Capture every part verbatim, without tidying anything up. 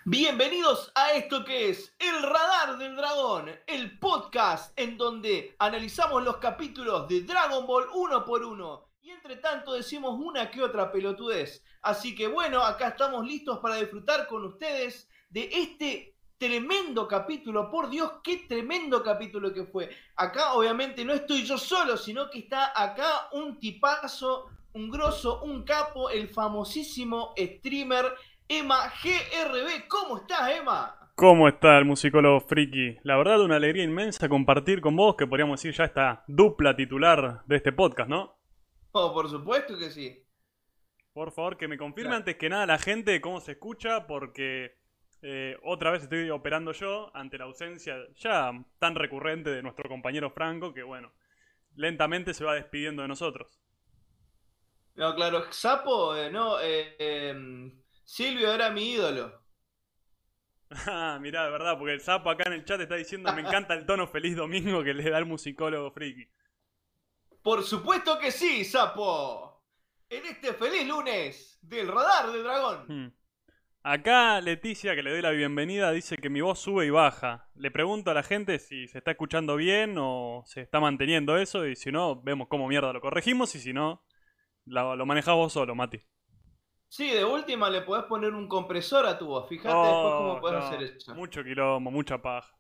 Bienvenidos a esto que es El Radar del Dragón, el podcast en donde analizamos los capítulos de Dragon Ball uno por uno y entre tanto decimos una que otra pelotudez. Así que bueno, acá estamos listos para disfrutar con ustedes de este tremendo capítulo. Por Dios, qué tremendo capítulo que fue. Acá obviamente no estoy yo solo, sino que está acá un tipazo, un grosso, un capo, el famosísimo streamer Emma G R B. ¿Cómo estás, Emma? ¿Cómo está el musicólogo friki? La verdad, una alegría inmensa compartir con vos, que podríamos decir ya esta dupla titular de este podcast, ¿no? Oh, por supuesto que sí. Por favor, que me confirme Claro. antes que nada la gente cómo se escucha, porque eh, otra vez estoy operando yo ante la ausencia ya tan recurrente de nuestro compañero Franco, que bueno, lentamente se va despidiendo de nosotros. No, claro, Sapo, eh, no, eh, eh, Silvio era mi ídolo. Ah, mirá, de verdad, porque el sapo acá en el chat está diciendo me encanta el tono feliz domingo que le da el musicólogo friki. Por supuesto que sí, Sapo. En este feliz lunes del Radar del Dragón. Hmm. Acá Leticia, que le doy la bienvenida, dice que mi voz sube y baja. Le pregunto a la gente si se está escuchando bien o se está manteniendo eso y si no, vemos cómo mierda lo corregimos y si no, lo, lo manejás vos solo, Mati. Sí, de última le podés poner un compresor a tu voz. Fíjate después cómo Oh, podés hacer no. eso. Mucho quilombo, mucha paja.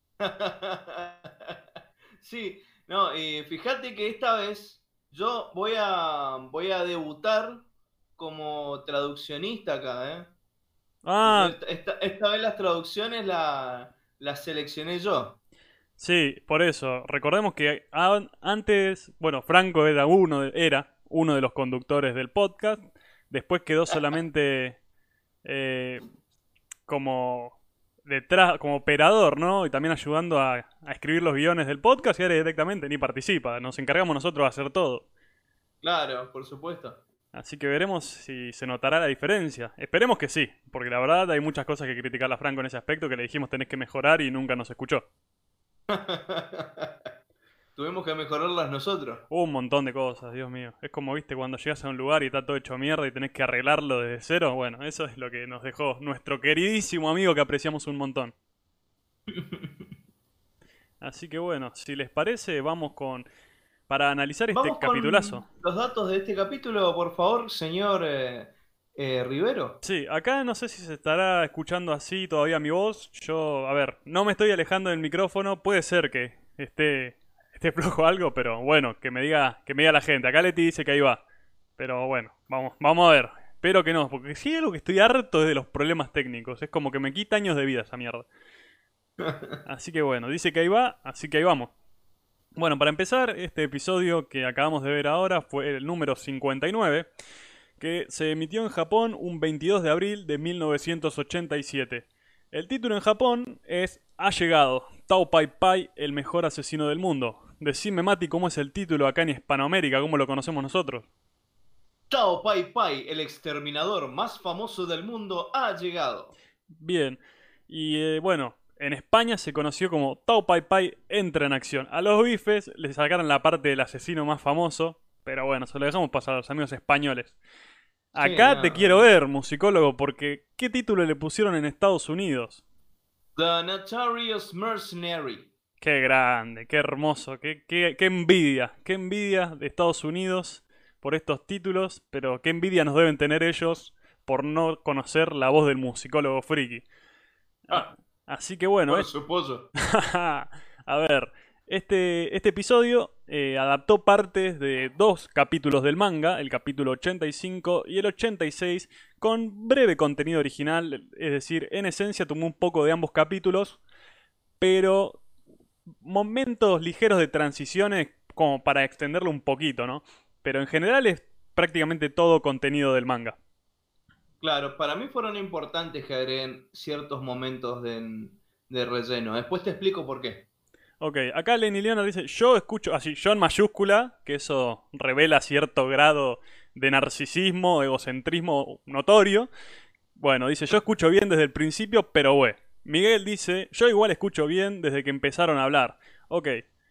Sí, no, y fíjate que esta vez yo voy a, voy a debutar como traduccionista acá, ¿eh? Yo Ah, esta, esta- esta vez las traducciones la- las seleccioné yo. sí, por eso. Recordemos que a- antes, bueno, Franco era uno de, era uno de los conductores del podcast. Después quedó solamente eh, como detrás, como operador, ¿no? Y también ayudando a, a escribir los guiones del podcast y ahora directamente ni participa. Nos encargamos nosotros de hacer todo. Claro, por supuesto. Así que veremos si se notará la diferencia. Esperemos que sí, porque la verdad hay muchas cosas que criticarle a Franco en ese aspecto que le dijimos tenés que mejorar y nunca nos escuchó. Tuvimos que mejorarlas nosotros. Un montón de cosas, Dios mío. Es como, viste, cuando llegas a un lugar y está todo hecho mierda y tenés que arreglarlo desde cero. Bueno, eso es lo que nos dejó nuestro queridísimo amigo que apreciamos un montón. Así que bueno, si les parece, vamos con... Para analizar este Vamos capitulazo. con los datos de este capítulo, por favor, señor eh, eh, Rivero. Sí, acá no sé si se estará escuchando así todavía mi voz. Yo, a ver, no me estoy alejando del micrófono. Puede ser que esté, esté flojo algo, pero bueno, que me diga, que me diga la gente. Acá Leti dice que ahí va. Pero bueno, vamos, vamos a ver. Espero que no, porque si hay algo que estoy harto es de los problemas técnicos. Es como que me quita años de vida esa mierda. Así que bueno, dice que ahí va, así que ahí vamos. Bueno, para empezar, este episodio que acabamos de ver ahora fue el número cincuenta y nueve, que se emitió en Japón un veintidós de abril de mil novecientos ochenta y siete. El título en Japón es Ha llegado, Tao Pai Pai, el mejor asesino del mundo. Decime, Mati, cómo es el título acá en Hispanoamérica, cómo lo conocemos nosotros. Tao Pai Pai, el exterminador más famoso del mundo, ha llegado. Bien, y eh, bueno, en España se conoció como Tao Pai Pai entra en acción. A los bifes le sacaron la parte del asesino más famoso, pero bueno, se lo dejamos pasar a los amigos españoles. Sí, Acá te quiero no. ver, musicólogo, porque ¿qué título le pusieron en Estados Unidos? The Notorious Mercenary. Qué grande, qué hermoso, qué, qué, qué envidia, qué envidia de Estados Unidos por estos títulos, pero qué envidia nos deben tener ellos por no conocer la voz del musicólogo friki. Ah, Ah, así que bueno, por es... supuesto. a ver, este, este episodio eh, adaptó partes de dos capítulos del manga, el capítulo ochenta y cinco y el ochenta y seis, con breve contenido original, es decir, en esencia tomó un poco de ambos capítulos, pero momentos ligeros de transiciones como para extenderlo un poquito, ¿no? Pero en general es prácticamente todo contenido del manga. Claro, para mí fueron importantes que agreguen ciertos momentos de, de relleno. Después te explico por qué. Ok, acá Lenny Leonard dice, yo escucho, así, yo en mayúscula, que eso revela cierto grado de narcisismo, egocentrismo notorio. Bueno, dice, yo escucho bien desde el principio, pero bueno. Miguel dice, yo igual escucho bien desde que empezaron a hablar. Ok,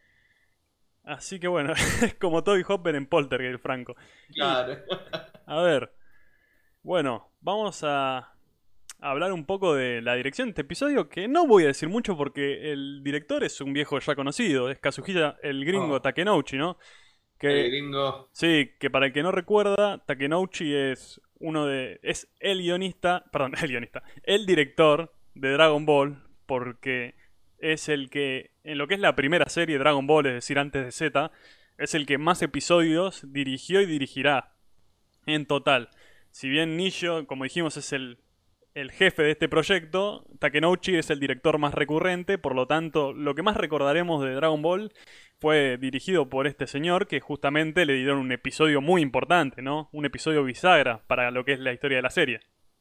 así que bueno, es como Toby Hopper en Poltergeist, Franco. Y, Claro. a ver, bueno, vamos a, a hablar un poco de la dirección de este episodio, que no voy a decir mucho porque el director es un viejo ya conocido, es Kazuhisa el gringo Oh, Takenouchi, ¿no? el Que gringo. sí, que para el que no recuerda, Takenouchi es uno de es el guionista, perdón, el guionista, el director de Dragon Ball, porque es el que en lo que es la primera serie Dragon Ball, es decir, antes de Z, es el que más episodios dirigió y dirigirá en total. Si bien Nisho, como dijimos, es el, el jefe de este proyecto, Takenouchi es el director más recurrente, por lo tanto, lo que más recordaremos de Dragon Ball fue dirigido por este señor que justamente le dieron un episodio muy importante, ¿no? Un episodio bisagra para lo que es la historia de la serie.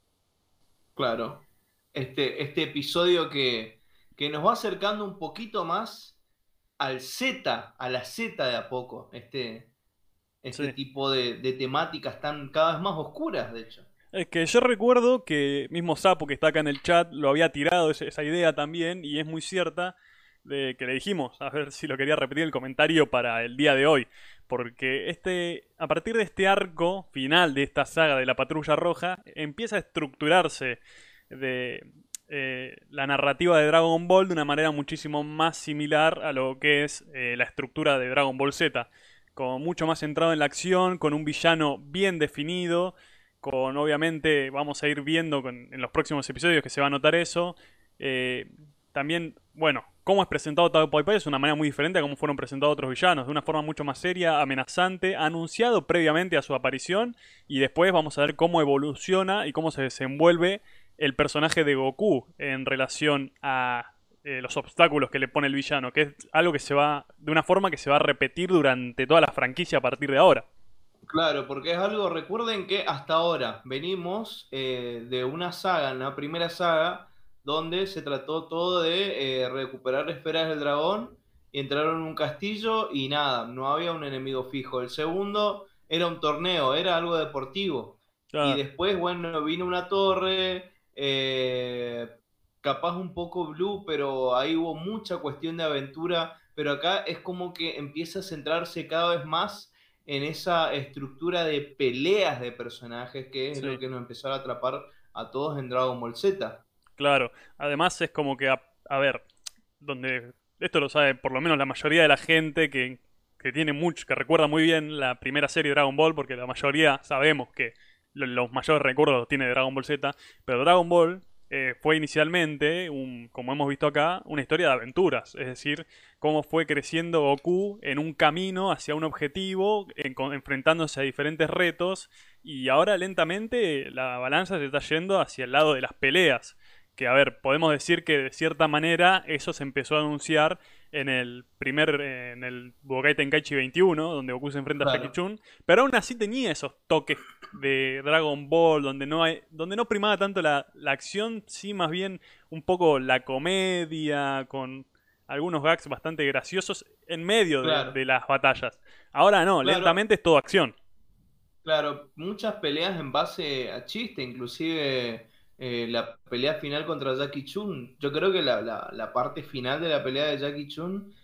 Claro. Este, este episodio que, que nos va acercando un poquito más al Z, a la Z de a poco. Este, este Sí. tipo de, de temáticas tan cada vez más oscuras, de hecho. Es que yo recuerdo que mismo Sapo que está acá en el chat lo había tirado ese- esa idea también y es muy cierta de que le dijimos a ver si lo quería repetir el comentario para el día de hoy, porque este a partir de este arco final de esta saga de la Patrulla Roja empieza a estructurarse de eh, la narrativa de Dragon Ball de una manera muchísimo más similar a lo que es eh, la estructura de Dragon Ball Z, como mucho más centrado en la acción, con un villano bien definido, con obviamente vamos a ir viendo con- en los próximos episodios que se va a notar eso. Eh, También, bueno, cómo es presentado Tao Pai Pai es una manera muy diferente a cómo fueron presentados otros villanos, de una forma mucho más seria, amenazante, anunciado previamente a su aparición, y después vamos a ver cómo evoluciona y cómo se desenvuelve el personaje de Goku en relación a eh, los obstáculos que le pone el villano, que es algo que se va, de una forma que se va a repetir durante toda la franquicia a partir de ahora. Claro, porque es algo, recuerden que hasta ahora venimos eh, de una saga, una primera saga, donde se trató todo de eh, recuperar esferas del dragón y entraron en un castillo y nada, no había un enemigo fijo. El segundo era un torneo, era algo deportivo. Y Claro. después, bueno, vino una torre, eh, capaz un poco blue, pero ahí hubo mucha cuestión de aventura, pero acá es como que empieza a centrarse cada vez más en esa estructura de peleas de personajes que es lo Sí. que nos empezó a atrapar a todos en Dragon Ball Z. Claro, además es como que, a, a ver, donde esto lo sabe por lo menos la mayoría de la gente que, que tiene mucho, que recuerda muy bien la primera serie de Dragon Ball, porque la mayoría sabemos que lo- los mayores recuerdos los tiene de Dragon Ball Z, pero Dragon Ball eh, fue inicialmente, un, como hemos visto acá, una historia de aventuras, es decir, cómo fue creciendo Goku en un camino hacia un objetivo, en- con- enfrentándose a diferentes retos, y ahora lentamente la balanza se está yendo hacia el lado de las peleas que, a ver, podemos decir que de cierta manera eso se empezó a anunciar en el primer, eh, en el Budokai Tenkaichi veintiuno, donde Goku se enfrenta a Jackie Claro, Chun, pero aún así tenía esos toques de Dragon Ball, donde no hay, donde no primaba tanto la, la acción, sí más bien un poco la comedia, con algunos gags bastante graciosos en medio de, claro, de las batallas. Ahora no, claro, lentamente es todo acción. claro. Muchas peleas en base a chiste, inclusive eh, la pelea final contra Jackie Chun. Yo creo que la, la- la parte final de la pelea de Jackie Chun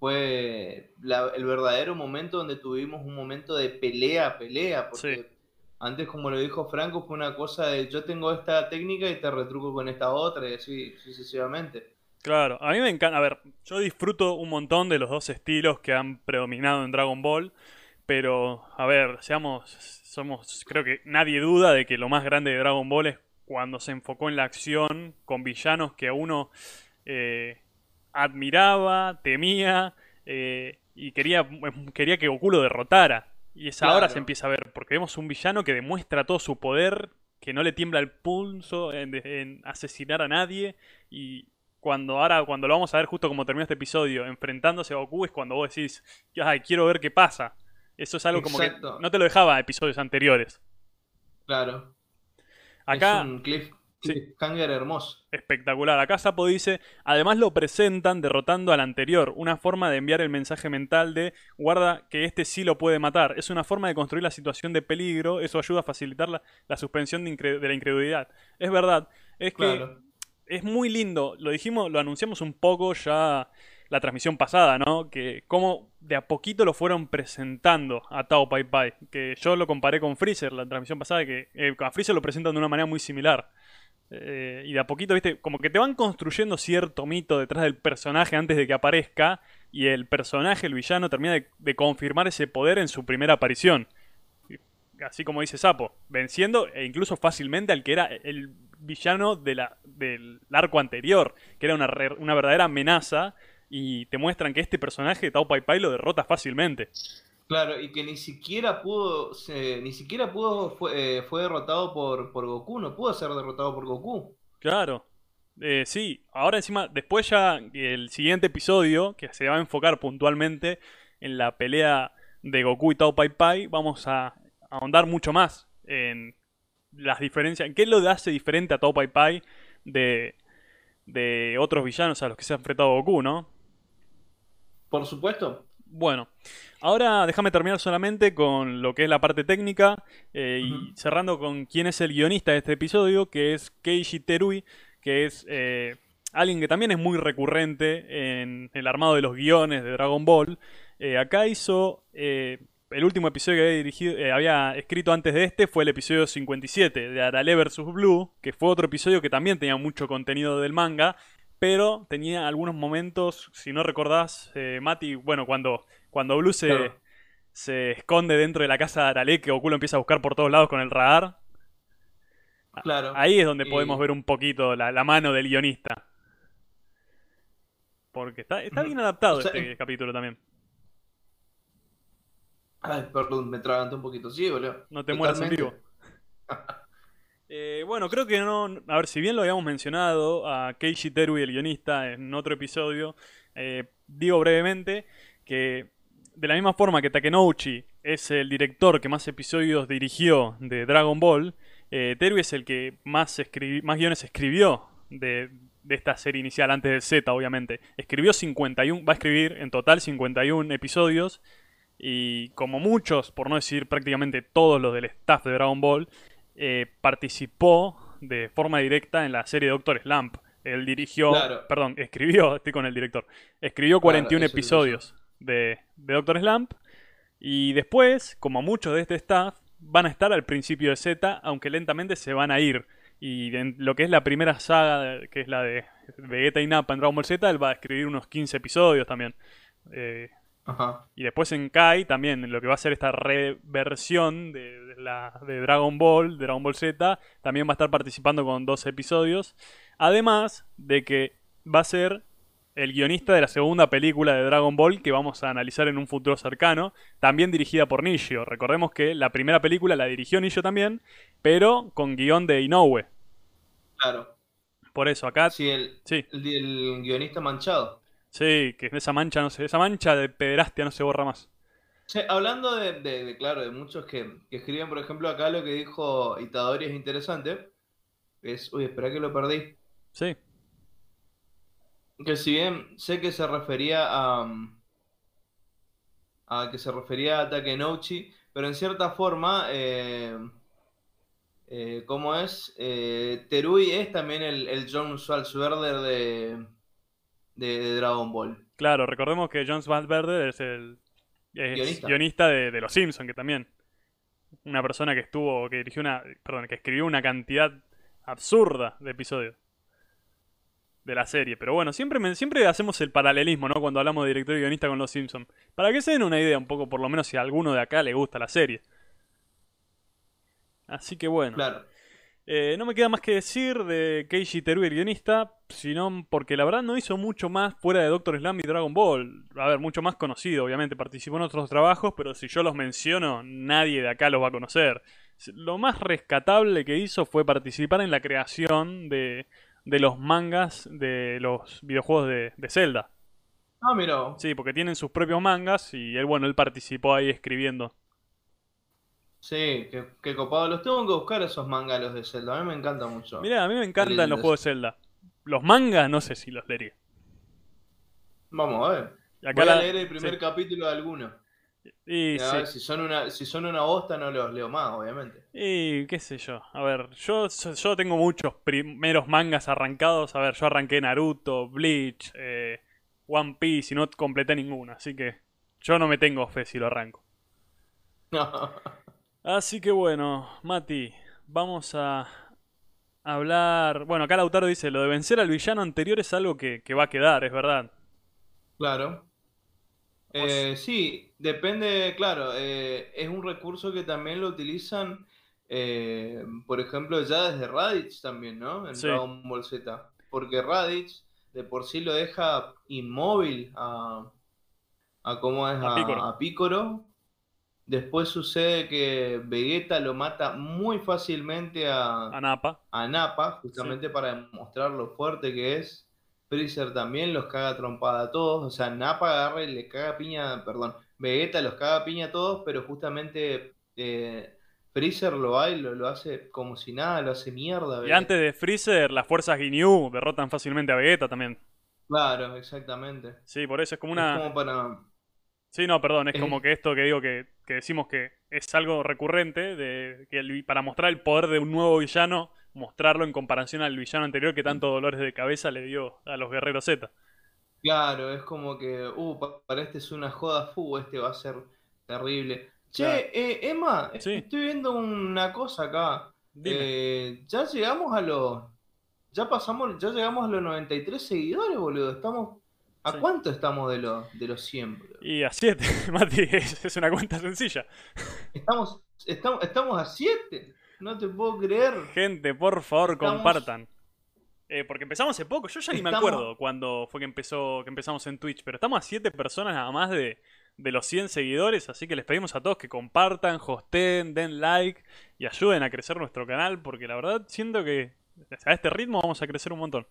fue la- el verdadero momento donde tuvimos un momento de pelea, pelea, Sí. porque antes, como lo dijo Franco, fue una cosa de yo tengo esta técnica y te retruco con esta otra y así sucesivamente. Claro, a mí me encanta. A ver, yo disfruto un montón de los dos estilos que han predominado en Dragon Ball, pero, a ver, seamos, somos, creo que nadie duda de que lo más grande de Dragon Ball es cuando se enfocó en la acción con villanos que a uno eh, admiraba, temía eh, y quería, quería que Goku lo derrotara. Y es ahora se Claro, empieza a ver, porque vemos un villano que demuestra todo su poder, que no le tiembla el pulso en, en asesinar a nadie y cuando ahora, cuando lo vamos a ver justo como termina este episodio, enfrentándose a Goku, es cuando vos decís, ay, quiero ver qué pasa. Eso es algo como que no exacto, te lo dejaba a episodios anteriores. claro. Es Acá, un cliff, sí, cliffhanger hermoso. espectacular. Acá Sapo dice, además lo presentan derrotando al anterior, una forma de enviar el mensaje mental de, guarda que este sí lo puede matar. Es una forma de construir la situación de peligro, eso ayuda a facilitar la, la suspensión de, incre- de la incredulidad. Es verdad, es que Claro. es muy lindo, lo dijimos, lo anunciamos un poco ya la transmisión pasada, ¿no? Que cómo de a poquito lo fueron presentando a Tao Pai Pai. Que yo lo comparé con Freezer la transmisión pasada, que eh, a Freezer lo presentan de una manera muy similar. Eh, y de a poquito, viste, como que te van construyendo cierto mito detrás del personaje antes de que aparezca. Y el personaje, el villano, termina de, de confirmar ese poder en su primera aparición. Así como dice Sapo, venciendo e incluso fácilmente al que era el villano de la, del arco anterior, que era una, re, una verdadera amenaza. Y te muestran que este personaje, Tao Pai Pai, lo derrota fácilmente. Claro, y que ni siquiera pudo, se- ni siquiera pudo, fue, eh, fue derrotado por, por Goku, no pudo ser derrotado por Goku. Claro. Eh, sí, ahora encima, después ya el siguiente episodio, que se va a enfocar puntualmente en la pelea de Goku y Tao Pai Pai, vamos a ahondar mucho más en las diferencias, en qué lo hace diferente a Tao Pai Pai de, de otros villanos a los que se ha enfrentado Goku, ¿no? Por supuesto. Bueno, ahora déjame terminar solamente con lo que es la parte técnica eh, y Ujú. cerrando con quién es el guionista de este episodio, que es Keiichi Terui, que es eh, alguien que también es muy recurrente en el armado de los guiones de Dragon Ball. Eh, acá hizo eh, el último episodio que había, dirigido, eh, había escrito antes de este, fue el episodio cincuenta y siete de Arale versus. Blue, que fue otro episodio que también tenía mucho contenido del manga, pero tenía algunos momentos, si no recordás, eh, Mati, bueno, cuando, cuando Blue se, Claro, se esconde dentro de la casa de Arale, que Goku lo empieza a buscar por todos lados con el radar. claro. Ahí es donde podemos Y, ver un poquito la, la mano del guionista. Porque está, está ujú. bien O adaptado sea, este eh, capítulo también. ay, perdón, me atraganté un poquito. Sí, boludo. No te mueras en vivo. Totalmente. Eh, bueno, creo que no. A ver, si bien lo habíamos mencionado a Keiichi Terui, el guionista, en otro episodio, eh, digo brevemente que de la misma forma que Takenouchi es el director que más episodios dirigió de Dragon Ball, eh, Terui es el que más, escribi- más guiones escribió de, de esta serie inicial, antes del Z, obviamente. Escribió cincuenta y uno, va a escribir en total cincuenta y uno episodios. Y como muchos, por no decir prácticamente todos los del staff de Dragon Ball, eh, participó de forma directa en la serie Doctor Slump. Él dirigió, Claro, perdón, escribió, estoy con el director, escribió claro, cuarenta y uno eso iba yo. episodios de, de Doctor Slump. Y después, como muchos de este staff, van a estar al principio de Z, aunque lentamente se van a ir. Y en lo que es la primera saga, que es la de Vegeta y Nappa en Dragon Ball Z, él va a escribir unos quince episodios también. Eh, Ajá. y después en Kai también, lo que va a ser esta reversión de, de la, de Dragon Ball, de Dragon Ball Z, también va a estar participando con dos episodios. Además de que va a ser el guionista de la segunda película de Dragon Ball que vamos a analizar en un futuro cercano, también dirigida por Nishio. Recordemos que la primera película la dirigió Nishio también, pero con guión de Inoue. Claro. Por eso acá, Sí, el, sí, el, el guionista manchado. sí, que esa mancha, no sé, esa mancha de pederastia no se borra más. Sí, hablando de, de- de, claro, de muchos que, que escriben, por ejemplo, acá lo que dijo Itadori es interesante. Es, uy, espera que lo perdí. Sí, Que si bien sé que se refería a, mm, a que se refería a Takenouchi, pero en cierta forma, eh, eh, ¿cómo es? Eh, Terui es también el, el John Swartzwelder de, de, de Dragon Ball. claro, recordemos que John Svalverde es el es Guionista. guionista de, de Los Simpsons, que también una persona que estuvo, que dirigió una, perdón, que escribió una cantidad absurda de episodios de la serie. Pero bueno, siempre me- siempre hacemos el paralelismo, ¿no? Cuando hablamos de director y guionista con Los Simpsons. Para que se den una idea un poco, por lo menos si a alguno de acá le gusta la serie. Así que bueno. Claro. Eh, no me queda más que decir de Keiichi Terui, el guionista, sino porque la verdad no hizo mucho más fuera de Doctor Slump y Dragon Ball. A ver, mucho más conocido, obviamente participó en otros trabajos, pero si yo los menciono, nadie de acá los va a conocer. Lo más rescatable que hizo fue participar en la creación de, de los mangas de los videojuegos de, de Zelda. Ah, mira. Sí, porque tienen sus propios mangas y él, bueno, él participó ahí escribiendo. Sí, qué, qué copado. Los tengo que buscar esos mangalos de Zelda. A mí me encanta mucho Mirá, a mí me el, encantan el los de juegos de Zelda. Zelda. Los mangas no sé si los leería. Vamos a ver. Y acá Voy a la... leer el Sí. primer capítulo de alguno. Y Y a sí. ver, si son una, si son una bosta, no los leo más, obviamente. Y qué sé yo. A ver, yo, yo tengo muchos primeros mangas arrancados. A ver, yo arranqué Naruto, Bleach, eh, One Piece y no completé ninguno. Así que yo no me tengo fe si lo arranco. Así que bueno, Mati, vamos a hablar... Bueno, acá Lautaro dice, lo de vencer al villano anterior es algo que, que va a quedar, es verdad. Claro. O s- Eh, sí, depende, claro, eh, es un recurso que también lo utilizan, eh, por ejemplo, ya desde Raditz también, ¿no? En sí, Dragon Ball Z. Porque Raditz de por sí lo deja inmóvil a, a cómo es a Picoro. a, a Picoro. Después sucede que Vegeta lo mata muy fácilmente A a, Nappa. a Nappa, Sí. justamente para demostrar lo fuerte que es. Freezer también los caga trompada a todos. O sea, Nappa agarra y le caga piña, perdón, Vegeta los caga piña a todos, pero justamente eh, Freezer lo va y lo, lo hace como si nada, lo hace mierda a Y antes Vegeta. de Freezer, las fuerzas Ginyu derrotan fácilmente a Vegeta también. Claro, exactamente. Sí, por eso es como Es una... como para... Sí, no, perdón, es como es- que esto que digo que, que decimos que es algo recurrente, de que el- para mostrar el poder de un nuevo villano, mostrarlo en comparación al villano anterior que tanto dolores de cabeza le dio a los guerreros Z. Claro, es como que, uh, pa- para este es una joda, fu, este va a ser terrible. Claro. Che, eh, Emma, Sí, estoy viendo una cosa acá. dime. Eh, ya llegamos a los, ya pasamos, ya llegamos a los noventa y tres seguidores, boludo. Estamos, ¿a Sí. cuánto estamos de los, de los cien, boludo? Y a siete, Mati, es, es una cuenta sencilla. Estamos, estamos, estamos a siete, no te puedo creer. Gente, por favor, Estamos, compartan. Eh, porque empezamos hace poco, yo ya ni me estamos, acuerdo cuándo fue que empezó, que empezamos en Twitch, pero estamos a siete personas nada más de, de los cien seguidores, así que les pedimos a todos que compartan, hosteen, den like y ayuden a crecer nuestro canal, porque la verdad siento que a este ritmo vamos a crecer un montón.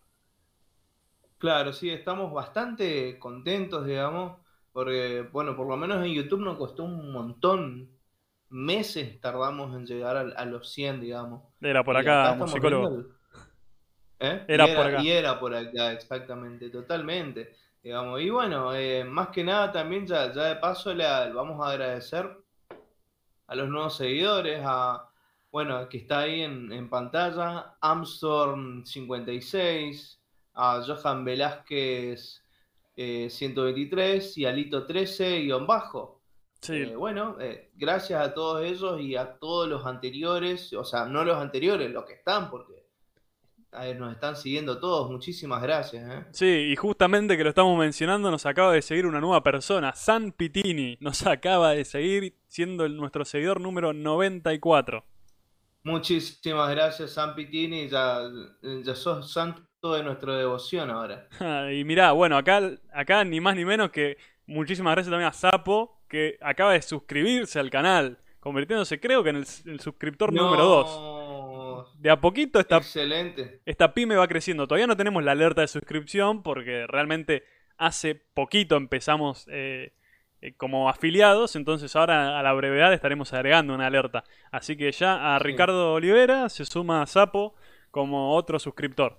claro, sí, estamos bastante contentos, digamos, porque, bueno, por lo menos en YouTube nos costó un montón, meses tardamos en llegar a, a los cien, digamos, Era por y acá acá, estamos viendo, musicólogo. el- ¿eh? Y Era por era, y acá. era por acá, exactamente, totalmente, digamos, y bueno, eh, más que nada también ya, ya de paso le a- vamos a agradecer a los nuevos seguidores, a, bueno, que está ahí en, en pantalla, Amstorm cincuenta y seis, a Johan Velázquez eh, ciento veintitrés y Alito trece guión bajo. Sí, Eh, bueno, eh, gracias a todos ellos y a todos los anteriores, o sea, no los anteriores, los que están, porque eh, nos están siguiendo todos, muchísimas gracias. ¿Eh? sí, y justamente que lo estamos mencionando, nos acaba de seguir una nueva persona, San Pitini. Nos acaba de seguir siendo el- nuestro seguidor número noventa y cuatro. Muchísimas gracias, San Pitini, ya, ya sos santo de nuestra devoción ahora. Y mirá, bueno, acá, acá ni más ni menos que muchísimas gracias también a Sapo, que acaba de suscribirse al canal, convirtiéndose creo que en el, el suscriptor número dos. No, De a poquito esta, excelente. esta pyme va creciendo. Todavía no tenemos la alerta de suscripción porque realmente hace poquito empezamos eh, eh, como afiliados, entonces ahora a la brevedad estaremos agregando una alerta. Así que ya a Sí. Ricardo Olivera se suma a Sapo como otro suscriptor.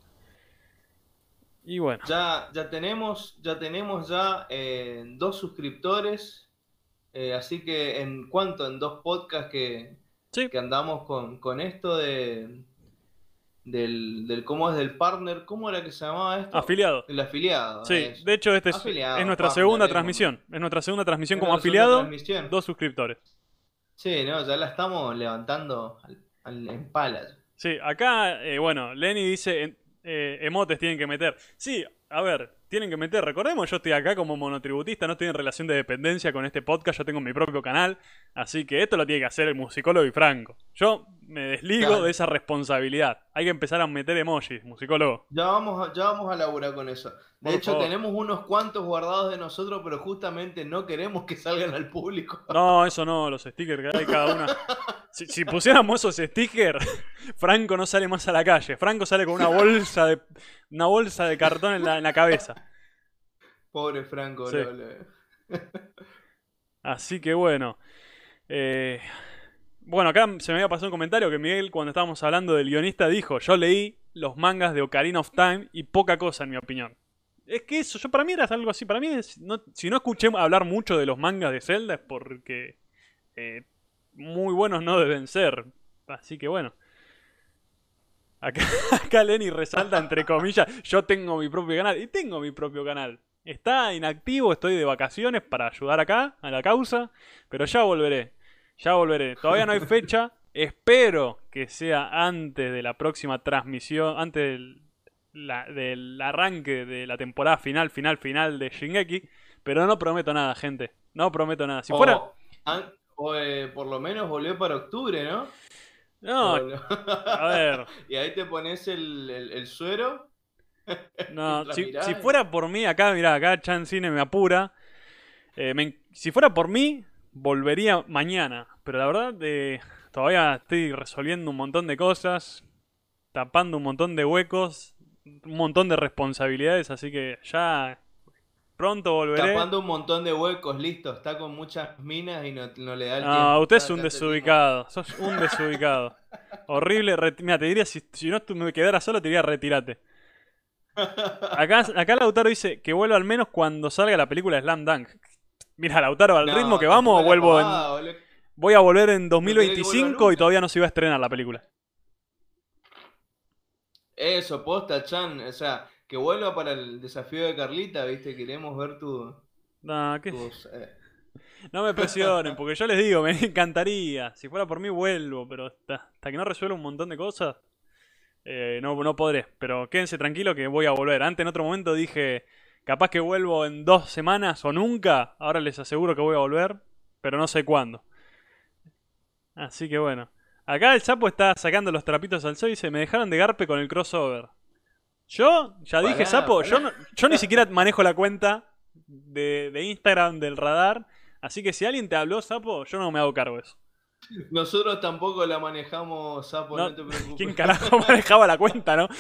Y bueno, Ya, ya tenemos, ya tenemos ya eh, dos suscriptores, eh, así que en cuanto en dos podcasts que, sí, que andamos con, con esto de del, del cómo es del partner, ¿cómo era que se llamaba esto? afiliado. El afiliado, Sí, eso. de hecho este es, es Afiliado, nuestra partner, segunda es lo mismo. transmisión. Es nuestra segunda transmisión Es como nuestra segunda afiliado, transmisión. dos suscriptores. Sí, no, ya la estamos levantando al, al- en palas. Sí, acá, eh, bueno, Lenny dice, en- eh, emotes tienen que meter. Sí, a ver, tienen que meter. Recordemos, yo estoy acá como monotributista, no estoy en relación de dependencia con este podcast, yo tengo mi propio canal, así que esto lo tiene que hacer el musicólogo y Franco. Yo me desligo de Claro. esa responsabilidad. Hay que empezar a meter emojis, musicólogo. Ya vamos a, ya vamos a laburar con eso. De Por hecho, favor. tenemos unos cuantos guardados de nosotros, pero justamente no queremos que salgan al público. No, eso no, los stickers que hay cada una. Si, si pusiéramos esos stickers, Franco no sale más a la calle. Franco sale con una bolsa de una bolsa de cartón en la, en la cabeza. Pobre Franco, Sí. lo- lo- Así que bueno. Eh, bueno, acá se me había pasado un comentario que Miguel, cuando estábamos hablando del guionista, dijo: Yo leí los mangas de Ocarina of Time y poca cosa, en mi opinión. Es que eso, yo para mí era algo así. Para mí, es- no- si no escuché hablar mucho de los mangas de Zelda es porque eh, muy buenos no deben ser. Así que bueno. Acá, acá Lenny resalta entre comillas, yo tengo mi propio canal. Y tengo mi propio canal. Está inactivo, estoy de vacaciones para ayudar acá, a la causa. Pero ya volveré. Ya volveré. Todavía no hay fecha. Espero que sea antes de la próxima transmisión, antes del, la- del arranque de la temporada final, final, final de Shingeki. Pero no prometo nada, gente. No prometo nada. Si fuera... O, an- o, eh, por lo menos volvió para octubre, ¿no? No, O no. a ver. Y ahí te pones el, el, el suero No, mientras si, si mirás. y- fuera por mí, acá, mirá, acá Chan Cine me apura. Eh, me en- si fuera por mí, volvería mañana. Pero la verdad, eh, todavía estoy resolviendo un montón de cosas, tapando un montón de huecos, un montón de responsabilidades, así que ya pronto volveré. Tapando un montón de huecos, listo. Está con muchas minas y no, no le da el No, tiempo. usted Está es un acá este tipo. desubicado, sos un desubicado. Horrible, reti- mira, te diría, si, si no tú me quedara solo, te diría retirate. Acá, acá Lautaro dice que vuelva al menos cuando salga la película Slam Dunk. Mira, Lautaro, al ritmo No, que tampoco vamos, es la vuelvo en. pavada, boludo. Voy a volver en No querés que vuelva dos mil veinticinco y nunca. todavía no se iba a estrenar la película. Eso, posta, Chan. O sea, que vuelva para el desafío de Carlita, ¿viste? Queremos ver tu, No, ¿qué? tus... eh, No me presionen, porque yo les digo, me encantaría. Si fuera por mí, vuelvo, pero hasta, hasta que no resuelva un montón de cosas, eh, no, no podré. Pero quédense tranquilos que voy a volver. Antes, en otro momento, dije, capaz que vuelvo en dos semanas o nunca. Ahora les aseguro que voy a volver, pero no sé cuándo. Así que bueno. Acá el sapo está sacando los trapitos al sol y dice, me dejaron de garpe con el crossover. Yo, ya dije, Pará, sapo, yo, pará. no- yo ni siquiera manejo la cuenta de, de Instagram del radar. Así que si alguien te habló, sapo, yo no me hago cargo de eso. Nosotros tampoco la manejamos, Sapo, No, no te ¿quién preocupes. carajo manejaba la cuenta, no?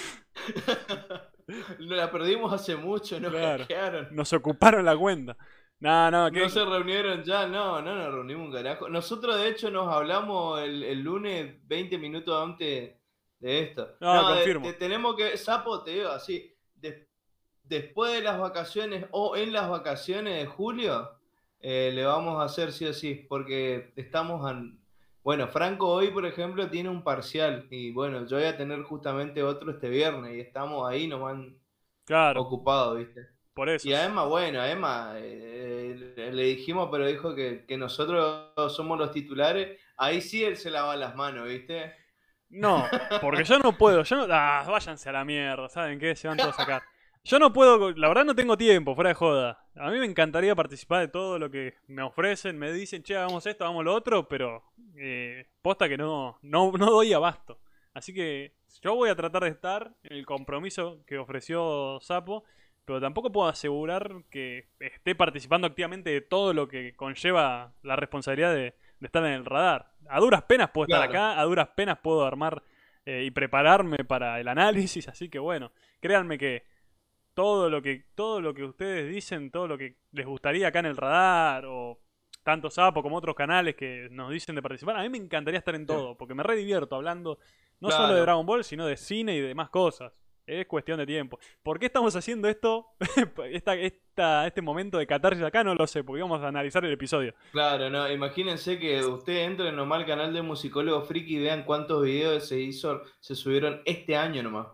No la perdimos hace mucho, nos Claro. hackearon. Nos ocuparon la cuenta. No, no, No se ¿qué? reunieron ya, no, no nos reunimos un carajo. Nosotros de hecho nos hablamos el, el lunes veinte minutos antes de esto. No, No, de- de- confirmo. tenemos que, Sapo, te digo así, de- después de las vacaciones o en las vacaciones de julio, eh, le vamos a hacer sí o sí, porque estamos en... Bueno, Franco hoy, por ejemplo, tiene un parcial y bueno, yo voy a tener justamente otro este viernes y estamos ahí nomás Claro, ocupados, ¿viste? por eso. Y a Emma, bueno, a Emma eh, le le dijimos, pero dijo que, que nosotros somos los titulares. Ahí sí él se lava las manos, ¿viste? No, porque yo no puedo. Yo no. Ah, váyanse a la mierda, ¿saben qué? Se van todos a sacar. Yo no puedo, la verdad no tengo tiempo, fuera de joda. A mí me encantaría participar de todo lo que me ofrecen, me dicen, che, hagamos esto, hagamos lo otro, pero eh, posta que no, no, no doy abasto. Así que yo voy a tratar de estar en el compromiso que ofreció Sapo, pero tampoco puedo asegurar que esté participando activamente de todo lo que conlleva la responsabilidad de, de estar en el radar. A duras penas puedo estar Claro, acá, a duras penas puedo armar eh, y prepararme para el análisis, así que bueno, créanme que todo lo que todo lo que ustedes dicen, todo lo que les gustaría acá en el radar o tanto Sapo como otros canales que nos dicen de participar, a mí me encantaría estar en sí, todo, porque me re divierto hablando no solo de claro. Dragon Ball, sino de cine y de más cosas. Es cuestión de tiempo. ¿Por qué estamos haciendo esto? esta, esta, este momento de catarsis acá no lo sé, porque vamos a analizar el episodio. Claro, no, imagínense que ustedes entren nomás al canal de Musicólogo Friki y vean cuántos videos se hizo, se subieron este año nomás.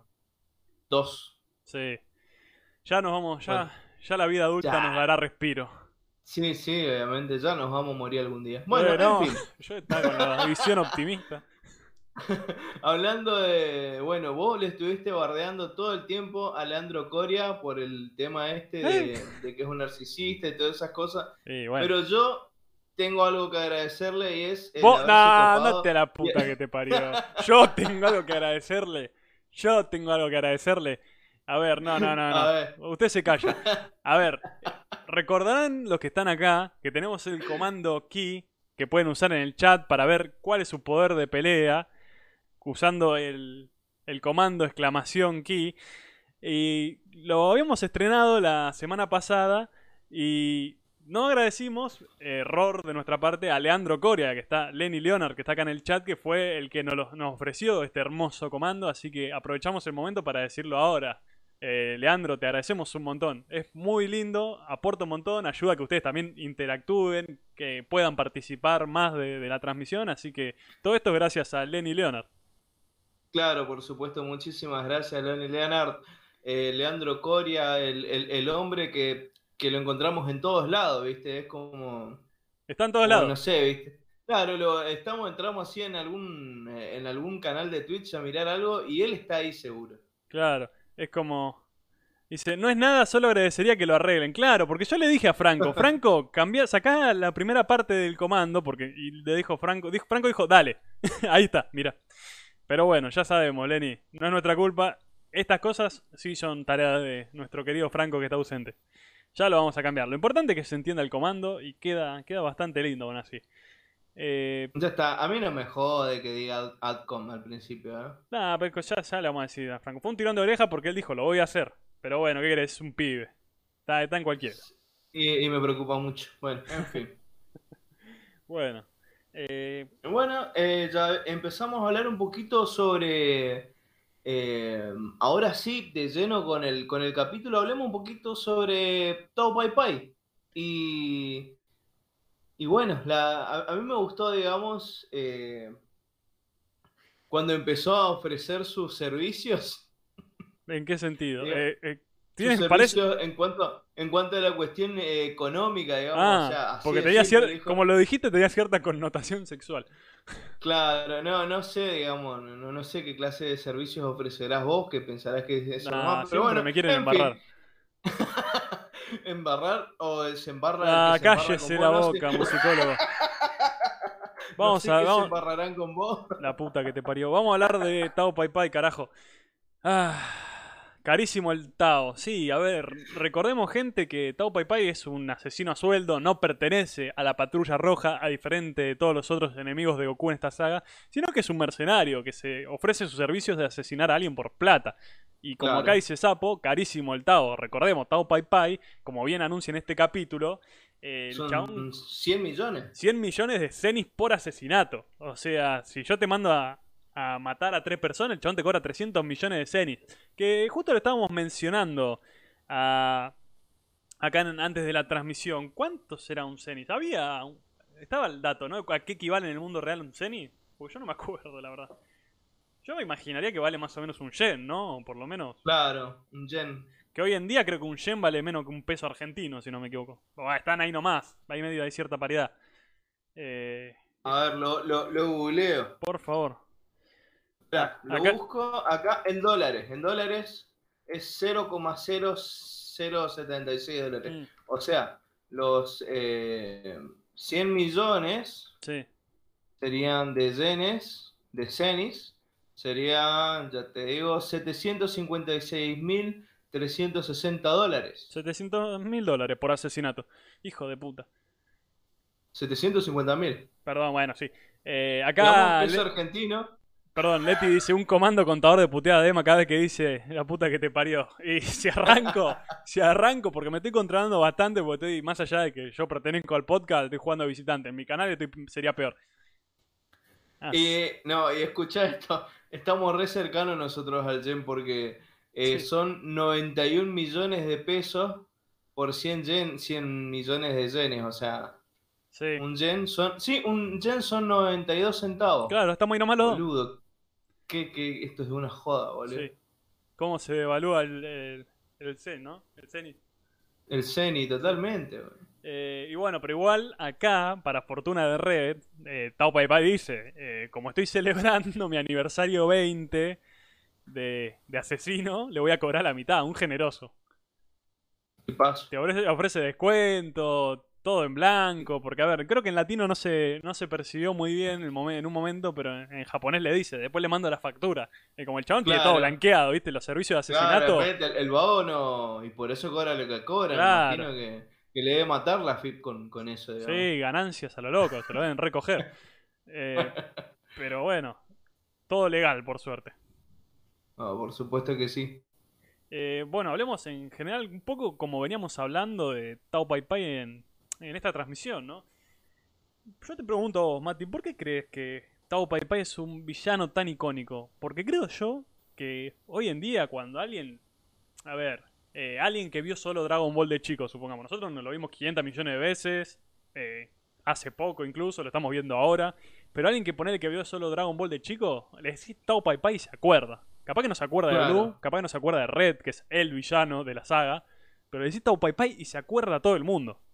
Dos. Sí. Ya nos vamos, Bueno, ya, ya la vida adulta nos ya. dará respiro. Sí, sí, obviamente, ya nos vamos a morir algún día. Eh, Bueno, en no, fin. yo estaba con la visión optimista. Hablando de, bueno, vos le estuviste bardeando todo el tiempo a Leandro Coria por el tema este Eh, de, de que es un narcisista y todas esas cosas, Y bueno. pero yo tengo algo que agradecerle y es el Vos, haberse nah, copado. andate a la puta que te parió. Yo tengo algo que agradecerle. Yo tengo algo que agradecerle. A ver, no, no, no, A no. ver, Usted se calla. A ver, recordarán los que están acá que tenemos el comando Ki que pueden usar en el chat para ver cuál es su poder de pelea usando el, el comando exclamación Ki. Y lo habíamos estrenado la semana pasada y no agradecimos, error de nuestra parte, a Leandro Coria, que está, Lenny Leonard, que está acá en el chat, que fue el que nos, lo- nos ofreció este hermoso comando, así que aprovechamos el momento para decirlo ahora. Eh, Leandro, te agradecemos un montón. Es muy lindo, aporta un montón, ayuda a que ustedes también interactúen, que puedan participar más de, de la transmisión, así que todo esto gracias a Lenny Leonard. claro, por supuesto, muchísimas gracias, Leoni Leonard. Eh, Leandro Coria, el, el, el hombre que, que lo encontramos en todos lados, ¿viste? Es como, Está en todos como no lados. sé, ¿viste? Claro, lo, estamos, entramos así en algún, eh, en algún canal de Twitch a mirar algo y él está ahí seguro. Claro, es como... Dice, no es nada, solo agradecería que lo arreglen. Claro, porque yo le dije a Franco, Franco, cambia, sacá la primera parte del comando, porque y le dijo Franco, dijo, Franco dijo, dale, ahí está, mira. Pero bueno, ya sabemos, Lenny, no es nuestra culpa. Estas cosas sí son tarea de nuestro querido Franco que está ausente. Ya lo vamos a cambiar. Lo importante es que se entienda el comando y queda, queda bastante lindo aún así. Eh, Ya está, a mí no me jode que diga Adcom al principio, ¿eh? nada, pero ya, ya le vamos a decir a Franco. Fue un tirón de oreja porque él dijo, lo voy a hacer. Pero bueno, ¿qué querés? Es un pibe. Está, está en cualquiera. Y, y me preocupa mucho. Bueno, en fin. Bueno. Eh, Bueno, eh, ya empezamos a hablar un poquito sobre... eh, ahora sí, de lleno con el, con el capítulo, hablemos un poquito sobre Tao Pai Pai. Y, y bueno, la, a, a mí me gustó, digamos, eh, cuando empezó a ofrecer sus servicios. ¿En qué sentido? Digo, Eh, eh, sus ¿tienes, parece? servicios en cuanto, en cuanto a la cuestión eh, económica, digamos, o Ah, sea, así porque de tenía simple, cierta, dijo. como lo dijiste, tenía cierta connotación sexual. Claro, no, no sé, digamos, no, no sé qué clase de servicios ofrecerás vos, que pensarás que es eso Nah, nomás, pero siempre bueno, me quieren en fin. embarrar. Embarrar o se embarra el que Ah, se embarra con cállese vos, la no sé. boca, musicólogo. No Vamos sé a, qué se vamos, embarrarán con vos. la puta que te parió. Vamos a hablar de Tao Pai Pai, carajo. Ah, carísimo el Tao. Sí, a ver, recordemos gente que Tao Pai Pai es un asesino a sueldo, no pertenece a la Patrulla Roja, a diferente de todos los otros enemigos de Goku en esta saga, sino que es un mercenario que se ofrece sus servicios de asesinar a alguien por plata. Y como acá Claro, dice Sapo, carísimo el Tao. Recordemos, Tao Pai Pai, como bien anuncia en este capítulo, eh, el chabón son cien millones. cien millones de cenis por asesinato. O sea, si yo te mando a, a matar a tres personas, el chabón te cobra trescientos millones de cenis. Que justo lo estábamos mencionando a, acá en- antes de la transmisión. ¿Cuánto será un cenis? Había... un- estaba el dato, ¿no? ¿A qué equivale en el mundo real un cenis? Porque yo no me acuerdo, la verdad. Yo me imaginaría que vale más o menos un yen, ¿no? Por lo menos. Claro, un yen. Que hoy en día creo que un yen vale menos que un peso argentino, si no me equivoco. O, están ahí nomás. Ahí medio hay cierta paridad. Eh, A ver, lo, lo, lo googleo. por favor. Ac- Mirá, lo Acá, busco acá en dólares. En dólares es cero coma cero cero setenta y seis dólares. mm, O sea, los eh, cien millones sí, serían de yenes, de cenis, serían, ya te digo, setecientos cincuenta y seis mil trescientos sesenta dólares. setecientos mil dólares por asesinato. Hijo de puta. setecientos cincuenta mil. Perdón, bueno, sí. Eh, Digamos, acá, peso Le- argentino. perdón, Leti dice un comando contador de puteada de Emma cada vez que dice la puta que te parió. Y si arranco, si arranco, porque me estoy controlando bastante, porque estoy, más allá de que yo pertenezco al podcast, estoy jugando a visitante. En mi canal estoy, sería peor. As- Y no, y escucha esto, estamos re cercanos nosotros al yen porque eh, sí, son noventa y un millones de pesos por cien yen, cien millones de yenes, o sea, sí. un yen son, sí, un yen son noventa y dos centavos, Claro, estamos ahí nomás los dos. boludo, que, que esto es de una joda, boludo. Sí. ¿Cómo se devalúa el, el, el zen, no? El zenit. El ceni, Sí. totalmente, boludo. Eh, y bueno, pero igual acá, para fortuna de Red, eh, Tao Pai Pai dice, eh, como estoy celebrando mi aniversario veinte de, de asesino, le voy a cobrar la mitad, un generoso. ¿Qué paso? Te ofrece, ofrece descuento, todo en blanco, porque a ver, creo que en latino no se, no se percibió muy bien el momen- en un momento, pero en, en japonés le dice, después le mando la factura. Y como el chabón tiene todo Claro, blanqueado, ¿viste? Los servicios de claro, asesinato, el, el vago no, y por eso cobra lo que cobra, me claro. imagino que, que le debe matar la F I P con, con eso, digamos. Sí, ganancias a lo loco, se lo deben recoger. Eh, pero bueno, todo legal, por suerte. No, por supuesto que sí. Eh, bueno, hablemos en general un poco como veníamos hablando de Tao Pai Pai en, en esta transmisión, ¿no? Yo te pregunto a vos, Mati, ¿por qué crees que Tao Pai Pai es un villano tan icónico? Porque creo yo que hoy en día cuando alguien, a ver, eh, alguien que vio solo Dragon Ball de chico, supongamos, nosotros nos lo vimos quinientos millones de veces, eh, hace poco incluso, lo estamos viendo ahora, pero alguien que ponele que vio solo Dragon Ball de chico, le decís Tao Pai Pai y se acuerda. Capaz que no se acuerda de Blue, Claro. capaz que no se acuerda de Red, que es el villano de la saga, pero le decís Tao Pai Pai y se acuerda a todo el mundo.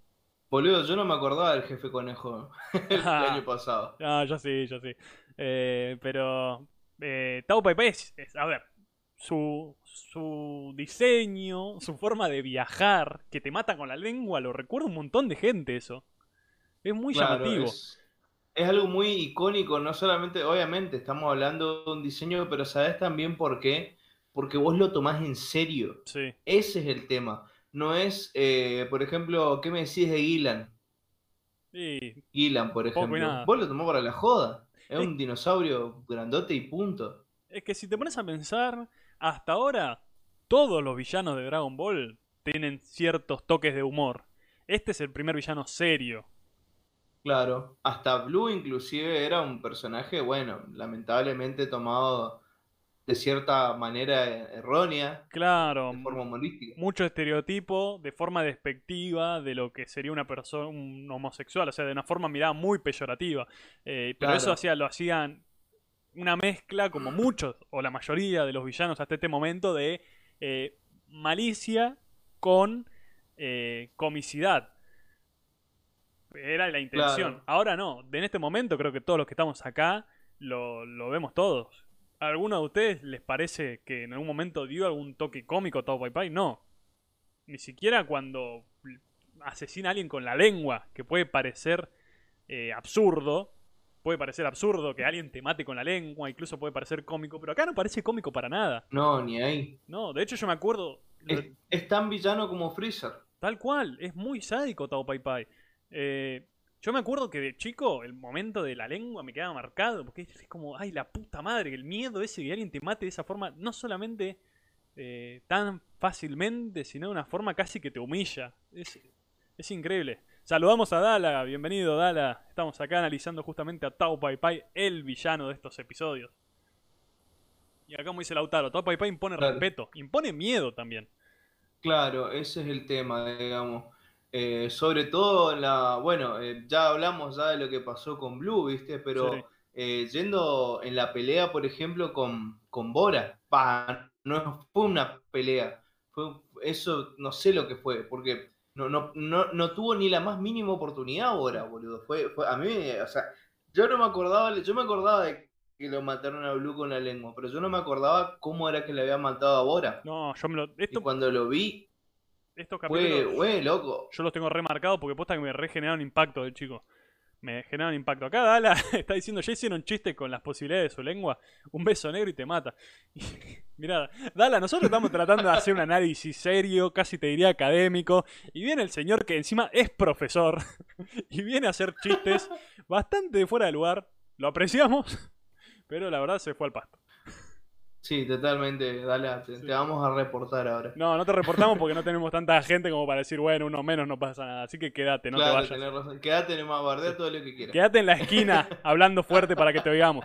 Boludo, yo no me acordaba del jefe conejo el Ah, año pasado. no, yo sí, yo sí. Eh, pero eh, Tao Pai Pai es, es- a ver, su, su diseño, su forma de viajar, que te mata con la lengua, lo recuerda un montón de gente eso. Es muy Claro, llamativo. es, es algo muy icónico, no solamente, obviamente, estamos hablando de un diseño, pero ¿sabes también por qué? Porque vos lo tomás en serio. Sí. Ese es el tema. No es, eh, por ejemplo, ¿qué me decís de Gillan? Y Gillan, por poco y ejemplo. nada. Vos lo tomás para la joda. Es Es, un dinosaurio grandote y punto. es que si te pones a pensar, hasta ahora todos los villanos de Dragon Ball tienen ciertos toques de humor. Este es el primer villano serio. Claro. Hasta Blue inclusive era un personaje, bueno, lamentablemente tomado de cierta manera errónea, Claro, de forma humorística. mucho estereotipo de forma despectiva de lo que sería una persona, un homosexual, o sea, de una forma mirada muy peyorativa. Eh, pero eso Claro, hacía, lo hacían una mezcla, como muchos o la mayoría de los villanos hasta este momento, de eh, malicia con eh, comicidad. Era la intención. claro. Ahora no. En este momento creo que todos los que estamos acá lo, lo vemos todos. ¿A alguno de ustedes les parece que en algún momento dio algún toque cómico a Tao Pai Pai? No. Ni siquiera cuando asesina a alguien con la lengua, que puede parecer eh, absurdo. Puede parecer absurdo que alguien te mate con la lengua, incluso puede parecer cómico, pero acá no parece cómico para nada. No, ni ahí. No, de hecho yo me acuerdo, Es, es tan villano como Freezer. tal cual, es muy sádico Tao Pai Pai. Eh, yo me acuerdo que de chico el momento de la lengua me quedaba marcado, porque es como, ay, la puta madre, el miedo ese que alguien te mate de esa forma, no solamente eh, tan fácilmente, sino de una forma casi que te humilla. Es, es increíble. Saludamos a Dala, bienvenido Dala. Estamos acá analizando justamente a Tao Pai Pai, el villano de estos episodios. Y acá como dice Lautaro, Tao Pai Pai impone Claro, respeto, impone miedo también. claro, ese es el tema, digamos. Eh, sobre todo en la, bueno, eh, ya hablamos ya de lo que pasó con Blue, ¿viste? Sí, Pero eh, yendo en la pelea, por ejemplo, con, con Bora, pa, no fue una pelea, fue eso, no sé lo que fue, porque no, no, no, no tuvo ni la más mínima oportunidad Bora, boludo. Fue, fue, a mí, o sea, yo no me acordaba, yo me acordaba de que lo mataron a Blue con la lengua, pero yo no me acordaba cómo era que le había matado a Bora. no, yo me lo... Y Esto, cuando lo vi, estos fue, capítulos güey, loco. yo los tengo remarcados porque posta que me regeneraron impacto del chico. Me generaron impacto. Acá Dala está diciendo, ya hicieron chiste con las posibilidades de su lengua. Un beso negro y te mata. Y, mirá, Dala, nosotros estamos tratando de hacer un análisis serio, casi te diría académico. Y viene el señor que encima es profesor. Y viene a hacer chistes bastante fuera de lugar. Lo apreciamos, pero la verdad se fue al pasto. Sí, totalmente. Dale, te, te Sí. vamos a reportar ahora. No, no te reportamos porque no tenemos tanta gente como para decir, bueno, uno menos no pasa nada. Así que quédate, no te Claro, vayas. tenés razón. Quédate nomás, Sí. bardea todo lo que quieras. Quédate en la esquina hablando fuerte para que te oigamos.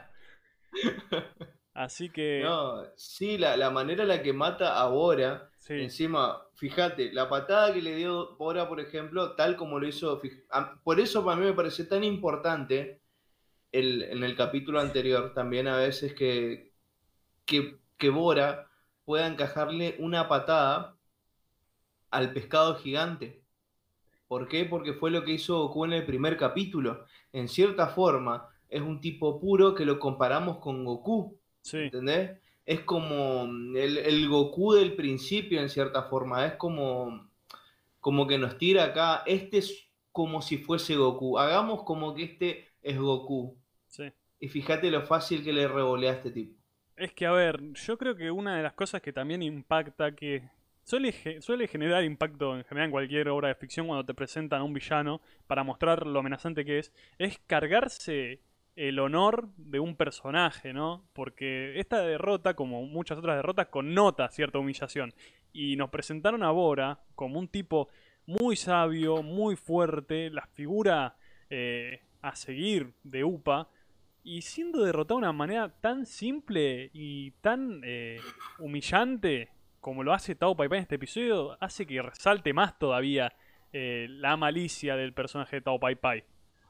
Así que, No, sí, la, la manera en la que mata a Bora, sí, encima, fíjate, la patada que le dio Bora, por ejemplo, tal como lo hizo, fij- a- por eso para mí me pareció tan importante el, en el capítulo anterior también a veces que, que, que Bora pueda encajarle una patada al pescado gigante. ¿Por qué? Porque fue lo que hizo Goku en el primer capítulo. En cierta forma, es un tipo puro que lo comparamos con Goku. sí. ¿Entendés? Es como el, el Goku del principio, en cierta forma. Es como, como que nos tira acá. Este es como si fuese Goku. Hagamos como que este es Goku. Sí. Y fíjate lo fácil que le revolea a este tipo. Es que, a ver, yo creo que una de las cosas que también impacta, que suele, ge- suele generar impacto en general en cualquier obra de ficción cuando te presentan a un villano para mostrar lo amenazante que es, es cargarse el honor de un personaje, ¿no? Porque esta derrota, como muchas otras derrotas, connota cierta humillación. Y nos presentaron a Bora como un tipo muy sabio, muy fuerte, la figura eh, a seguir de Upa y siendo derrotado de una manera tan simple y tan eh, humillante como lo hace Tao Pai Pai en este episodio, hace que resalte más todavía eh, la malicia del personaje de Tao Pai Pai.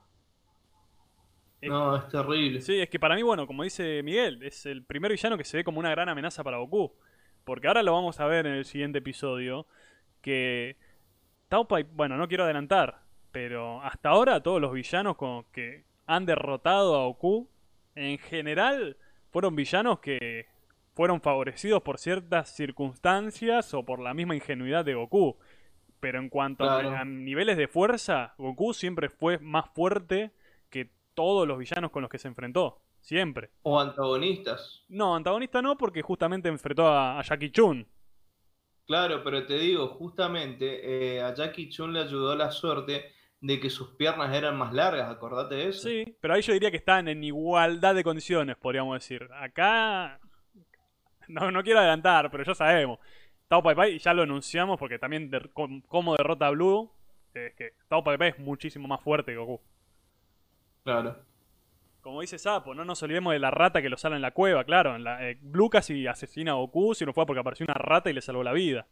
Es- No, es terrible. sí, es que para mí, bueno, como dice Miguel, es el primer villano que se ve como una gran amenaza para Goku. Porque ahora lo vamos a ver en el siguiente episodio, que Tao Pai, bueno, no quiero adelantar, pero hasta ahora todos los villanos como que han derrotado a Goku, en general fueron villanos que fueron favorecidos por ciertas circunstancias o por la misma ingenuidad de Goku. Pero en cuanto a, a Claro. niveles de fuerza, Goku siempre fue más fuerte que todos los villanos con los que se enfrentó. Siempre. O antagonistas. No, antagonista no, porque justamente enfrentó a, a Jackie Chun. Claro, pero te digo, justamente eh, a Jackie Chun le ayudó la suerte de que sus piernas eran más largas, acordate de eso. Sí, pero ahí yo diría que están en igualdad de condiciones, podríamos decir. Acá no, no quiero adelantar, pero ya sabemos. Tao Pai Pai, ya lo anunciamos porque también de, com, cómo derrota a Blue. Es que Tao Pai Pai es muchísimo más fuerte que Goku. Claro. Como dice Sapo, no nos olvidemos de la rata que lo sale en la cueva, claro. En la, eh, Blue casi asesina a Goku, si no fue porque apareció una rata y le salvó la vida.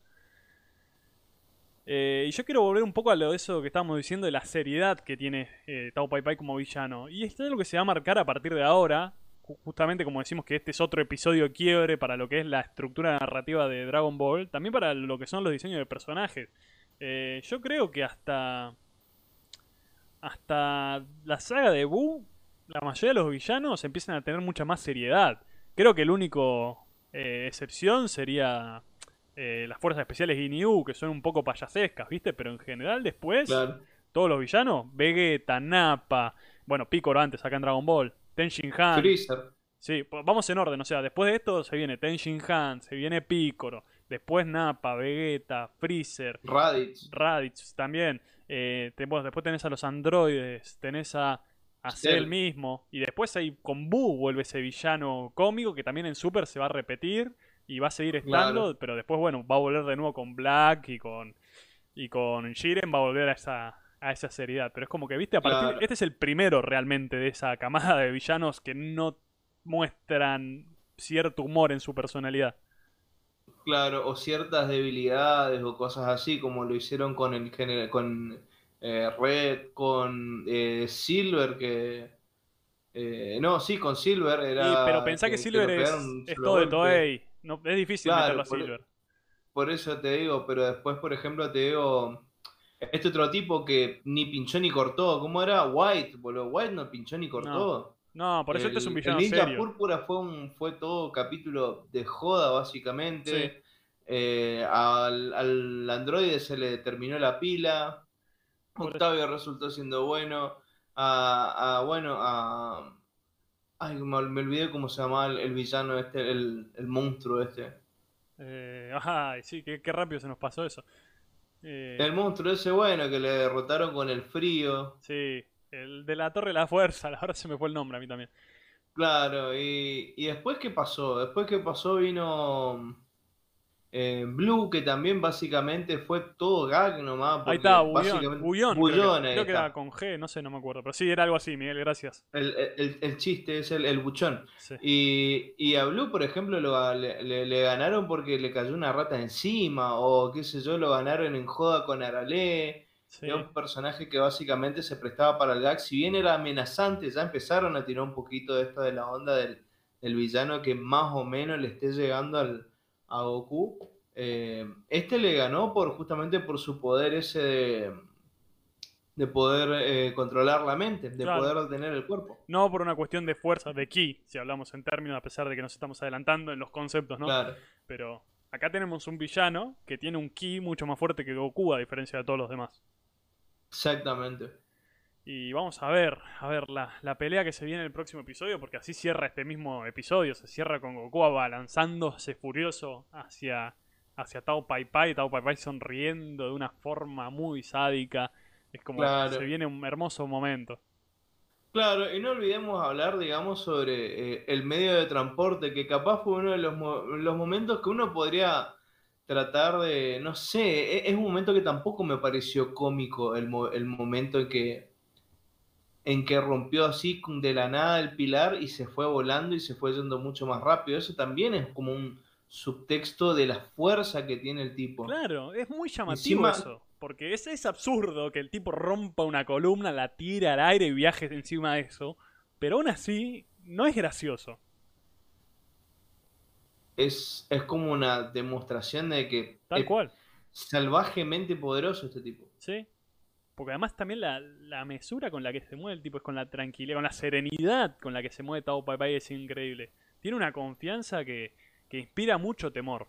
Eh, y yo quiero volver un poco a lo de eso que estábamos diciendo, de la seriedad que tiene eh, Tao Pai Pai como villano. Y esto es lo que se va a marcar a partir de ahora, justamente como decimos que este es otro episodio de quiebre para lo que es la estructura narrativa de Dragon Ball, también para lo que son los diseños de personajes. Eh, yo creo que hasta hasta la saga de Buu, la mayoría de los villanos empiezan a tener mucha más seriedad. Creo que el único eh, excepción sería eh, las fuerzas especiales Ginyu, que son un poco payasescas, ¿viste? Pero en general después, Claro. todos los villanos, Vegeta, Nappa, bueno, Piccolo antes acá en Dragon Ball, Ten Shin Han. Freezer. Sí, vamos en orden, o sea, después de esto se viene Ten Shin Han, se viene Piccolo, después Nappa, Vegeta, Freezer, Raditz. Raditz también. Eh, te- bueno, después tenés a los androides, tenés a, a Cell Cell. mismo. Y después ahí con Buu vuelve ese villano cómico que también en Super se va a repetir y va a seguir Claro. estando. Pero después, bueno, va a volver de nuevo con Black y con, y con Jiren, va a volver a esa, a esa seriedad. Pero es como que, viste, a partir. Claro. Este es el primero realmente de esa camada de villanos que no muestran cierto humor en su personalidad. Claro, o ciertas debilidades o cosas así, como lo hicieron con el género, con eh, Red, con eh, Silver, que eh, no, sí, con Silver Y, pero era pensá que que, que Silver lo pegaron es, un es solo todo de golpe. Toei. No, es difícil meterlo a Claro, por, Silver. por eso te digo, pero después, por ejemplo, te digo, este otro tipo que ni pinchó ni cortó, ¿cómo era? White, boludo, White no pinchó ni No. cortó. No, por eso este es un El, el villano Ninja serio. Púrpura fue un fue todo capítulo de joda, Sí. básicamente. Eh, al, al androide se le terminó la pila. Por eso. Octavio resultó siendo bueno. A, a- bueno, a. Ay, me, me olvidé cómo se llamaba el, el villano este, el, el monstruo este. Eh, ay, sí, qué, qué rápido se nos pasó eso. Eh, El monstruo ese bueno que le derrotaron con el frío. sí, el de la Torre de la Fuerza, la verdad se me fue el nombre a mí también. Claro, y, y después qué pasó? Después qué pasó vino eh, Blue, que también básicamente fue todo gag nomás, Ahí está, porque Bullón. básicamente Bullón, creo que, Bullón, ahí creo que era está. con G, no sé, no me acuerdo. Pero sí, era algo así, Miguel, gracias. El, el- el chiste es el, el buchón. Sí, Y, y a Blue, por ejemplo, lo, le, le- le ganaron porque le cayó una rata encima, o qué sé yo, lo ganaron en joda con Arale. Era sí. un personaje que básicamente se prestaba para el gag. Si bien era amenazante, ya empezaron a tirar un poquito de esto de la onda del, del villano que más o menos le esté llegando al, a Goku. Eh, este le ganó por justamente por su poder ese de, de poder eh, controlar la mente, de Claro. poder detener el cuerpo. No por una cuestión de fuerza, de ki, si hablamos en términos, a pesar de que nos estamos adelantando en los conceptos, ¿no? Claro, Pero acá tenemos un villano que tiene un ki mucho más fuerte que Goku, a diferencia de todos los demás. exactamente. Y vamos a ver, a ver la, la pelea que se viene en el próximo episodio, porque así cierra este mismo episodio. Se cierra con Goku abalanzándose furioso hacia, hacia Tao Pai Pai. Tao Pai Pai sonriendo de una forma muy sádica. Es como se Claro. viene un hermoso momento. Claro, y no olvidemos hablar, digamos, sobre eh, el medio de transporte, que capaz fue uno de los, mo- los momentos que uno podría tratar de, no sé, e- es un momento que tampoco me pareció cómico, el, mo- el momento en que, en que rompió así de la nada el pilar y se fue volando y se fue yendo mucho más rápido. Eso también es como un subtexto de la fuerza que tiene el tipo. Claro, es muy llamativo Encima, eso. Porque es, es absurdo que el tipo rompa una columna, la tire al aire y viaje encima de eso. Pero aún así, no es gracioso. es, es como una demostración de que Tal es cual. salvajemente poderoso este tipo. ¿Sí? Porque además también la, la mesura con la que se mueve el tipo es con la tranquilidad, con la serenidad con la que se mueve Tao Pai Pai es increíble. Tiene una confianza que, que inspira mucho temor.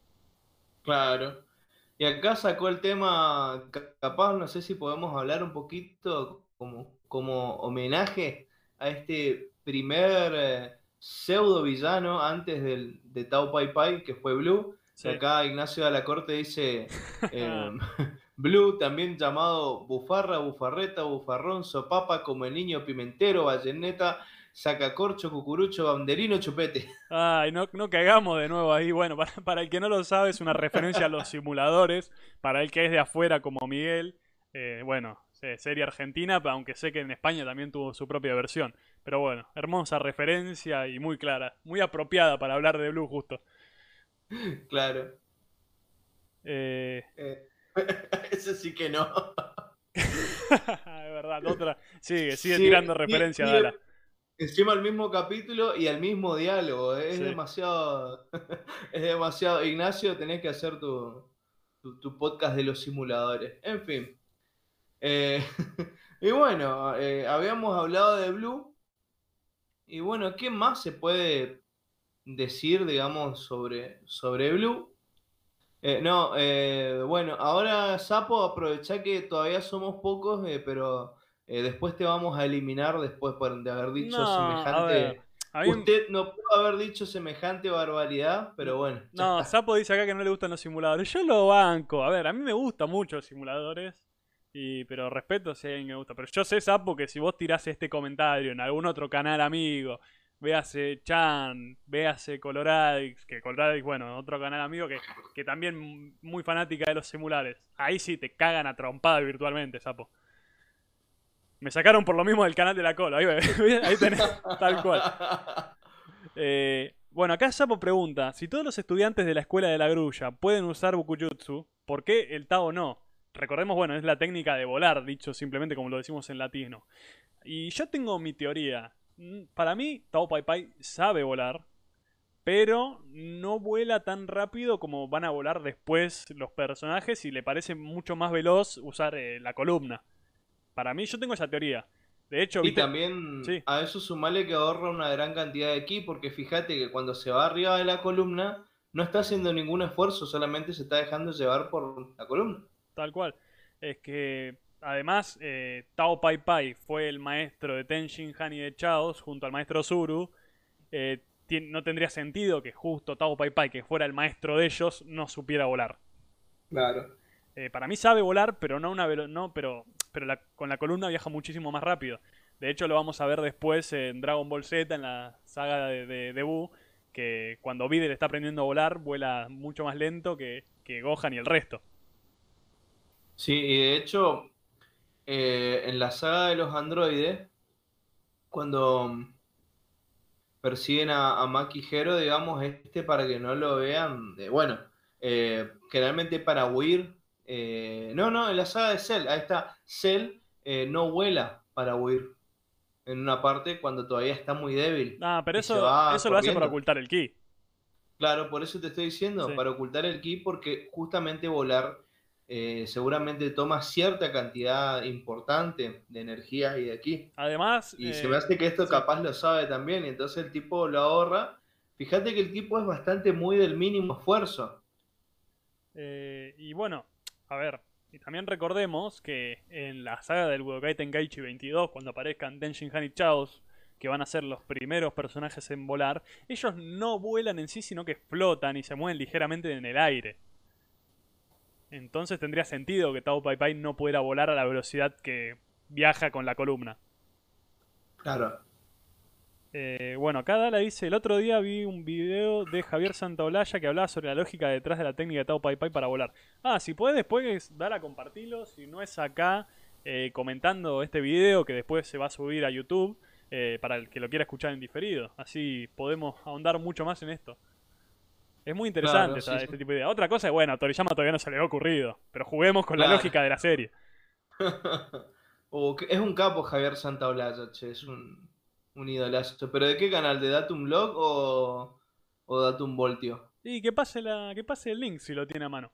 Claro. Y acá sacó el tema, ca- capaz, no sé si podemos hablar un poquito como, como homenaje a este primer eh, pseudo villano antes del, de Tao Pai Pai, que fue Blue. Que Sí. acá Ignacio de la Corte dice eh, Blue, también llamado bufarra, bufarreta, bufarrón, sopapa, como el niño pimentero, bayoneta, sacacorcho, cucurucho, banderino, chupete. Ay, no, no cagamos de nuevo ahí. Bueno, para, para el que no lo sabe, es una referencia a los simuladores. Para el que es de afuera, como Miguel, eh, bueno, eh, serie argentina, aunque sé que en España también tuvo su propia versión. Pero bueno, hermosa referencia y muy clara, muy apropiada para hablar de Blue justo. Claro. Eh, Eh, Eso sí que no. es verdad, otra. Sigue, sigue Sí, tirando sí, referencia, sí, Dala. encima el mismo capítulo y el mismo diálogo. Es Sí. demasiado. Es demasiado. Ignacio, tenés que hacer tu, tu, tu podcast de los simuladores. En fin. Eh, y bueno, eh, habíamos hablado de Blue. Y bueno, ¿qué más se puede decir, digamos, sobre, sobre Blue? Eh, no, eh, bueno, ahora Sapo, aprovechá que todavía somos pocos, eh, pero eh, después te vamos a eliminar después por de haber No, dicho a ver. semejante. A mí. Usted no pudo haber dicho semejante barbaridad, pero bueno, ya No, está. Sapo dice acá que no le gustan los simuladores. Yo lo banco. A ver, a mí me gustan mucho los simuladores. Y, pero respeto si hay alguien que me gusta. Pero yo sé, Sapo, que si vos tirás este comentario en algún otro canal amigo, véase Chan, véase Coloradix, que Coloradix, bueno, otro canal amigo que, que también muy fanática de los simuladores. Ahí sí te cagan a trompada virtualmente, Sapo. Me sacaron por lo mismo del canal de la cola. Ahí, ahí tenés, tal cual. Eh, bueno, acá Sapo pregunta, si todos los estudiantes de la escuela de la grulla pueden usar Bukujutsu, ¿por qué el Tao no? Recordemos, bueno, es la técnica de volar, dicho simplemente como lo decimos en latino. Y yo tengo mi teoría. Mm, Para mí, Tao Pai Pai sabe volar, pero no vuela tan rápido como van a volar después los personajes y le parece mucho más veloz usar eh, la columna. Para mí, yo tengo esa teoría. De hecho, Y viste... también Sí, a eso sumale que ahorra una gran cantidad de ki, porque fíjate que cuando se va arriba de la columna no está haciendo ningún esfuerzo, solamente se está dejando llevar por la columna. tal cual. Es que además eh, Tao Pai Pai fue el maestro de Ten Shin Han y de Chaos junto al maestro Zuru. Eh, tien- no tendría sentido que justo Tao Pai Pai, que fuera el maestro de ellos, no supiera volar. Claro. Eh, para mí sabe volar, pero no una velo- no, pero, pero la- con la columna viaja muchísimo más rápido. De hecho, lo vamos a ver después en Dragon Ball Z, en la saga de, de, de Buu, que cuando Videl está aprendiendo a volar, vuela mucho más lento que, que Gohan y el resto. Sí, y de hecho, eh, en la saga de los androides, cuando persiguen a, a Maki Hero, digamos, este para que no lo vean, eh, bueno, eh, generalmente para huir, eh, no, no, en la saga de Cell, ahí está, Cell eh, no vuela para huir en una parte cuando todavía está muy débil Ah, pero y se eso, va eso lo hace para corriendo. ocultar el ki. Claro, por eso te estoy diciendo, Sí. para ocultar el ki, porque justamente volar eh, seguramente toma cierta cantidad importante de energía y de ki. Además, Y se me eh, hace que esto sí. capaz lo sabe también, y entonces el tipo lo ahorra. Fíjate que el tipo es bastante muy del mínimo esfuerzo. Eh, y bueno, a ver, y también recordemos que en la saga del Budokai Tenkaichi veintidós, cuando aparezcan Denshin Han y Chaos, que van a ser los primeros personajes en volar, ellos no vuelan en sí, sino que flotan y se mueven ligeramente en el aire. Entonces tendría sentido que Tao Pai Pai no pudiera volar a la velocidad que viaja con la columna. Claro. Eh, bueno, acá Dala dice, el otro día vi un video de Javier Santaolalla que hablaba sobre la lógica detrás de la técnica de Tao Pai Pai para volar. Ah, si podés después, Dala, compartilo, si no es acá eh, comentando este video que después se va a subir a YouTube eh, para el que lo quiera escuchar en diferido. Así podemos ahondar mucho más en esto. Es muy interesante Claro, esta- sí, sí. este tipo de idea. Otra cosa es, bueno, a Toriyama todavía no se le había ocurrido, pero juguemos con la Claro. lógica de la serie. O que- es un capo Javier Santaolalla, che, es un, un idolazo. ¿Pero de qué canal? ¿De Datum Blog o, o Datum Voltio? Y que pase, la, que pase el link si lo tiene a mano.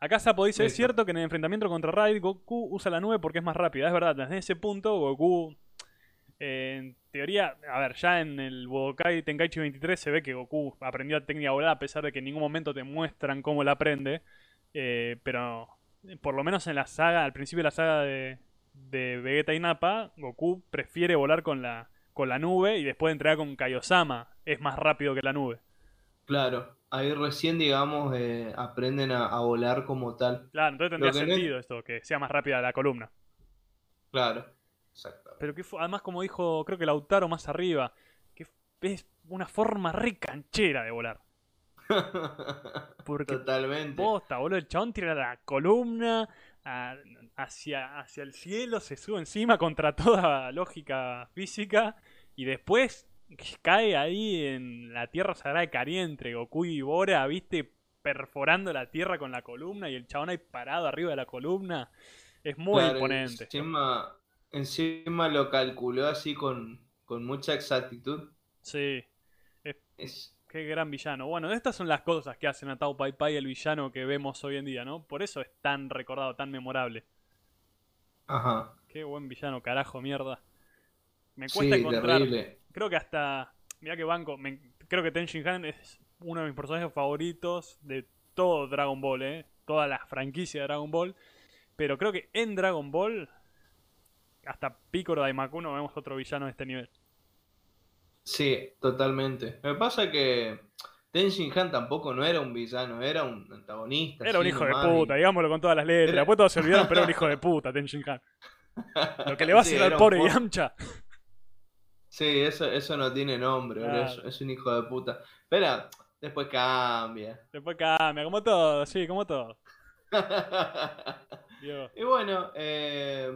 Acá Sapo dice, es Listo. cierto que en el enfrentamiento contra Raid, Goku usa la nube porque es más rápida. Es verdad, desde ese punto Goku, eh, en teoría, a ver, ya en el Budokai Tenkaichi veintitrés se ve que Goku aprendió la técnica volada a pesar de que en ningún momento te muestran cómo la aprende. Eh, pero por lo menos en la saga, al principio de la saga de, de Vegeta y Nappa, Goku prefiere volar con la, con la nube y después de entregar con Kaiosama es más rápido que la nube. Claro, ahí recién, digamos, eh, aprenden a, a volar como tal. Claro, entonces Lo tendría que no es... sentido esto, que sea más rápida la columna. Claro, exactamente. Pero que fue, además como dijo, creo que Lautaro más arriba, que es una forma re canchera de volar. Porque Totalmente. posta, boludo, el chabón tira la columna a- hacia, hacia el cielo, se sube encima contra toda lógica física y después cae ahí en la tierra sagrada de Cari entre Goku y Bora, viste, perforando la tierra con la columna y el chabón ahí parado arriba de la columna. Es muy Claro, imponente. encima, encima lo calculó así con, con mucha exactitud. Sí, es- Es, qué gran villano. Bueno, estas son las cosas que hacen a Tao Pai Pai el villano que vemos hoy en día, ¿no? Por eso es tan recordado, tan memorable. ajá. Qué buen villano, carajo, mierda. Me cuesta Sí, encontrar. terrible. Creo que hasta. Mirá que banco. me- creo que Ten Shin Han es uno de mis personajes favoritos de todo Dragon Ball, ¿eh? Toda la franquicia de Dragon Ball. Pero creo que en Dragon Ball, hasta Piccolo Daimaku no vemos otro villano de este nivel. Sí, totalmente. Me pasa que Ten Shin Han tampoco no era un villano, era un antagonista, Era un así hijo de nomás. puta, y digámoslo con todas las letras. Era... Después todos se olvidaron, pero era un hijo de puta, Ten Shin Han. Lo que le va a Sí, hacer al era un pobre por- Yamcha. Sí, eso, eso no tiene nombre, bro, es, Claro. es un hijo de puta. Pero después cambia. Después cambia, como todo, sí, como todo. Dios. Y bueno, eh,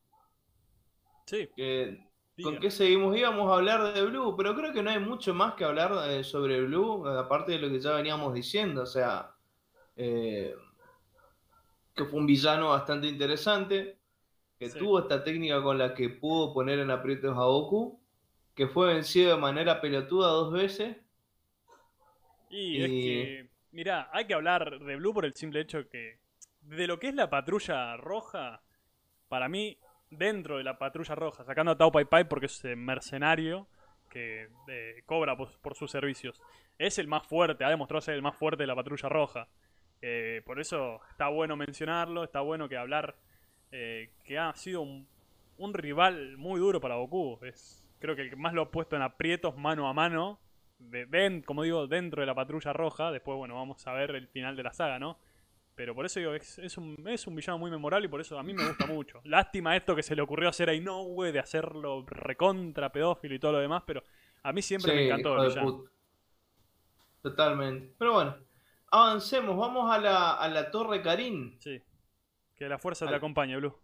Sí, que- ¿con diga. qué seguimos? Íbamos a hablar de Blue, pero creo que no hay mucho más que hablar eh, sobre Blue, aparte de lo que ya veníamos diciendo. O sea, eh, que fue un villano bastante interesante, que Sí. tuvo esta técnica con la que pudo poner en aprietos a Goku, que fue vencido de manera pelotuda dos veces. Y es Y que, mirá, hay que hablar de Blue por el simple hecho que de lo que es la patrulla roja, para mí, dentro de la patrulla roja, sacando a Tao Pai Pai porque es eh, mercenario que eh, cobra por, por sus servicios, es el más fuerte, ha demostrado ser el más fuerte de la patrulla roja. Eh, por eso está bueno mencionarlo, está bueno que hablar eh, que ha sido un, un rival muy duro para Goku. Es, creo que el que más lo ha puesto en aprietos mano a mano, de, den- como digo, dentro de la patrulla roja. Después, bueno, vamos a ver el final de la saga, ¿no? Pero por eso digo, es, es un, es un villano muy memorable y por eso a mí me gusta mucho. Lástima esto que se le ocurrió hacer a Inoue, de hacerlo recontra pedófilo y todo lo demás, pero a mí sí, siempre me encantó hijo el de villano. puta, totalmente. Pero bueno, avancemos, vamos a la, a la Torre Karin. Sí, que la fuerza te Al- acompañe, Blue.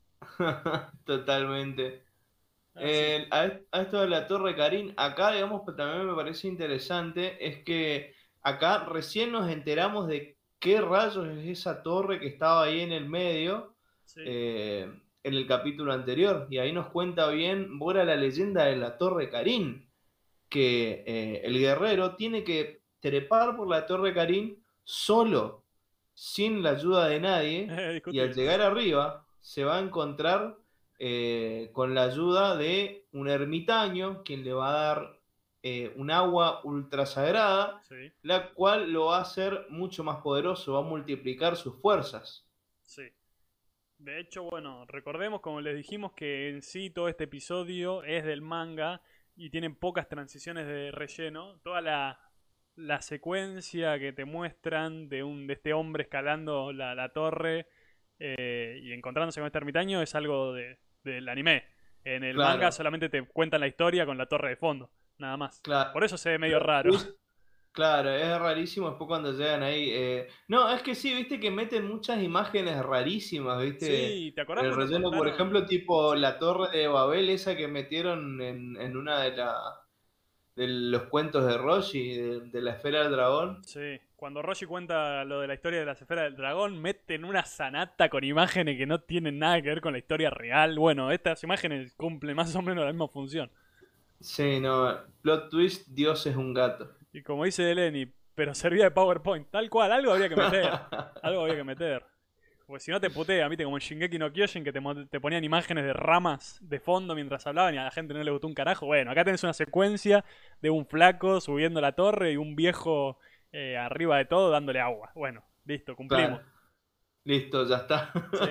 Totalmente. Ah, sí. Eh, a, est- a esto de la Torre Karin, acá, digamos, que también me parece interesante, es que acá recién nos enteramos de qué rayos es esa torre que estaba ahí en el medio, Sí. eh, en el capítulo anterior, y ahí nos cuenta bien Bora la leyenda de la Torre Karin, que eh, el guerrero tiene que trepar por la Torre Karin solo, sin la ayuda de nadie, Eh, y al discutible. llegar arriba se va a encontrar eh, con la ayuda de un ermitaño, quien le va a dar eh, un agua ultra sagrada, Sí, la cual lo va a hacer mucho más poderoso, va a multiplicar sus fuerzas. sí. De hecho, bueno, recordemos, como les dijimos, que en sí todo este episodio es del manga y tiene pocas transiciones de relleno. Toda la, la secuencia que te muestran de, un, de este hombre escalando la, la torre eh, y encontrándose con este ermitaño es algo de, del anime. En el manga Claro, solamente te cuentan la historia con la torre de fondo, nada más. claro. Por eso se ve medio Pero raro. jus- Claro, es rarísimo después cuando llegan ahí. eh, No, es que sí, viste que meten muchas imágenes rarísimas, viste. Sí, ¿te acordás En el cuando relleno, por contaron? ejemplo, tipo Sí, la torre de Babel, esa que metieron en, en una de, la, de los cuentos de Roshi, de, de la esfera del dragón. sí. Cuando Roshi cuenta lo de la historia de las esferas del dragón, meten una sanata con imágenes que no tienen nada que ver con la historia real. Bueno, estas imágenes cumplen más o menos la misma función. Sí, no, plot twist, Dios es un gato. Y como dice Eleni, pero servía de PowerPoint. Tal cual, algo habría que meter. Algo habría que meter. Porque si no te putea, viste, como en Shingeki no Kyojin, que te, te ponían imágenes de ramas de fondo mientras hablaban y a la gente no le gustó un carajo. Bueno, acá tenés una secuencia de un flaco subiendo la torre y un viejo eh, arriba de todo dándole agua. Bueno, listo, cumplimos. Claro. Listo, ya está. Sí.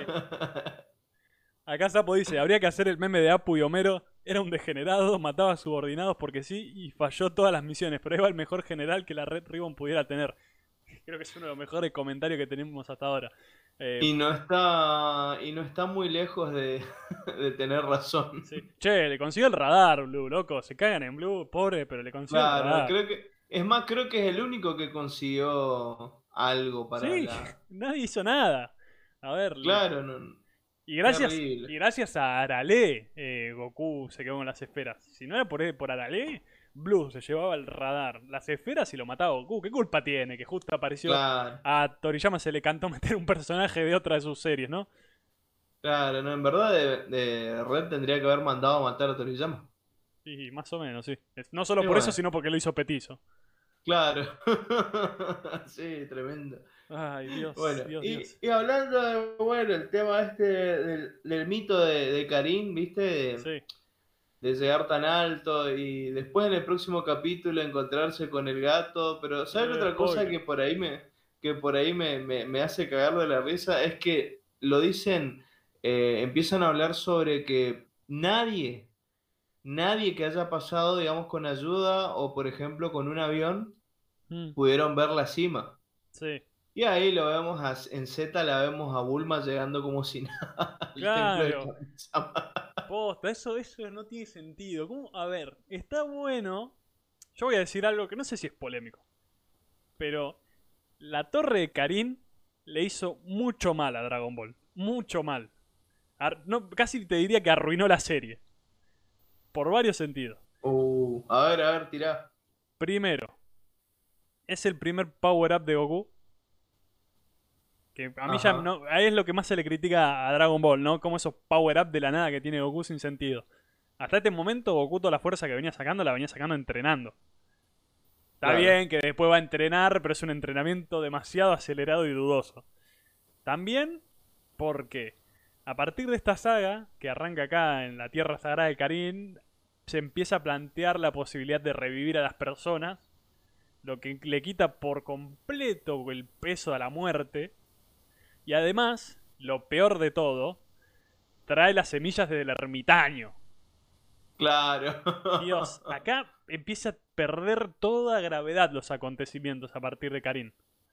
Acá Sapo dice, habría que hacer el meme de Apu y Homero. Era un degenerado, mataba a subordinados porque sí y falló todas las misiones, pero era el mejor general que la Red Ribbon pudiera tener. Creo que es uno de los mejores comentarios que tenemos hasta ahora. Eh, y no está y no está muy lejos de, de tener razón. sí. Che, le consiguió el radar, Blue, loco. Se cagan en Blue, pobre, pero le consiguió Claro, el radar. creo que es más, creo que es el único que consiguió algo para Sí, la. nadie hizo nada. A ver, le- Claro, no, y gracias, terrible. y gracias a Arale, eh, Goku se quedó con las esferas. Si no era por, por Arale, Blue se llevaba el radar. Las esferas y lo mataba Goku. ¿Qué culpa tiene? Que justo apareció. Claro, A Toriyama se le cantó meter un personaje de otra de sus series, ¿no? claro, no, en verdad de, de Red tendría que haber mandado a matar a Toriyama. Y más o menos, sí. Es- No solo Y por eso, bueno, sino porque lo hizo petizo. claro. Sí, tremendo. Ay, Dios, Bueno, Dios, y, Dios. y hablando de, bueno, el tema este del, del mito de, de Karin, ¿viste? De, Sí. de llegar tan alto y después en el próximo capítulo encontrarse con el gato, pero ¿sabes Eh, otra cosa spoiler. que por ahí me que por ahí me, me, me hace cagar de la risa? Es que lo dicen, eh, empiezan a hablar sobre que nadie, nadie que haya pasado, digamos, con ayuda o por ejemplo con un avión, Mm, pudieron ver la cima. sí. Y ahí lo vemos a- en Z, la vemos a Bulma llegando como si nada al templo de Claro. Kamisama. Posta, eso, eso no tiene sentido. ¿Cómo? A ver, está bueno. Yo voy a decir algo que no sé si es polémico. Pero la torre de Karin le hizo mucho mal a Dragon Ball. Mucho mal. Ar- no, casi te diría que arruinó la serie. Por varios sentidos. Uh, a ver, a ver, tirá. Primero, es el primer power-up de Goku. Que a mí ya Ajá. no. Ahí es lo que más se le critica a Dragon Ball, ¿no? Como esos power-up de la nada que tiene Goku sin sentido. Hasta este momento, Goku toda la fuerza que venía sacando, la venía sacando entrenando. Está Claro. bien que después va a entrenar, pero es un entrenamiento demasiado acelerado y dudoso. También porque a partir de esta saga, que arranca acá en la Tierra Sagrada de Karin, se empieza a plantear la posibilidad de revivir a las personas, lo que le quita por completo el peso a la muerte. Y además, lo peor de todo, trae las semillas del ermitaño. Claro. Dios, acá empieza a perder toda gravedad los acontecimientos a partir de Karin.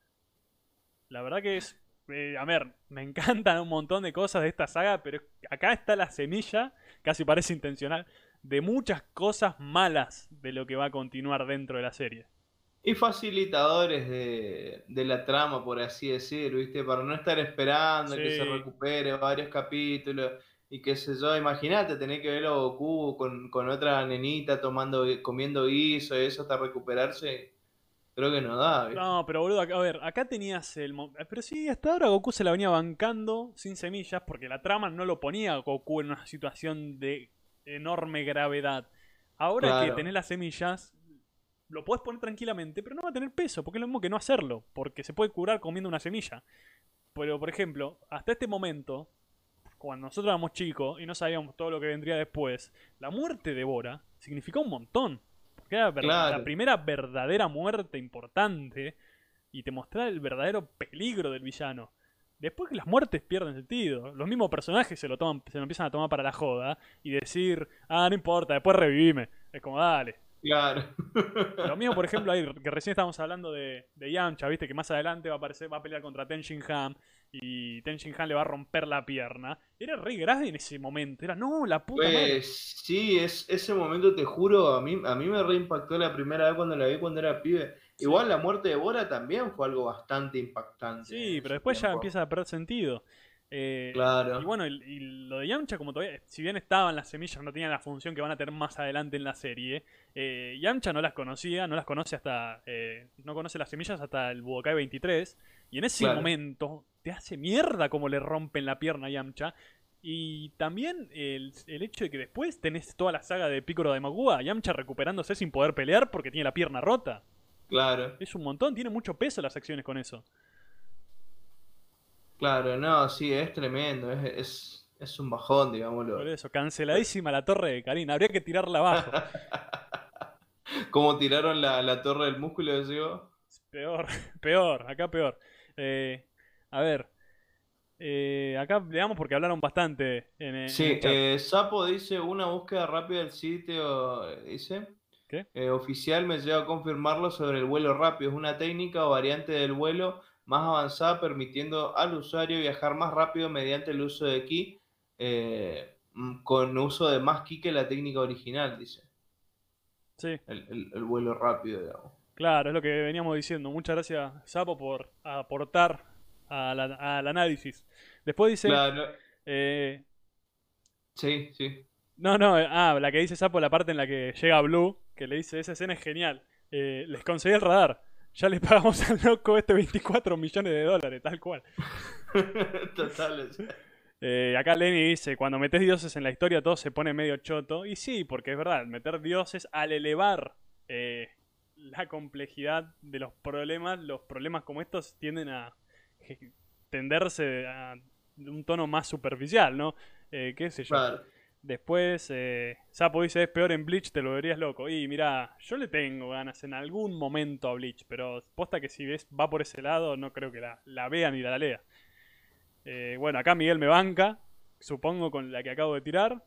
La verdad que es... eh, a ver, me encantan un montón de cosas de esta saga, pero acá está la semilla, casi parece intencional, de muchas cosas malas de lo que va a continuar dentro de la serie. Y facilitadores de, de la trama, por así decir, ¿viste? Para no estar esperando que se Sí, recupere varios capítulos y qué sé yo. Imagínate tener que ver a Goku con, con otra nenita tomando, comiendo guiso y eso hasta recuperarse. Creo que no da, ¿viste? no, pero boludo, a ver, acá tenías el... mo- Pero sí, hasta ahora Goku se la venía bancando sin semillas porque la trama no lo ponía a Goku en una situación de enorme gravedad. Ahora que Claro, tenés las semillas, lo podés poner tranquilamente, pero no va a tener peso, porque es lo mismo que no hacerlo, porque se puede curar comiendo una semilla. Pero, por ejemplo, hasta este momento, cuando nosotros éramos chicos y no sabíamos todo lo que vendría después, la muerte de Bora significó un montón. Porque era ver- la claro, primera verdadera muerte importante y te mostraba el verdadero peligro del villano. Después que las muertes pierden sentido, los mismos personajes se lo, toman, se lo empiezan a tomar para la joda y decir, ah, no importa, después revivime. Es como, dale. claro. Lo mismo, por ejemplo, ahí, que recién estábamos hablando de, de Yamcha, viste, que más adelante va a aparecer, va a pelear contra Ten Shin Han y Ten Shin Han le va a romper la pierna. Era re grave en ese momento, era, no, la puta madre. Pues sí, es, ese momento te juro, a mí, a mí me reimpactó la primera vez cuando la vi cuando era pibe. Sí, Igual la muerte de Bora también fue algo bastante impactante sí, en pero su después ya tiempo. empieza a perder sentido. Eh, y Claro, bueno, y, y lo de Yamcha, como todavía, si bien estaban las semillas, no tenían la función que van a tener más adelante en la serie. Eh, Yamcha no las conocía, no las conoce hasta. Eh, no conoce las semillas hasta el Budokai veintitrés. Y en ese claro. momento te hace mierda como le rompen la pierna a Yamcha. Y también el, el hecho de que después tenés toda la saga de Piccolo de Magua, Yamcha recuperándose sin poder pelear porque tiene la pierna rota. Claro, Es un montón, tiene mucho peso las acciones con eso. claro, no, sí, es tremendo, es, es, es un bajón, Por digámoslo. eso, canceladísima la torre de Karin. Habría que tirarla abajo. Como tiraron la, la torre del músculo, decís vos. Peor, peor, acá peor. Eh, a ver, eh, acá le damos porque hablaron bastante en, eh, en el Sí, chat. eh, Sapo dice una búsqueda rápida del sitio, eh, dice, ¿Qué? eh, oficial me lleva a confirmarlo sobre el vuelo rápido. Es una técnica o variante del vuelo más avanzada permitiendo al usuario viajar más rápido mediante el uso de ki, eh, mm, con uso de más ki que la técnica original, dice. Sí, El, el- el vuelo rápido, digamos. claro, es lo que veníamos diciendo. Muchas gracias, Sapo, por aportar a la- al análisis. Después dice, Claro, eh, sí, sí. no, no, eh, ah, la que dice Sapo, la parte en la que llega Blue, que le dice, esa escena es genial. Eh, les conseguí el radar. Ya le pagamos al loco este veinticuatro millones de dólares, tal cual. Total. o sea, Eh, acá Lenny dice, cuando metes dioses en la historia todo se pone medio choto. Y sí, porque es verdad, meter dioses al elevar eh, la complejidad de los problemas, los problemas como estos tienden a je- tenderse a un tono más superficial, ¿no? Eh, qué sé yo. Claro. Después, eh, Sapo dice, es peor en Bleach, te lo verías loco. Y mira, yo le tengo ganas en algún momento a Bleach, pero posta que si ves, va por ese lado, no creo que la, la vea ni la lea. Eh, bueno, acá Miguel me banca, supongo con la que acabo de tirar.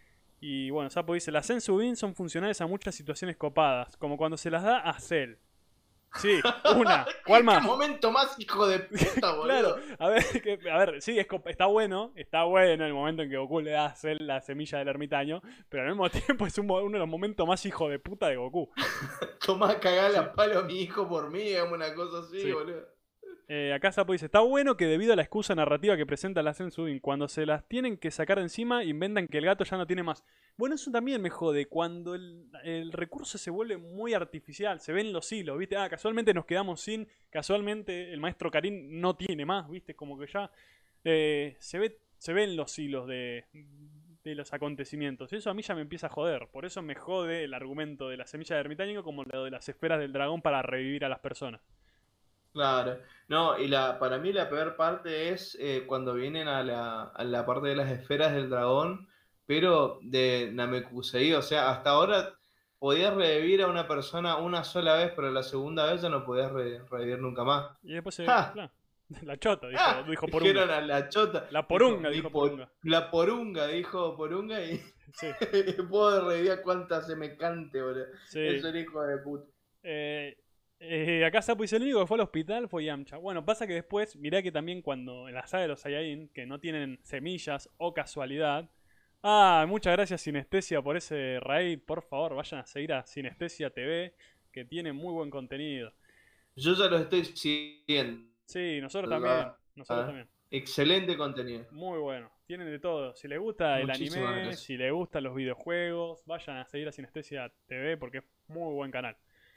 Y bueno, Sapo dice, las Senzu Bean son funcionales a muchas situaciones copadas, como cuando se las da a Cell. Sí, una. ¿Cuál ¿Qué, qué más? momento más hijo de puta, Claro, boludo? a ver, que- a ver, sí, es, co- está bueno, está bueno el momento en que Goku le da a Cell la semilla del ermitaño, pero al mismo tiempo es un mo- uno de los momentos más hijo de puta de Goku. Tomás cagar Sí, la palo a mi hijo por mí, digamos una cosa así, sí. boludo. Eh, acá Sapo dice, está bueno que debido a la excusa narrativa que presenta la Sensudin, cuando se las tienen que sacar de encima, inventan que el gato ya no tiene más. Bueno, eso también me jode, cuando el, el recurso se vuelve muy artificial, se ven los hilos, ¿viste? Ah, casualmente nos quedamos sin, casualmente el maestro Karin no tiene más, ¿viste? Como que ya eh, se, ve, se ven los hilos de, de los acontecimientos. Y eso a mí ya me empieza a joder, por eso me jode el argumento de la semilla de ermitaño como lo de las esferas del dragón para revivir a las personas. Claro. No, y la, para mí la peor parte es eh, cuando vienen a la, a la parte de las esferas del dragón, pero de Namekusei. O sea, hasta ahora podías revivir a una persona una sola vez, pero la segunda vez ya no podías re- revivir nunca más. Y después se. ¡Ja! Claro, la chota, dijo, ¡Ah! dijo Porunga. Dijeron a la chota, La dijo, Porunga, mi dijo por, Porunga. la porunga, dijo porunga, y Sí, puedo revivir a cuanta se me cante, boludo. Es sí. un hijo de puta. Eh, eh, acá Sapo dice, el único que fue al hospital fue Yamcha. Bueno, pasa que después, mirá que también cuando en la saga de los Saiyajin, que no tienen semillas o casualidad. Ah, muchas gracias Sinestesia por ese raid. Por favor, vayan a seguir a Sinestesia T V, que tiene muy buen contenido. Yo ya los estoy siguiendo. Sí, nosotros también. ¿Verdad? Nosotros también. Excelente contenido. Muy bueno. Tienen de todo. Si les gusta el Muchísimas anime, gracias. si les gustan los videojuegos, vayan a seguir a Sinestesia T V porque es muy buen canal.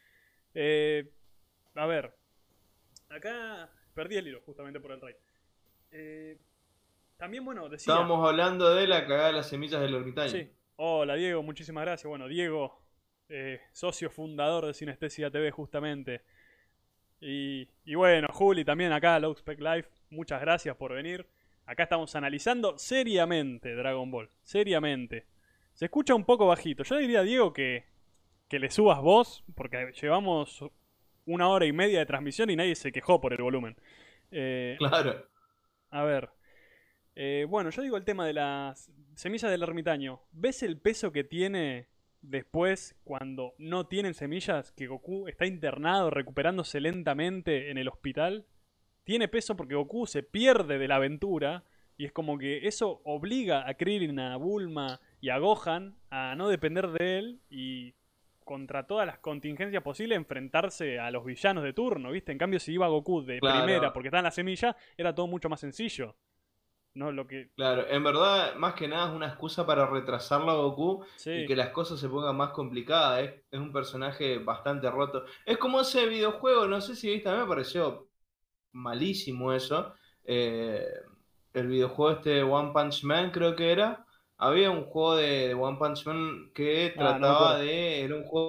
Eh, a ver, acá perdí el hilo justamente por el rey. Eh, también, bueno, decía. Estábamos hablando de la cagada de las semillas del ermitaño. Sí. Hola Diego, muchísimas gracias. Bueno, Diego, eh, socio fundador de Sinestesia T V justamente. Y, y bueno, Juli también acá, Spec Live, muchas gracias por venir. Acá estamos analizando seriamente Dragon Ball, seriamente. Se escucha un poco bajito. Yo diría, Diego, que, que le subas voz, porque llevamos una hora y media de transmisión y nadie se quejó por el volumen. Eh, Claro. a ver, eh, bueno, yo digo el tema de las semillas del ermitaño. ¿Ves el peso que tiene después cuando no tienen semillas? Que Goku está internado, recuperándose lentamente en el hospital. Tiene peso porque Goku se pierde de la aventura. Y es como que eso obliga a Krillin, a Bulma y a Gohan a no depender de él y contra todas las contingencias posibles enfrentarse a los villanos de turno, ¿viste? En cambio, si iba Goku de Claro. primera porque estaba en la semilla, era todo mucho más sencillo. No, lo que. Claro, en verdad, más que nada es una excusa para retrasarlo a Goku y Sí, que las cosas se pongan más complicadas. Es, es un personaje bastante roto. Es como ese videojuego, no sé si viste, a mí me pareció malísimo eso. Eh, el videojuego este de One Punch Man, creo que era. Había un juego de, de One Punch Man que ah, no me trataba acuerdo. de. Era un juego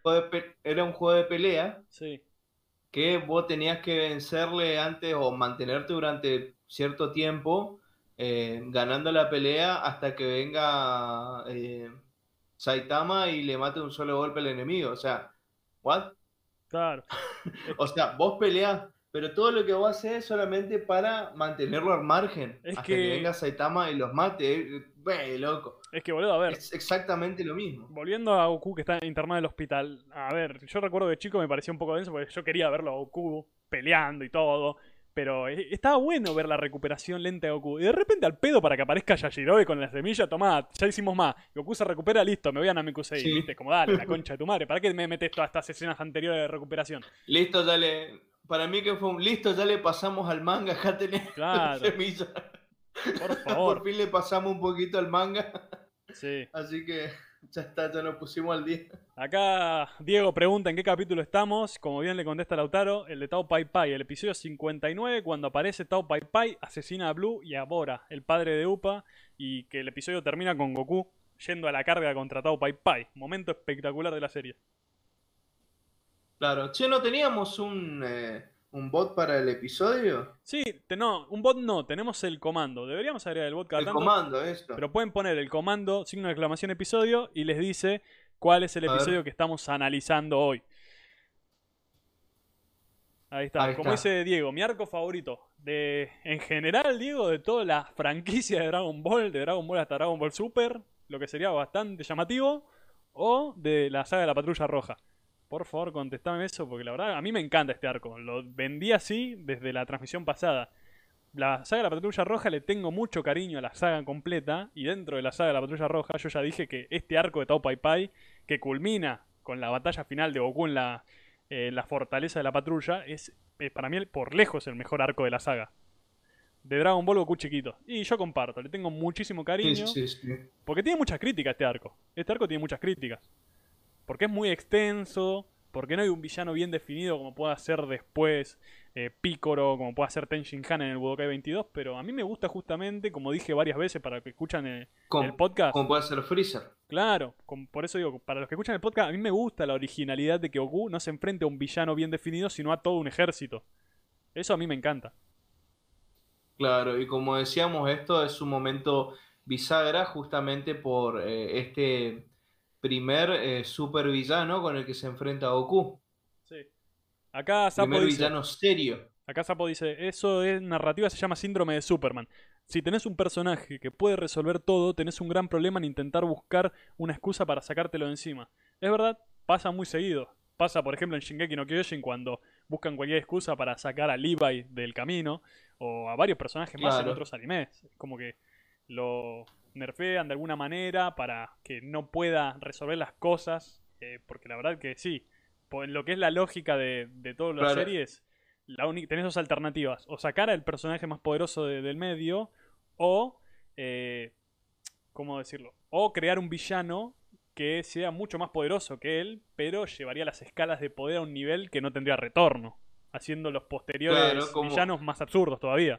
juego de pe- era un juego de pelea Sí. que vos tenías que vencerle antes o mantenerte durante cierto tiempo eh, ganando la pelea hasta que venga eh, Saitama y le mate un solo golpe al enemigo. O sea, ¿what? Claro. Es O que, sea, vos peleás, pero todo lo que vos haces es solamente para mantenerlo al margen es hasta que que, venga Saitama y los mate. Eh, Güey, loco. es que, boludo, a ver. Es exactamente lo mismo. Volviendo a Goku que está internado en el hospital. A ver, yo recuerdo de chico me parecía un poco denso porque yo quería verlo a Goku peleando y todo. Pero eh, estaba bueno ver la recuperación lenta de Goku. Y de repente al pedo para que aparezca Yajirobe con la semilla, tomá, ya hicimos más. Goku se recupera, listo, me voy a Namekusei. Sí. ¿Viste? Como dale, la concha de tu madre. ¿Para qué me metes todas estas escenas anteriores de recuperación? Listo, ya le. Para mí que fue un listo, ya le pasamos al manga, acá tenés la Claro, semilla. por Por favor. fin le pasamos un poquito al manga. Sí. Así que ya está, ya nos pusimos al día. Acá Diego pregunta en qué capítulo estamos. Como bien le contesta Lautaro, el de Tao Pai Pai, el episodio cincuenta y nueve, cuando aparece Tao Pai Pai, asesina a Blue y a Bora, el padre de Upa, y que el episodio termina con Goku yendo a la carga contra Tao Pai Pai. Momento espectacular de la serie. Claro. Che, ¿no teníamos un, eh, un bot para el episodio? Sí, te- no, un bot no, tenemos el comando. Deberíamos agregar el bot cada El tanto, comando, esto. pero pueden poner el comando, signo de exclamación episodio, y les dice cuál es el A episodio ver, que estamos analizando hoy. Ahí está. ahí Como está. dice Diego, mi arco favorito. De, en general, Diego, de toda la franquicia de Dragon Ball, de Dragon Ball hasta Dragon Ball Super, lo que sería bastante llamativo, o de la saga de la Patrulla Roja. Por favor, contestame eso, porque la verdad a mí me encanta este arco. Lo vendí así desde la transmisión pasada. La saga de la Patrulla Roja le tengo mucho cariño a la saga completa, y dentro de la saga de la Patrulla Roja yo ya dije que este arco de Tao Pai Pai, que culmina con la batalla final de Goku en la, eh, la fortaleza de la patrulla, es eh, para mí por lejos el mejor arco de la saga. De Dragon Ball Goku chiquito. Y yo comparto, le tengo muchísimo Sí, cariño, sí, sí. porque tiene muchas críticas este arco. Este arco tiene muchas críticas. Porque es muy extenso, porque no hay un villano bien definido como pueda ser después eh, Piccolo, como pueda ser Ten Shin Han en el Budokai veintidós, pero a mí me gusta justamente, como dije varias veces para los que escuchan el, el Como, podcast, como puede ser Freezer. claro, com- por eso digo, para los que escuchan el podcast, a mí me gusta la originalidad de que Goku no se enfrente a un villano bien definido, sino a todo un ejército. Eso a mí me encanta. Claro, y como decíamos, esto es un momento bisagra justamente por eh, este primer eh, supervillano con el que se enfrenta Goku. Sí. Acá Sapo Primer dice, villano serio. acá Sapo dice, eso es narrativa, se llama síndrome de Superman. Si tenés un personaje que puede resolver todo, tenés un gran problema en intentar buscar una excusa para sacártelo de encima. Es verdad, pasa muy seguido. Pasa, por ejemplo, en Shingeki no Kyojin cuando buscan cualquier excusa para sacar a Levi del camino, o a varios personajes más en Claro, otros animes. Es como que lo nerfean de alguna manera para que no pueda resolver las cosas, eh, porque la verdad que sí, po- en lo que es la lógica de, de todas las claro. series, la uni- tenés dos alternativas, o sacar al personaje más poderoso de- del medio, o, eh, ¿cómo decirlo? O crear un villano que sea mucho más poderoso que él, pero llevaría las escalas de poder a un nivel que no tendría retorno, haciendo los Claro, posteriores como, villanos más absurdos todavía.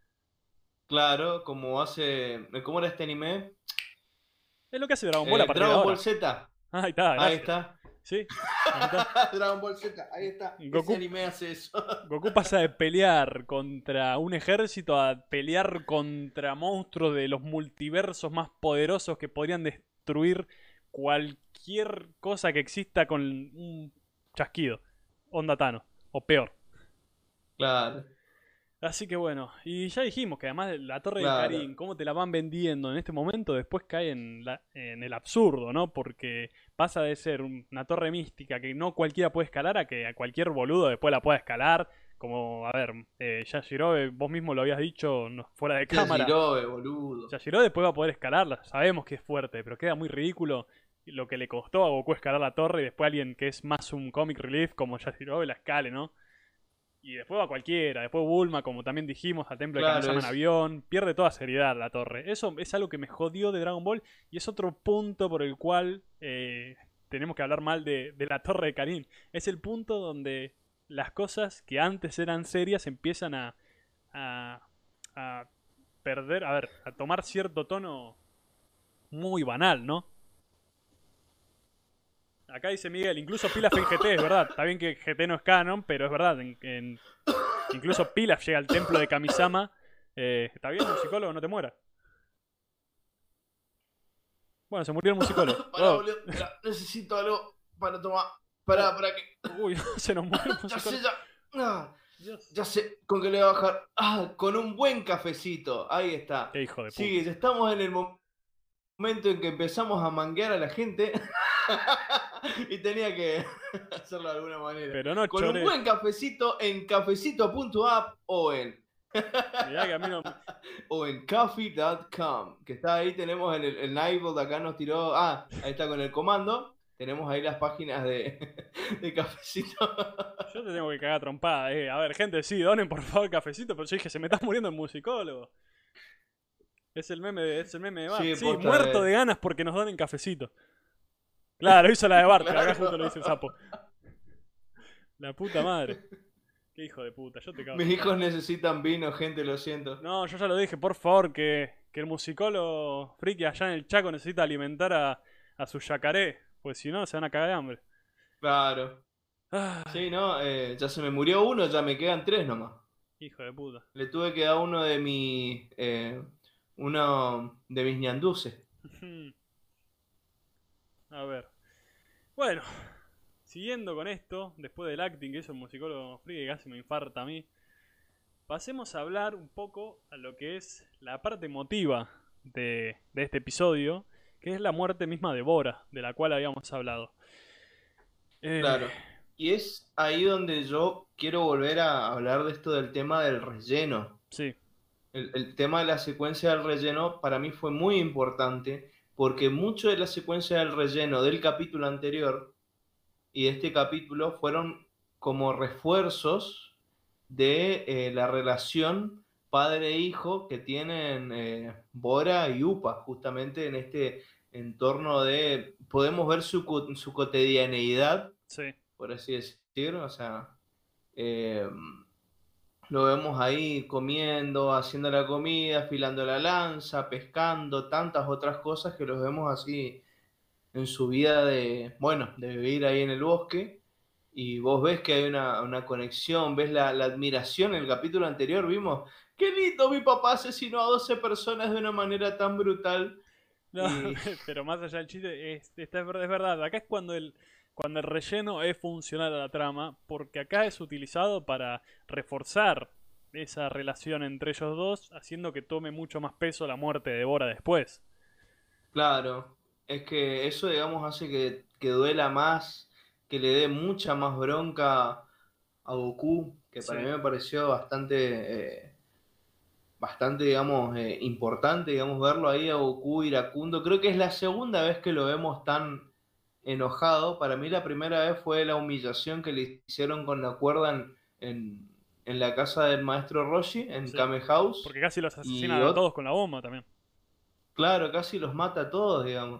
claro, como hace. ¿Cómo era este anime? Es lo que hace Dragon Ball a Eh, partir de Dragon Ball ahora. Z. Ahí está, Ahí gracias. está. Sí, ahí está. Dragon Ball Z, ahí está. Ese Goku, anime hace eso. Goku pasa de pelear contra un ejército a pelear contra monstruos de los multiversos más poderosos que podrían destruir cualquier cosa que exista con un chasquido. Onda Thanos, o peor. Claro, Así que bueno, y ya dijimos que además de la Torre del claro. Karin, cómo te la van vendiendo en este momento, después cae en, la- en el absurdo, ¿no? Porque pasa de ser un- una torre mística que no cualquiera puede escalar a que a cualquier boludo después la pueda escalar. Como, a ver, eh, Yashiro, vos mismo lo habías dicho no- fuera de cámara. Yajirobe, boludo. Yashiro después va a poder escalarla, sabemos que es fuerte, pero queda muy ridículo lo que le costó a Goku escalar la torre y después alguien que es más un comic relief como Yashiro la escale, ¿no? Y después va cualquiera, después Bulma, como también dijimos, al templo de Claro, Kamisama en es. avión, pierde toda seriedad la torre. Eso es algo que me jodió de Dragon Ball y es otro punto por el cual eh, tenemos que hablar mal de, de la torre de Karin. Es el punto donde las cosas que antes eran serias empiezan a, a, a perder, a ver, a tomar cierto tono muy banal, ¿no? acá dice Miguel, incluso Pilaf en G T, es verdad. Está bien que G T no es canon, pero es verdad. En, en- incluso Pilaf llega al templo de Kamisama. Eh, ¿Está bien, musicólogo? No te mueras. Bueno, se murió el musicólogo. Pará, Oh. boludo. Pará, necesito algo para tomar. Pará, para que. Uy, se nos murió el Ya sé, musicólogo. ya. Ah, Dios. ya sé con qué le voy a bajar. Ah, con un buen cafecito. Ahí está. Qué hijo de puta. Sí, ya estamos en el mo- momento en que empezamos a manguear a la gente. Y tenía que hacerlo de alguna manera. Pero no Con choré. un buen cafecito en cafecito punto app o en Mirá que a mí no. o en coffee punto com, que está ahí, tenemos el, el Nightbot acá nos tiró, ah, ahí está con el comando, tenemos ahí las páginas de, de cafecito. Yo te tengo que cagar trompada, eh. A ver, gente, sí, donen por favor cafecito, pero yo dije, se me está muriendo el musicólogo. Es el meme de, es el meme de Bart. Sí, Sí, posta muerto de- de ganas porque nos donen cafecito. Claro, hizo la de Bart, pero acá Claro. justo lo dice el sapo. La puta madre. Qué hijo de puta, yo te cago. Mis hijos necesitan vino, gente, lo siento. No, yo ya lo dije, por favor, que, que el musicólogo friki allá en el Chaco necesita alimentar a, a su yacaré, pues si no se van a cagar de hambre. Claro. Ah, Sí, ¿no? Eh, ya se me murió uno, ya me quedan tres nomás. hijo de puta. Le tuve que dar uno de mi, eh, uno de mis ñanduces. A ver. Bueno, siguiendo con esto, después del acting que hizo el musicólogo friki, que casi me infarta a mí, pasemos a hablar un poco a lo que es la parte emotiva de, de este episodio, que es la muerte misma de Bora, de la cual habíamos hablado. Eh, Claro. Y es ahí donde yo quiero volver a hablar de esto del tema del relleno. Sí, El, el tema de la secuencia del relleno para mí fue muy importante porque mucho de la secuencia del relleno del capítulo anterior y de este capítulo fueron como refuerzos de eh, la relación padre-hijo que tienen eh, Bora y Upa, justamente en este entorno de, podemos ver su, co- su cotidianeidad, sí. por así decirlo, o sea, eh, lo vemos ahí comiendo, haciendo la comida, afilando la lanza, pescando, tantas otras cosas que los vemos así en su vida de, bueno, de vivir ahí en el bosque. Y vos ves que hay una, una conexión, ves la, la admiración. En el capítulo anterior vimos, qué lindo, mi papá asesinó a doce personas de una manera tan brutal. No, Y pero más allá del chiste, es, esta es, ver- es verdad. Acá es cuando el, cuando el relleno es funcional a la trama, porque acá es utilizado para reforzar esa relación entre ellos dos, haciendo que tome mucho más peso la muerte de Bora después. claro, es que eso, digamos, hace que, que duela más, que le dé mucha más bronca a Goku, que para Sí, mí me pareció bastante, eh, bastante, digamos, eh, importante, digamos, verlo ahí a Goku iracundo. Creo que es la segunda vez que lo vemos tan enojado. Para mí la primera vez fue la humillación que le hicieron con la cuerda en, en, en la casa del maestro Roshi, en sí. Kame House. Porque casi los Y asesinan a ot- todos con la bomba también. claro, casi los mata a todos, digamos.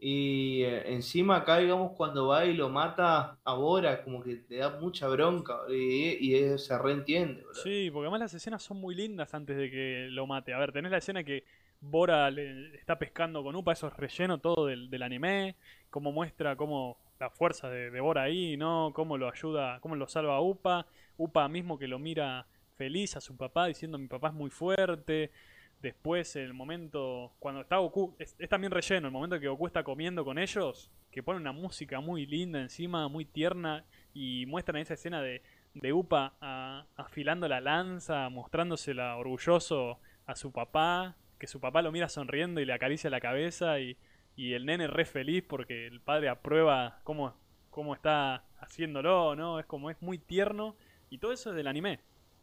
Y eh, encima acá, digamos, cuando va y lo mata a Bora, como que te da mucha bronca, y, y es- se reentiende, bro. Sí, porque además las escenas son muy lindas antes de que lo mate. A ver, tenés la escena que Bora le está pescando con Upa, eso es relleno todo del, del anime, cómo muestra cómo la fuerza de, de Bora ahí, ¿no? Cómo lo ayuda, cómo lo salva a Upa. Upa mismo que lo mira feliz a su papá diciendo mi papá es muy fuerte. Después el momento, cuando está Goku, es, es también relleno, el momento que Goku está comiendo con ellos, que pone una música muy linda encima, muy tierna, y muestran esa escena de de Upa a- afilando la lanza, mostrándosela orgulloso a su papá, que su papá lo mira sonriendo y le acaricia la cabeza y, y el nene re feliz porque el padre aprueba cómo, cómo está haciéndolo, ¿no? Es como es muy tierno y todo eso es del anime.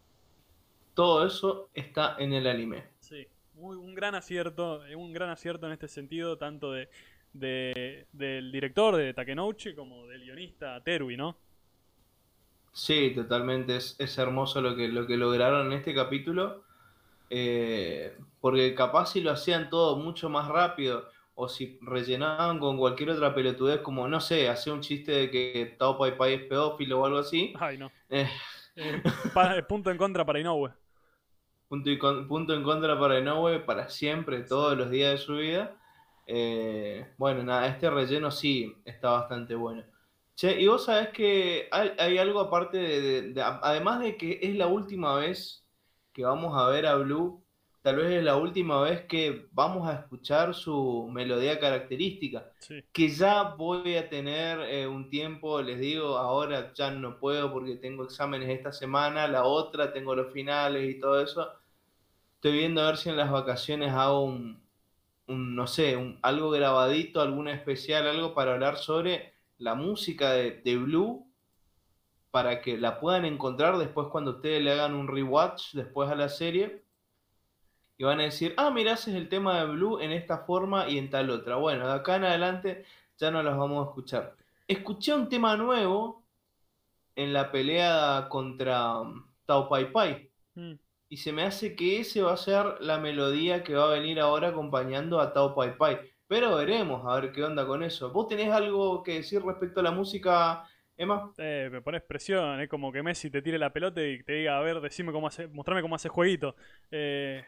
Todo eso está en el anime. Sí, muy, un gran acierto, eh, un gran acierto en este sentido, tanto de, de- del director de Takenouchi como del guionista Terui, ¿no? Sí, totalmente. Es, es hermoso lo que, lo que lograron en este capítulo. eh, porque capaz si lo hacían todo mucho más rápido, o si rellenaban con cualquier otra pelotudez, como no sé, hacer un chiste de que Tao Pai Pai es pedófilo o algo así. Ay, no. eh, Eh, pa- punto en contra para Inoue. punto, y con- punto en contra para Inoue para siempre, Sí. todos los días de su vida. Eh, bueno, nada, este relleno sí está bastante bueno. Che, y vos sabés que hay, hay algo aparte de, de- de- a- además de que es la última vez que vamos a ver a Blue, tal vez es la última vez que vamos a escuchar su melodía característica, Sí. que ya voy a tener eh, un tiempo, les digo, ahora ya no puedo porque tengo exámenes esta semana, la otra tengo los finales y todo eso. Estoy viendo a ver si en las vacaciones hago un, un, no sé, un, algo grabadito, alguna especial, algo para hablar sobre la música de, de Blue, para que la puedan encontrar después cuando ustedes le hagan un rewatch después a la serie y van a decir, ah, mira, ese es el tema de Blue en esta forma y en tal otra. Bueno, de acá en adelante ya no las vamos a escuchar. Escuché un tema nuevo en la pelea contra um, Tao Pai Pai Mm. y se me hace que ese va a ser la melodía que va a venir ahora acompañando a Tao Pai Pai. Pero veremos a ver qué onda con eso. ¿Vos tenés algo que decir respecto a la música, Emma? Eh, me pones presión, es como que Messi te tire la pelota y te diga, a ver, decime cómo hace, mostrame cómo hace jueguito. Eh,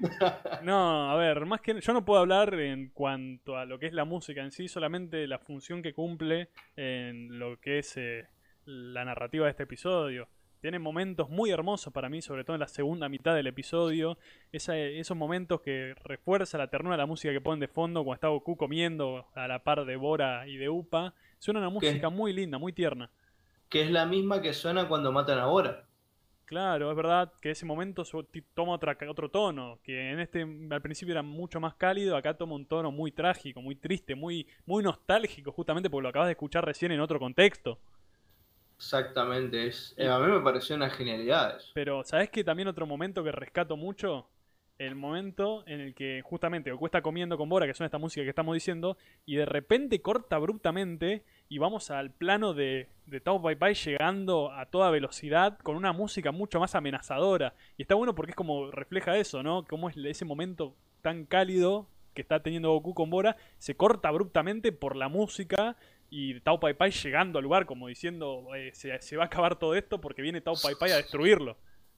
no, a ver, más que yo no puedo hablar en cuanto a lo que es la música en sí, solamente la función que cumple en lo que es eh, la narrativa de este episodio. Tiene momentos muy hermosos para mí, sobre todo en la segunda mitad del episodio. Esa- esos momentos que refuerza la ternura de la música que ponen de fondo cuando está Goku comiendo a la par de Bora y de Upa. Suena una música Que, muy linda, muy tierna. que es la misma que suena cuando matan a Bora. Claro, es verdad que ese momento su- ti- toma otra, otro tono, que en este al principio era mucho más cálido, acá toma un tono muy trágico, muy triste, muy, muy nostálgico, justamente porque lo acabas de escuchar recién en otro contexto. Exactamente, es, eh, Y, a mí me pareció una genialidad eso. pero, ¿sabes qué? También otro momento que rescato mucho, el momento en el que justamente Goku está comiendo con Bora, que suena esta música que estamos diciendo, y de repente corta abruptamente y vamos al plano de, de Tao Pai Pai llegando a toda velocidad con una música mucho más amenazadora. Y está bueno porque es como refleja eso, ¿no? Cómo es ese momento tan cálido que está teniendo Goku con Bora, se corta abruptamente por la música y Tao Pai Pai llegando al lugar como diciendo eh, se, se va a acabar todo esto porque viene Tao Pai Pai a destruirlo.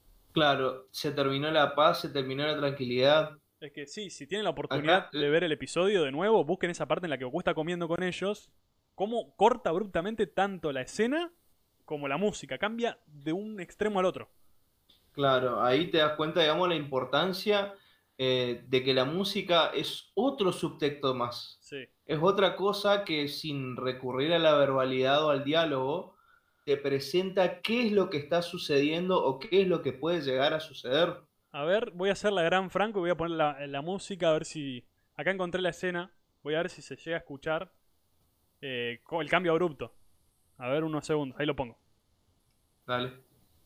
Claro, se terminó la paz, se terminó la tranquilidad. Es que sí, si tienen la oportunidad Acá, de ver el episodio de nuevo, busquen esa parte en la que Goku está comiendo con ellos. Cómo corta abruptamente tanto la escena como la música. Cambia de un extremo al otro. claro, ahí te das cuenta, digamos, la importancia eh, de que la música es otro subtexto más. Sí. Es otra cosa que sin recurrir a la verbalidad o al diálogo, te presenta qué es lo que está sucediendo o qué es lo que puede llegar a suceder. A ver, voy a hacer la gran Franco y voy a poner la, la música a ver si... Acá encontré la escena. Voy a ver si se llega a escuchar eh, co- el cambio abrupto. A ver, unos segundos. Ahí lo pongo. Dale.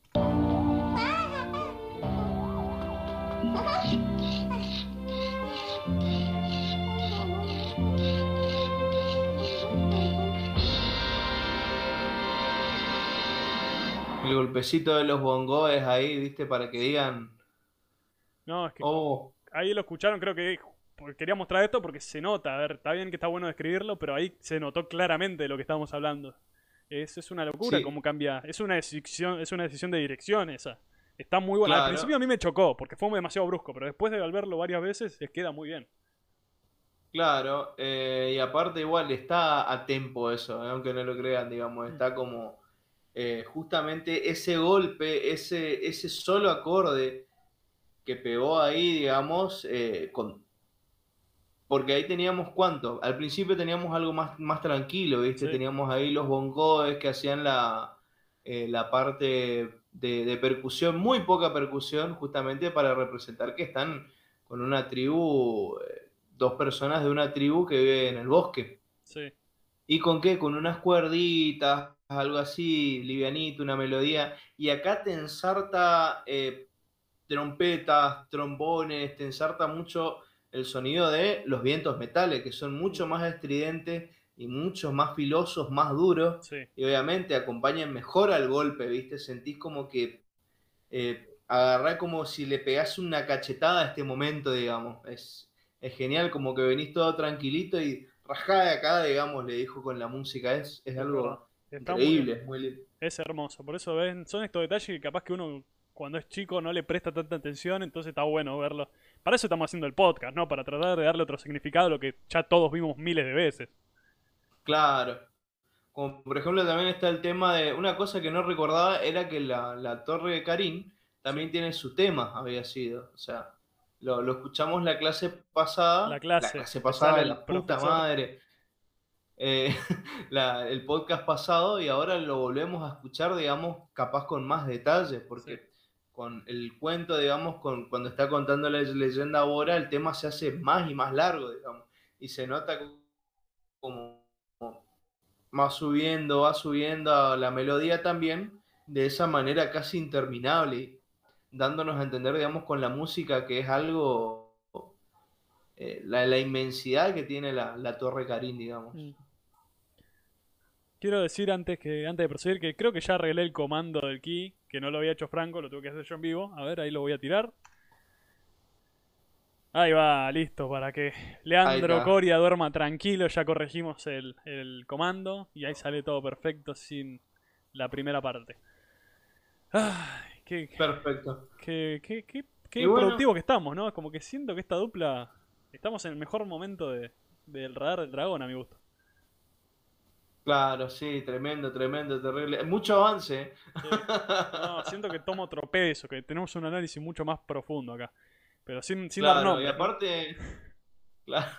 El golpecito de los bongoes ahí, viste, para que digan, No, es que oh, ahí lo escucharon, creo que porque quería mostrar esto porque se nota, a ver, está bien que está bueno describirlo, pero ahí se notó claramente de lo que estábamos hablando. Es, es una locura sí, cómo cambia, es una decisión, es una decisión de dirección esa. Está muy buena. Al principio a claro, mí me chocó porque fue demasiado brusco, pero después de al verlo varias veces les queda muy bien. claro. Eh, y aparte igual está a tempo eso, eh, aunque no lo crean, digamos, Mm. está como eh, justamente ese golpe, ese, ese solo acorde que pegó ahí, digamos, eh, con, porque ahí teníamos cuánto, al principio teníamos algo más, más tranquilo, ¿viste? Sí, Teníamos ahí los bongoes que hacían la, eh, la parte de, de percusión, muy poca percusión, justamente para representar que están con una tribu, eh, dos personas de una tribu que vive en el bosque. sí. ¿Y con qué? Con unas cuerditas, algo así, livianito, una melodía. Y acá te ensarta eh, trompetas, trombones, te ensarta mucho el sonido de los vientos metales, que son Mm. mucho más estridentes y mucho más filosos, más duros, Sí. y obviamente acompañan mejor al golpe, ¿viste? Sentís como que eh, agarrá como si le pegás una cachetada a este momento, digamos. Es, es genial, como que venís todo tranquilito y rajá de acá, digamos, le dijo con la música. Es, es Es verdad. algo Está muy bien. increíble, es muy lindo. Es hermoso. Por eso ven, son estos detalles que capaz que uno cuando es chico no le presta tanta atención, entonces está bueno verlo. Para eso estamos haciendo el podcast, ¿no? Para tratar de darle otro significado a lo que ya todos vimos miles de veces. Claro. Como por ejemplo también está el tema de, una cosa que no recordaba era que la, la Torre de Karin Sí. también tiene su tema, había sido. O sea, lo, lo escuchamos la clase La pasada, la clase, clase me pasada sale de el la puta profesor. madre, eh, la- el podcast pasado y ahora lo volvemos a escuchar, digamos, capaz con más detalle, Sí. porque con el cuento, digamos, con, cuando está contando la leyenda ahora, el tema se hace más y más largo, digamos, y se nota como va subiendo, va subiendo la melodía también, de esa manera casi interminable, dándonos a entender, digamos, con la música que es algo, eh, la, la inmensidad que tiene la, la Torre Karin, digamos. Mm. Quiero decir antes que antes de proseguir que creo que ya arreglé el comando del key, que no lo había hecho Franco, lo tuve que hacer yo en vivo. A ver, ahí lo voy a tirar. Ahí va, listo, para que Ahí Leandro está. Coria duerma tranquilo, ya corregimos el, el comando y ahí sale todo perfecto sin la primera parte. Ay, qué, Perfecto. qué, qué, qué, Y qué bueno, productivo que estamos, ¿no? Como que siento que esta dupla estamos en el mejor momento de, del radar del dragón, a mi gusto. claro, sí, tremendo, tremendo, terrible. Mucho avance. ¿Eh? Sí. No, siento que tomo otro peso, que tenemos un análisis mucho más profundo acá. Pero sin, sin dar Claro, y nombres, ¿no? aparte, claro,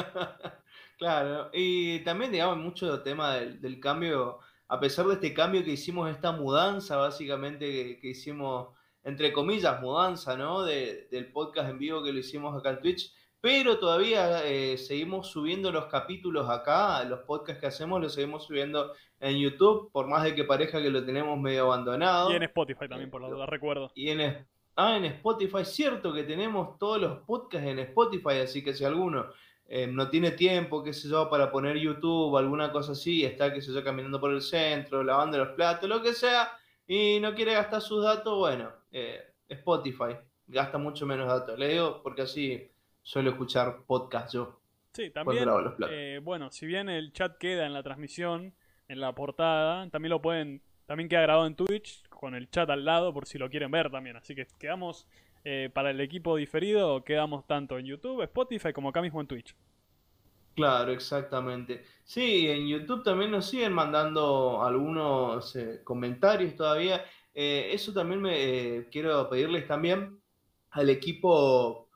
claro, y también, digamos, mucho tema del, del cambio, a pesar de este cambio que hicimos, esta mudanza, básicamente, que, que hicimos, entre comillas, mudanza, ¿no? De, del podcast en vivo que lo hicimos acá en Twitch, pero todavía eh, seguimos subiendo los capítulos acá, los podcasts que hacemos los seguimos subiendo en YouTube, por más de que parezca que lo tenemos medio Y en abandonado. Spotify eh, también, por la porque- duda, recuerdo. y en, ah, en Spotify, cierto que tenemos todos los podcasts en Spotify, así que si alguno eh, no tiene tiempo, qué sé yo, para poner YouTube, alguna cosa así, y está, qué sé yo, caminando por el centro, lavando los platos, lo que sea, y no quiere gastar sus datos, bueno, eh, Spotify gasta mucho menos datos. Le digo porque así suelo escuchar podcast yo Sí, cuando lavo también, los platos. eh, bueno, si bien el chat queda en la transmisión, en la portada, también lo pueden, también queda grabado en Twitch con el chat al lado por si lo quieren ver también. Así que quedamos eh, para el equipo diferido, quedamos tanto en YouTube, Spotify como acá mismo en Twitch. Claro, exactamente. Sí, en YouTube también nos siguen mandando algunos eh, comentarios todavía. Eh, eso también me eh, quiero pedirles también al equipo,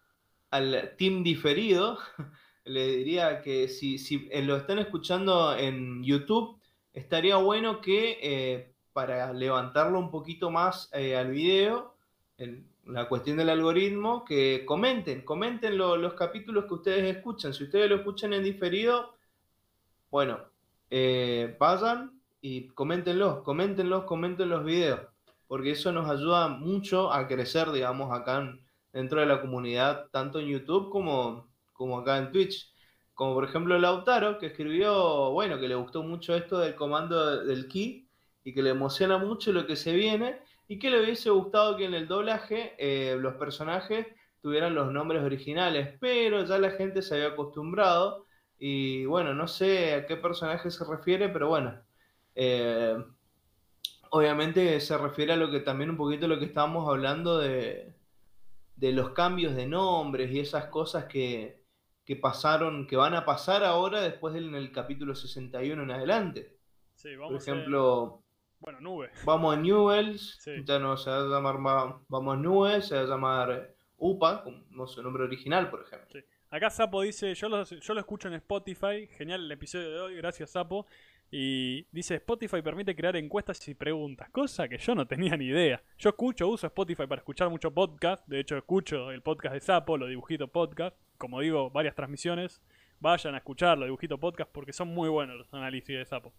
al team diferido, le diría que si, si eh, lo están escuchando en YouTube, estaría bueno que eh, para levantarlo un poquito más eh, al video, en la cuestión del algoritmo, que comenten, comenten lo- los capítulos que ustedes escuchan. Si ustedes lo escuchan en diferido, bueno, eh, vayan y coméntenlos, coméntenlos, comenten los videos, porque eso nos ayuda mucho a crecer, digamos, acá en- dentro de la comunidad, tanto en YouTube como, como acá en Twitch. Como por ejemplo Lautaro, que escribió, bueno, que le gustó mucho esto del comando del ki y que le emociona mucho lo que se viene y que le hubiese gustado que en el doblaje eh, los personajes tuvieran los nombres originales, pero ya la gente se había acostumbrado y bueno, no sé a qué personaje se refiere, pero bueno, eh, obviamente se refiere a lo que también un poquito lo que estábamos hablando de, de los cambios de nombres y esas cosas que, que pasaron, que van a pasar ahora después del en el capítulo sesenta y uno en adelante. Sí, Por vamos en, ejemplo, bueno, nube. vamos a Newells, Sí, ya no se va a llamar más, vamos a Newells, se va a llamar Upa, como su nombre original, por ejemplo. sí. Acá Sapo dice, yo lo, yo lo escucho en Spotify, genial el episodio de hoy, gracias Sapo. Y dice, Spotify permite crear encuestas y preguntas, cosa que yo no tenía ni idea. Yo escucho, uso Spotify para escuchar mucho podcast, de hecho escucho el podcast de Sapo, los dibujitos podcast, como digo, varias transmisiones. Vayan a escuchar los dibujitos podcast porque son muy buenos los análisis de Sapo.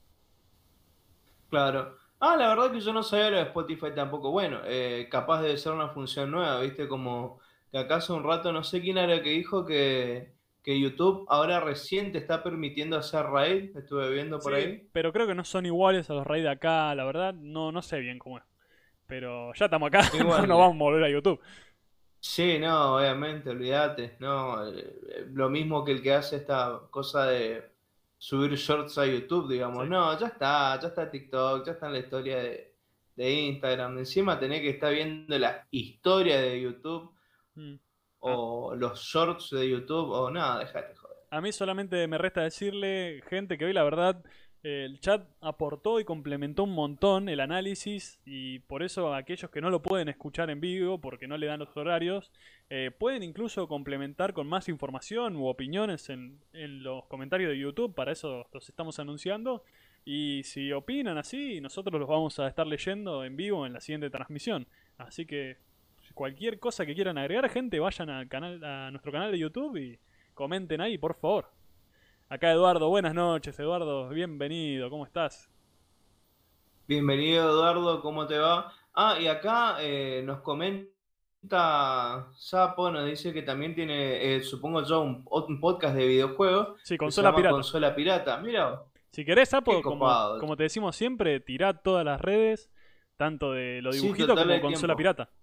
Claro. Ah, la verdad que yo no sabía lo de Spotify tampoco. Bueno, eh, capaz de ser una función nueva, ¿viste? Como que acá hace un rato no sé quién era el que dijo que, que YouTube ahora recién te está permitiendo hacer raid. Estuve viendo por Sí, ahí. pero creo que no son iguales a los raids de acá, la verdad, no, no sé bien cómo es. Pero ya estamos acá, no Igual, nos eh, vamos a volver a YouTube. sí, no, obviamente, olvídate. No, eh, eh, lo mismo que el que hace esta cosa de subir shorts a YouTube, digamos. Sí. No, ya está, ya está TikTok, ya está en la historia de, de Instagram. Encima tenés que estar viendo la historia de YouTube Mm. Ah, o los shorts de YouTube o nada, dejate joder. a mí solamente me resta decirle, gente, que hoy la verdad El chat aportó y complementó un montón el análisis y por eso aquellos que no lo pueden escuchar en vivo porque no le dan los horarios, eh, pueden incluso complementar con más información u opiniones en, en los comentarios de YouTube, para eso los estamos anunciando. Y si opinan así, nosotros los vamos a estar leyendo en vivo en la siguiente transmisión. Así que cualquier cosa que quieran agregar, gente, vayan al canal, a nuestro canal de YouTube y comenten ahí, por favor. Acá Eduardo, buenas noches, Eduardo, bienvenido, ¿cómo estás? Bienvenido, Eduardo, ¿cómo te va? Ah, y acá eh, nos comenta Sapo, nos dice que también tiene, eh, supongo yo, un, un podcast de videojuegos Sí, que se Consola llama Pirata. Consola Pirata. Mira, Si querés, qué Sapo, como, copado. como te decimos siempre, tirá todas las redes, tanto de lo Sí, dibujito total como hay Consola tiempo. Pirata.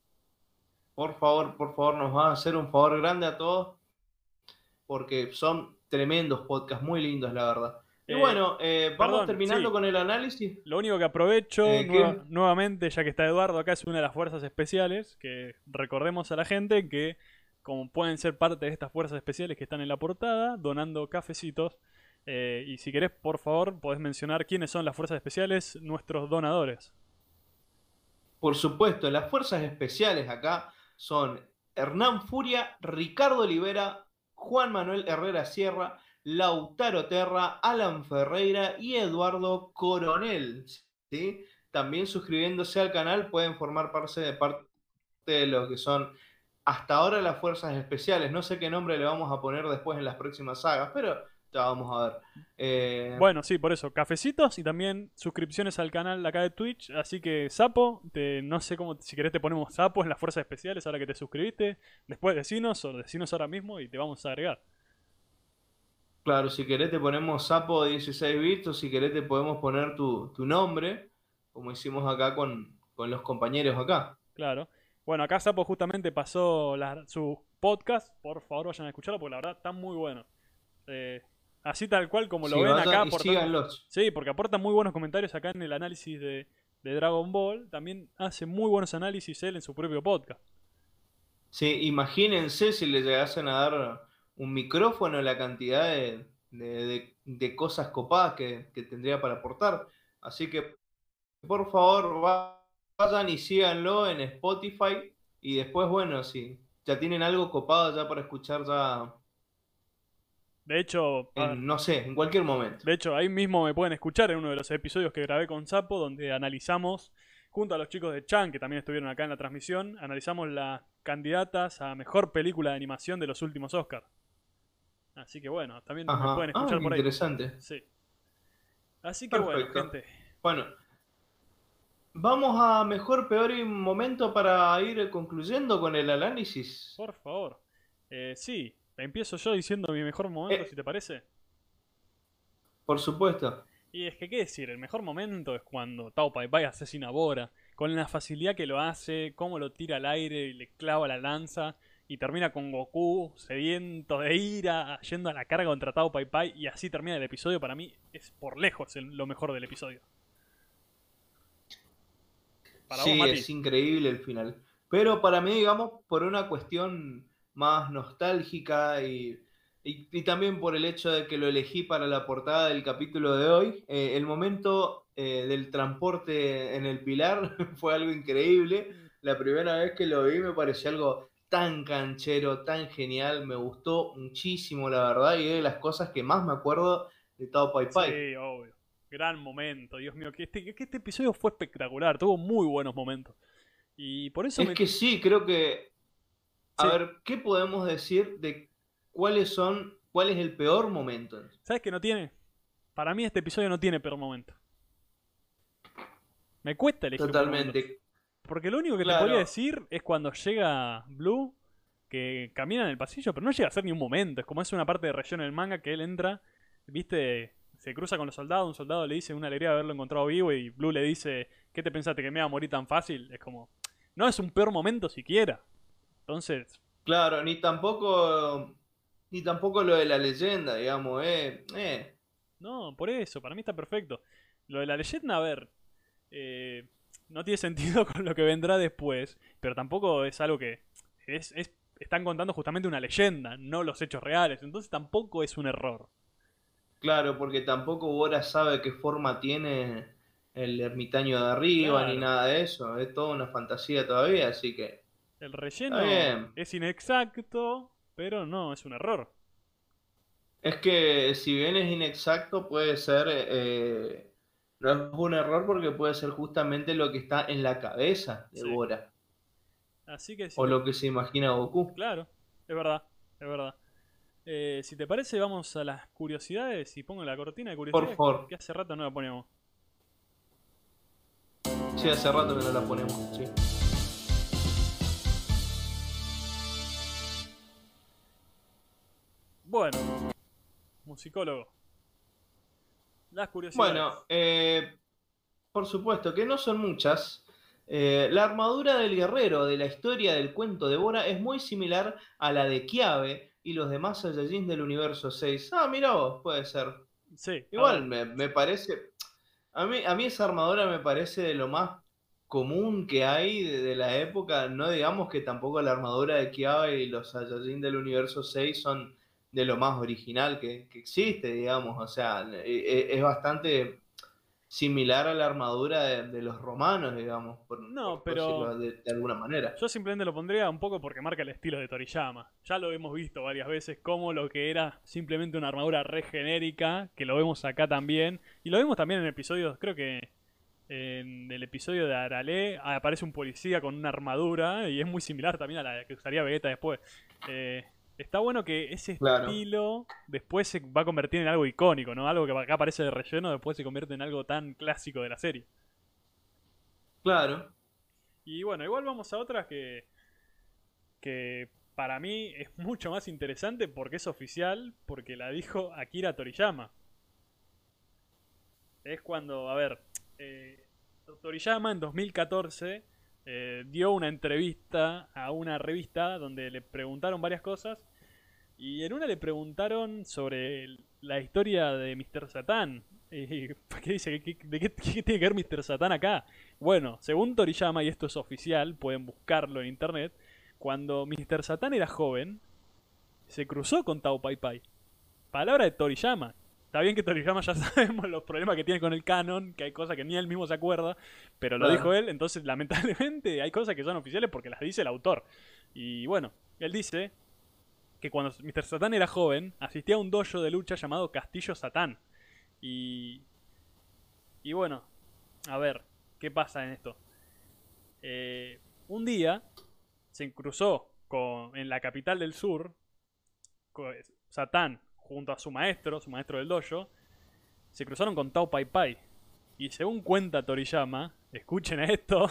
Por favor, por favor, nos va a hacer un favor grande a todos porque son tremendos podcasts, muy lindos, la verdad. Y Eh, bueno, eh, vamos Perdón, terminando sí, con el análisis. lo único que aprovecho Eh, nueva- ¿qué? nuevamente, ya que está Eduardo acá, es una de las fuerzas especiales, que recordemos a la gente que, como pueden ser parte de estas fuerzas especiales que están en la portada, donando cafecitos. Eh, y si querés, por favor, podés mencionar quiénes son las fuerzas especiales, nuestros donadores. Por supuesto, las fuerzas especiales acá son Hernán Furia, Ricardo Olivera, Juan Manuel Herrera Sierra, Lautaro Terra, Alan Ferreira y Eduardo Coronel. ¿Sí? También suscribiéndose al canal pueden formar parte de, parte de lo que son hasta ahora las fuerzas especiales. No sé qué nombre le vamos a poner después en las próximas sagas, pero ya vamos a ver. Eh, Bueno, sí, por eso, cafecitos y también suscripciones al canal de acá de Twitch. Así que, Sapo, te, no sé cómo, si querés te ponemos Sapo en las fuerzas especiales ahora que te suscribiste. Después decinos o decinos ahora mismo y te vamos a agregar. Claro, si querés te ponemos Sapo dieciséis bits o si querés te podemos poner tu, tu nombre, como hicimos acá con, con los compañeros acá. Claro. Bueno, acá Sapo justamente pasó la- su podcast. Por favor, vayan a escucharlo porque la verdad está muy bueno. Eh, así tal cual como lo Sí, ven acá vayan y aportando. síganlos. Sí, porque aporta muy buenos comentarios acá en el análisis de, de Dragon Ball. También hace muy buenos análisis él en su propio podcast. Sí, imagínense si le llegasen a dar un micrófono, la cantidad de, de- de- de cosas copadas que, que tendría para aportar. Así que, por favor, va- vayan y síganlo en Spotify. Y después, bueno, si ya tienen algo copado ya para escuchar ya De hecho, a ver, en, no sé, en cualquier momento. de hecho, ahí mismo me pueden escuchar en uno de los episodios que grabé con Sapo, donde analizamos, junto a los chicos de Chan, que también estuvieron acá en la transmisión, analizamos las candidatas a mejor película de animación de los últimos Oscars. Así que bueno, también me Ajá. pueden Ah, escuchar qué por ahí. interesante. Sí. Así que bueno, Perfecto. gente. Bueno, vamos a mejor, peor y momento para ir concluyendo con el análisis. Por favor. Eh, sí, empiezo yo diciendo mi mejor momento, Eh, si te parece. por supuesto. Y es que, ¿qué decir? El mejor momento es cuando Tao Pai Pai asesina a Bora, con la facilidad que lo hace, cómo lo tira al aire y le clava la lanza, y termina con Goku sediento de ira, yendo a la carga contra Tao Pai Pai, y así termina el episodio. Para mí es por lejos el- lo mejor del episodio. Para vos, Sí, Mati. es increíble el final. Pero para mí, digamos, por una cuestión más nostálgica y, y- y también por el hecho de que lo elegí para la portada del capítulo de hoy, eh, el momento eh, del transporte en el Pilar fue algo increíble. La primera vez que lo vi me pareció algo tan canchero, tan genial, me gustó muchísimo, la verdad, y es de las cosas que más me acuerdo de Tao Pai Pai. Sí, obvio. Gran momento, Dios mío, que este, que este episodio fue espectacular, tuvo muy buenos momentos. Y por eso Es me... que sí, creo que a Sí, ver, ¿qué podemos decir de cuáles son, cuál es el peor momento? ¿sabes qué no tiene? Para mí este episodio no tiene peor momento. Me cuesta elegir un peor momento. Totalmente, Porque lo único que te podría claro, decir es cuando llega Blue, que camina en el pasillo, pero no llega a ser ni un momento. Es como es una parte de relleno del manga que él entra, viste, se cruza con los soldados, un soldado le dice una alegría de haberlo encontrado vivo y Blue le dice, ¿qué te pensaste que me iba a morir tan fácil? Es como, no es un peor momento siquiera. Entonces, claro, ni tampoco, ni tampoco lo de la leyenda, digamos, eh, eh. no, por eso, para mí está perfecto. Lo de la leyenda, a ver, eh, no tiene sentido con lo que vendrá después, pero tampoco es algo que... Es, es- están contando justamente una leyenda, no los hechos reales, entonces tampoco es un error. Claro, porque tampoco Bora sabe qué forma tiene el ermitaño de arriba ni Claro. nada de eso. Es toda una fantasía todavía, así que El está relleno bien. es inexacto, pero no, es un error. Es que si bien es inexacto, puede ser, eh, no es un error porque puede ser justamente lo que está en la cabeza de Sí. Bora, Así que si o te... lo que se imagina Goku. Claro, es verdad, es verdad. Eh, si te parece, vamos a las curiosidades y pongo la cortina de Por curiosidades favor. que hace rato no la ponemos. Sí, hace rato que no la ponemos, sí. Bueno, musicólogo. Las Bueno, curiosidades. eh, por supuesto que no son muchas. Eh, la armadura del guerrero de la historia del cuento de Bora es muy similar a la de Kiabe y los demás Saiyajins del universo seis. Ah, mira vos, puede ser. Sí, a Igual ver. me, me parece. A mí, a mí esa armadura me parece de lo más común que hay de, de la época. No digamos que tampoco la armadura de Kiabe y los Saiyajin del universo seis son de lo más original que, que existe, digamos. O sea, e- e- es bastante similar a la armadura de, de los romanos, digamos, por, No, por pero decirlo de, de alguna manera. yo simplemente lo pondría un poco porque marca el estilo de Toriyama. Ya lo hemos visto varias veces como lo que era simplemente una armadura re genérica, que lo vemos acá también. Y lo vemos también en episodios, creo que en el episodio de Arale aparece un policía con una armadura y es muy similar también a la que usaría Vegeta después. Eh, está bueno que ese Claro, estilo después se va a convertir en algo icónico, ¿no? Algo que acá aparece de relleno, después se convierte en algo tan clásico de la serie. claro, Y bueno, igual vamos a otras que, que para mí es mucho más interesante porque es oficial, porque la dijo Akira Toriyama. Es cuando, a ver, eh, Toriyama en dos mil catorce eh, dio una entrevista a una revista donde le preguntaron varias cosas y en una le preguntaron sobre el- la historia de mister Satan. Y, ¿qué dice? ¿Qué, qué- de qué, qué tiene que ver mister Satan acá? Bueno, según Toriyama, y esto es oficial, pueden buscarlo en internet, cuando mister Satan era joven, se cruzó con Tao Pai Pai. Palabra de Toriyama. Está bien que Toriyama ya sabemos los problemas que tiene con el canon, que hay cosas que ni él mismo se acuerda, pero lo dijo claro, él, entonces lamentablemente hay cosas que son oficiales porque las dice el autor. Y bueno, él dice que cuando mister Satan era joven, asistía a un dojo de lucha llamado Castillo Satán. Y, y bueno, a ver, ¿qué pasa en esto? Eh, un día se cruzó con, en la capital del sur, con Satán junto a su maestro, su maestro del dojo, se cruzaron con Tao Pai Pai. Y según cuenta Toriyama, escuchen a esto,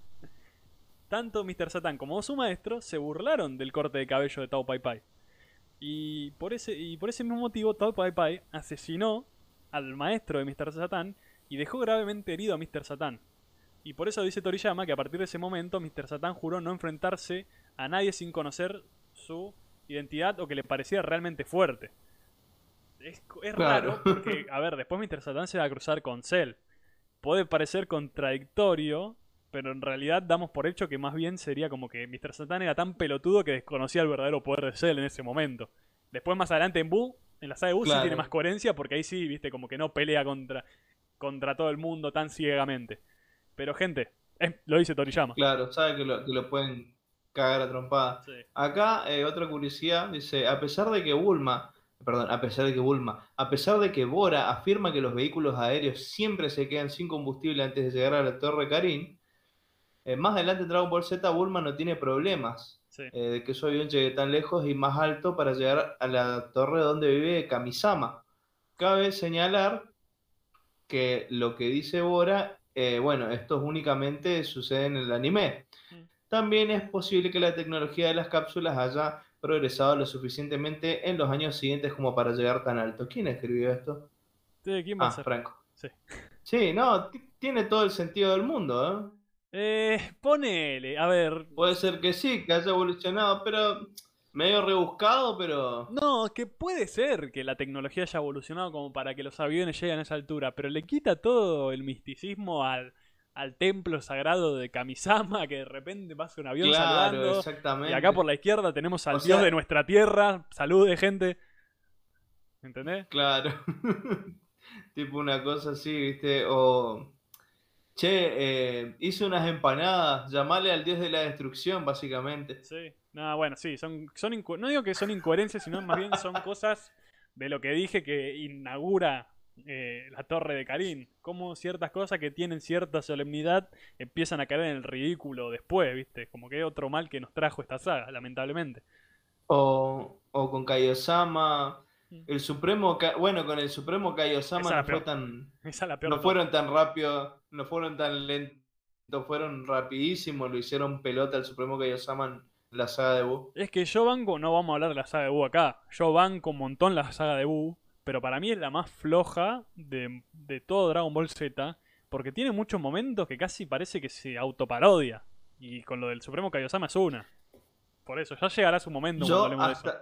tanto mister Satan como su maestro se burlaron del corte de cabello de Tao Pai Pai. Y por ese, y por ese mismo motivo, Tao Pai Pai asesinó al maestro de mister Satan y dejó gravemente herido a mister Satan. Y por eso dice Toriyama que a partir de ese momento mister Satan juró no enfrentarse a nadie sin conocer su identidad o que le pareciera realmente fuerte. Es, es claro. raro porque, a ver, después mister Satan se va a cruzar con Cell. Puede parecer contradictorio, pero en realidad damos por hecho que más bien sería como que mister Satan era tan pelotudo que desconocía el verdadero poder de Cell en ese momento. Después más adelante en Buu, en la saga de Buu sí tiene más Claro, coherencia porque ahí sí, viste, como que no pelea contra, contra todo el mundo tan ciegamente. Pero gente, eh, lo dice Toriyama. claro, sabe que lo, que lo pueden cagar a trompada. Sí. Acá, eh, otra curiosidad, dice, a pesar de que Bulma, perdón, a pesar de que Bulma, a pesar de que Bora afirma que los vehículos aéreos siempre se quedan sin combustible antes de llegar a la Torre Karin, eh, más adelante en Dragon Ball Z Bulma no tiene problemas Sí. eh, de que su avión llegue tan lejos y más alto para llegar a la torre donde vive Kamisama. Cabe señalar que lo que dice Bora, eh, bueno, esto únicamente sucede en el anime. Mm. También es posible que la tecnología de las cápsulas haya progresado lo suficientemente en los años siguientes como para llegar tan alto. ¿Quién escribió esto? Sí, ¿quién va a Ah, ser? Franco. Sí. Sí, no, t- tiene todo el sentido del mundo, ¿eh? Eh, ponele, a ver. Puede ser que sí, que haya evolucionado, pero medio rebuscado, pero No, que puede ser que la tecnología haya evolucionado como para que los aviones lleguen a esa altura, pero le quita todo el misticismo al, al templo sagrado de Kamisama, que de repente pasa un avión claro, saludando. Y acá por exactamente. la izquierda tenemos O al dios de sea, nuestra tierra. Salude, gente. ¿entendés? Claro. Tipo una cosa así, ¿viste? O, che, eh, hice unas empanadas, llamale al dios de la destrucción, básicamente. Sí. No, bueno, sí, son, son inco- no digo que son incoherencias, sino más bien son cosas de lo que dije que inaugura eh, la Torre de Karin. Como ciertas cosas que tienen cierta solemnidad empiezan a caer en el ridículo después, ¿viste? Como que otro mal que nos trajo esta saga, lamentablemente. O, o con Kaiosama. Mm. El Supremo, Ka- bueno, con el Supremo Kaiosama Esa es no la fue peor. tan, Esa es la peor no de todas. fueron tan rápido, no fueron tan lentos, fueron rapidísimos, lo hicieron pelota al Supremo Kaiosama en la saga de Buu. Es que yo banco, no vamos a hablar de la saga de Buu acá. Yo banco un montón la saga de Buu, pero para mí es la más floja de, de todo Dragon Ball Z, porque tiene muchos momentos que casi parece que se autoparodia. Y con lo del Supremo Kaiosama es una. Por eso, ya llegará su momento cuando Yo hablemos de eso. hasta,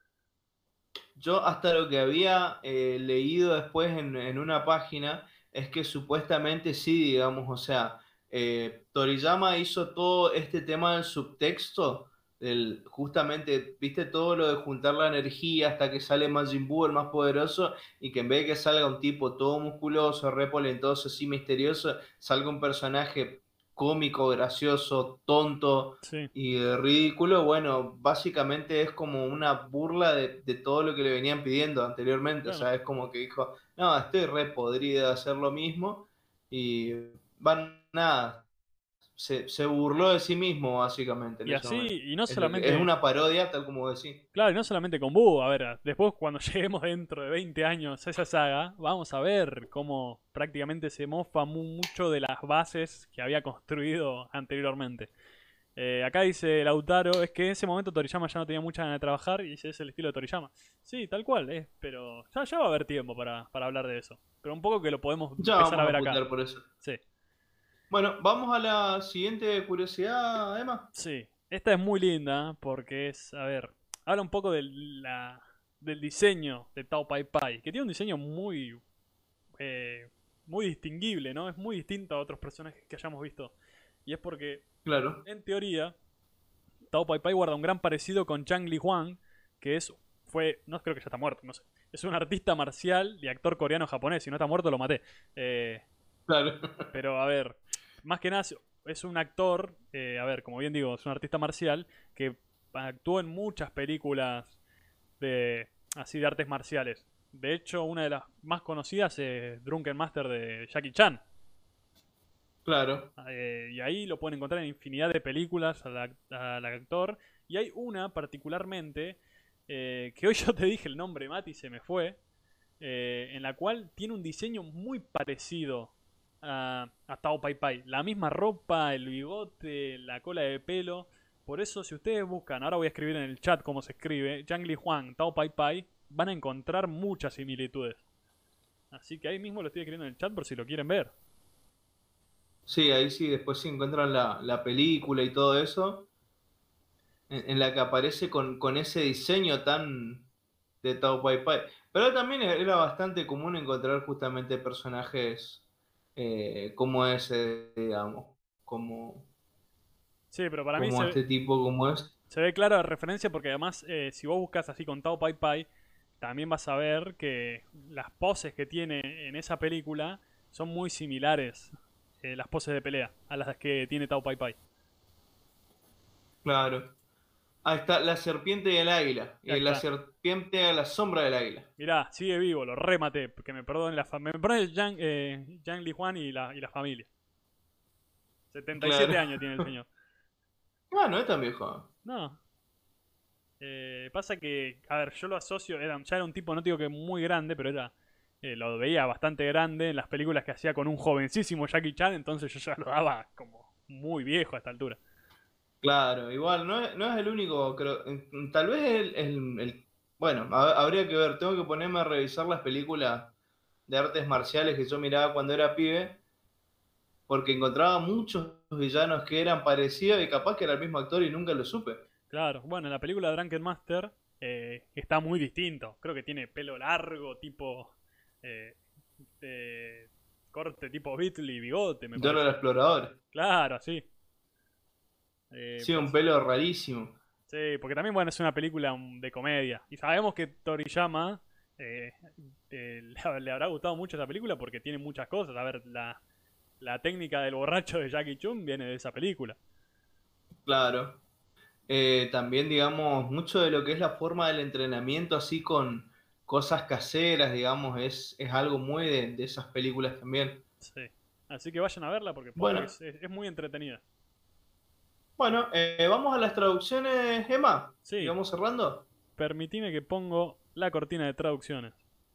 yo hasta lo que había eh, leído después en, en una página es que supuestamente sí, digamos, o sea, eh, Toriyama hizo todo este tema del subtexto, del, justamente, viste todo lo de juntar la energía hasta que sale Majin Buu, el más poderoso, y que en vez de que salga un tipo todo musculoso, repolentoso, así misterioso, salga un personaje cómico, gracioso, tonto Sí, y de ridículo, bueno, básicamente es como una burla de, de todo lo que le venían pidiendo anteriormente. O claro. sea, es como que dijo, no, estoy re podrido de hacer lo mismo. Y van nada, se, se burló de sí mismo, básicamente, en Y ese así, momento. y no Es, lo que, es solamente. una parodia, tal como decís. Claro, y no solamente con Buu, a ver, después cuando lleguemos dentro de veinte años a esa saga, vamos a ver cómo prácticamente se mofa mu- mucho de las bases que había construido anteriormente. Eh, acá dice Lautaro, es que en ese momento Toriyama ya no tenía mucha ganas de trabajar y ese es el estilo de Toriyama. Sí, tal cual, eh, pero ya, ya va a haber tiempo para, para hablar de eso. Pero un poco que lo podemos Ya empezar a vamos ver a acá. putear por eso. Sí, Bueno, vamos a la siguiente curiosidad, Emma. sí. Esta es muy linda porque es, a ver, habla un poco de la, del diseño de Tao Pai Pai, que tiene un diseño muy, eh, muy distinguible, ¿no? Es muy distinto a otros personajes que hayamos visto. Y es porque, Claro, en teoría, Tao Pai Pai guarda un gran parecido con Chang Li Huang, que es, fue, no creo que ya está muerto, no sé. Es un artista marcial y actor coreano-japonés. Si no está muerto, lo maté. Eh, claro. pero, a ver, más que nada es un actor, eh, a ver, como bien digo, es un artista marcial que actuó en muchas películas de así de artes marciales. De hecho, una de las más conocidas es Drunken Master de Jackie Chan. Claro. Eh, y ahí lo pueden encontrar en infinidad de películas al, ac- al actor. Y hay una particularmente, eh, que hoy yo te dije el nombre, Mati, se me fue, eh, en la cual tiene un diseño muy parecido a, a Tao Pai Pai. La misma ropa, el bigote, la cola de pelo. Por eso, si ustedes buscan, ahora voy a escribir en el chat cómo se escribe, Zhang Li Huang, Tao Pai Pai, van a encontrar muchas similitudes. Así que ahí mismo lo estoy escribiendo en el chat por si lo quieren ver. Sí, ahí sí, después sí encuentran la, la película y todo eso, en, en la que aparece con, con ese diseño tan de Tao Pai Pai. Pero también era bastante común encontrar justamente personajes eh, como ese, digamos, como, Sí, pero para mí como se, este tipo, como es. se ve clara la referencia porque además, eh, si vos buscas así con Tao Pai Pai, también vas a ver que las poses que tiene en esa película son muy similares, eh, las poses de pelea, a las que tiene Tao Pai Pai. Claro. Ahí está la serpiente y el águila. Ahí Y la está. serpiente a la sombra del águila. Mirá, sigue vivo, lo rematé, que me perdone la familia. Me perdone Yang, eh, Yang Li Huan y la, y la familia. setenta y siete Claro. años tiene el señor. Ah, no es tan viejo. No. Eh, pasa que, a ver, yo lo asocio, era, ya era un tipo, no digo que muy grande, pero era, eh, lo veía bastante grande en las películas que hacía con un jovencísimo Jackie Chan, entonces yo ya lo daba como muy viejo a esta altura. Claro, igual, no es, no es el único, creo, tal vez el, el- el- bueno, ha- habría que ver, tengo que ponerme a revisar las películas de artes marciales que yo miraba cuando era pibe, porque encontraba muchos villanos que eran parecidos y capaz que era el mismo actor y nunca lo supe. Claro, bueno, en la película Drunken Master eh, está muy distinto. Creo que tiene pelo largo, tipo eh, eh, corte tipo Beatle y bigote, me Dora el parece. explorador. Claro, sí. Eh, Sí, un pues, pelo rarísimo. sí, porque también, bueno, es una película mm, de comedia. Y sabemos que Toriyama eh, eh, le, le habrá gustado mucho esa película porque tiene muchas cosas. A ver, la, la técnica del borracho de Jackie Chun viene de esa película. Claro. Eh, también, digamos, mucho de lo que es la forma del entrenamiento, así con cosas caseras, digamos, es, es algo muy de, de esas películas también. Sí. Así que vayan a verla porque posta que Bueno, es, es- es muy entretenida. bueno, eh, vamos a las traducciones, Emma, y Sí, vamos cerrando. permitime que pongo la cortina de traducciones.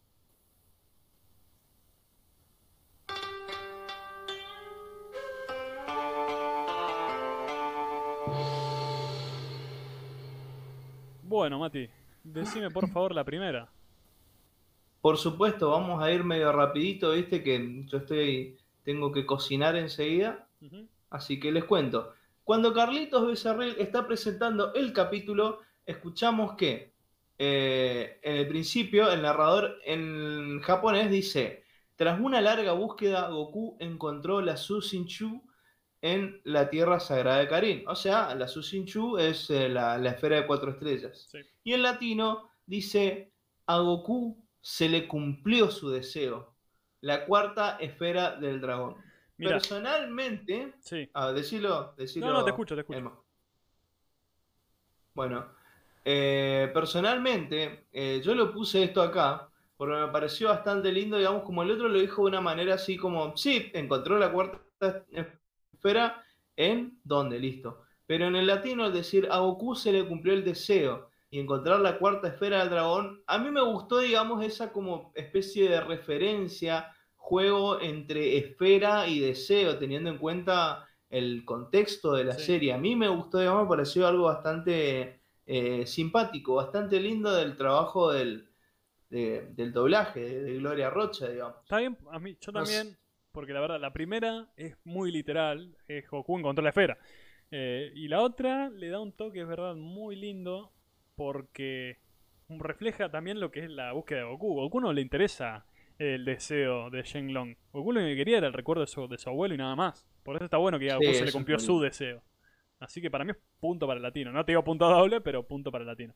Bueno, Mati, decime por favor la primera. Por supuesto, vamos a ir medio rapidito, viste que yo estoy, tengo que cocinar enseguida, Ujú. así que les cuento. Cuando Carlitos Becerril está presentando el capítulo, escuchamos que eh, en el principio el narrador en japonés dice, tras una larga búsqueda, Goku encontró la Susinchu en la Tierra Sagrada de Karin. O sea, la Susinchu es eh, la, la esfera de cuatro estrellas. Sí. Y en latino dice, a Goku se le cumplió su deseo, la cuarta esfera del dragón. Mira, Personalmente, sí. a decirlo, No, no, te decirlo, escucho, te escucho. Emma. Bueno, eh, personalmente, eh, yo lo puse esto acá porque me pareció bastante lindo, digamos, como el otro lo dijo de una manera así como, sí, encontró la cuarta esfera en dónde, listo. Pero en el latino, al decir a Goku se le cumplió el deseo y encontrar la cuarta esfera del dragón, a mí me gustó, digamos, esa como especie de referencia, juego entre esfera y deseo, teniendo en cuenta el contexto de la Sí. serie. A mí me gustó, digamos, me pareció algo bastante eh, simpático, bastante lindo del trabajo del, de- del doblaje de, de Gloria Rocha, digamos. Está bien, a mí, yo No sé. también, porque la verdad, la primera es muy literal, es Goku encontró la esfera. Eh, y la otra le da un toque, es verdad, muy lindo, porque refleja también lo que es la búsqueda de Goku. Goku no le interesa el deseo de Shenlong. Goku lo que quería era el recuerdo de su, de su abuelo y nada más. Por eso está bueno que a Sí, Goku se le eso es cumplió muy su lindo. deseo. Así que para mí es punto para el latino. No te digo punto doble, pero punto para el latino.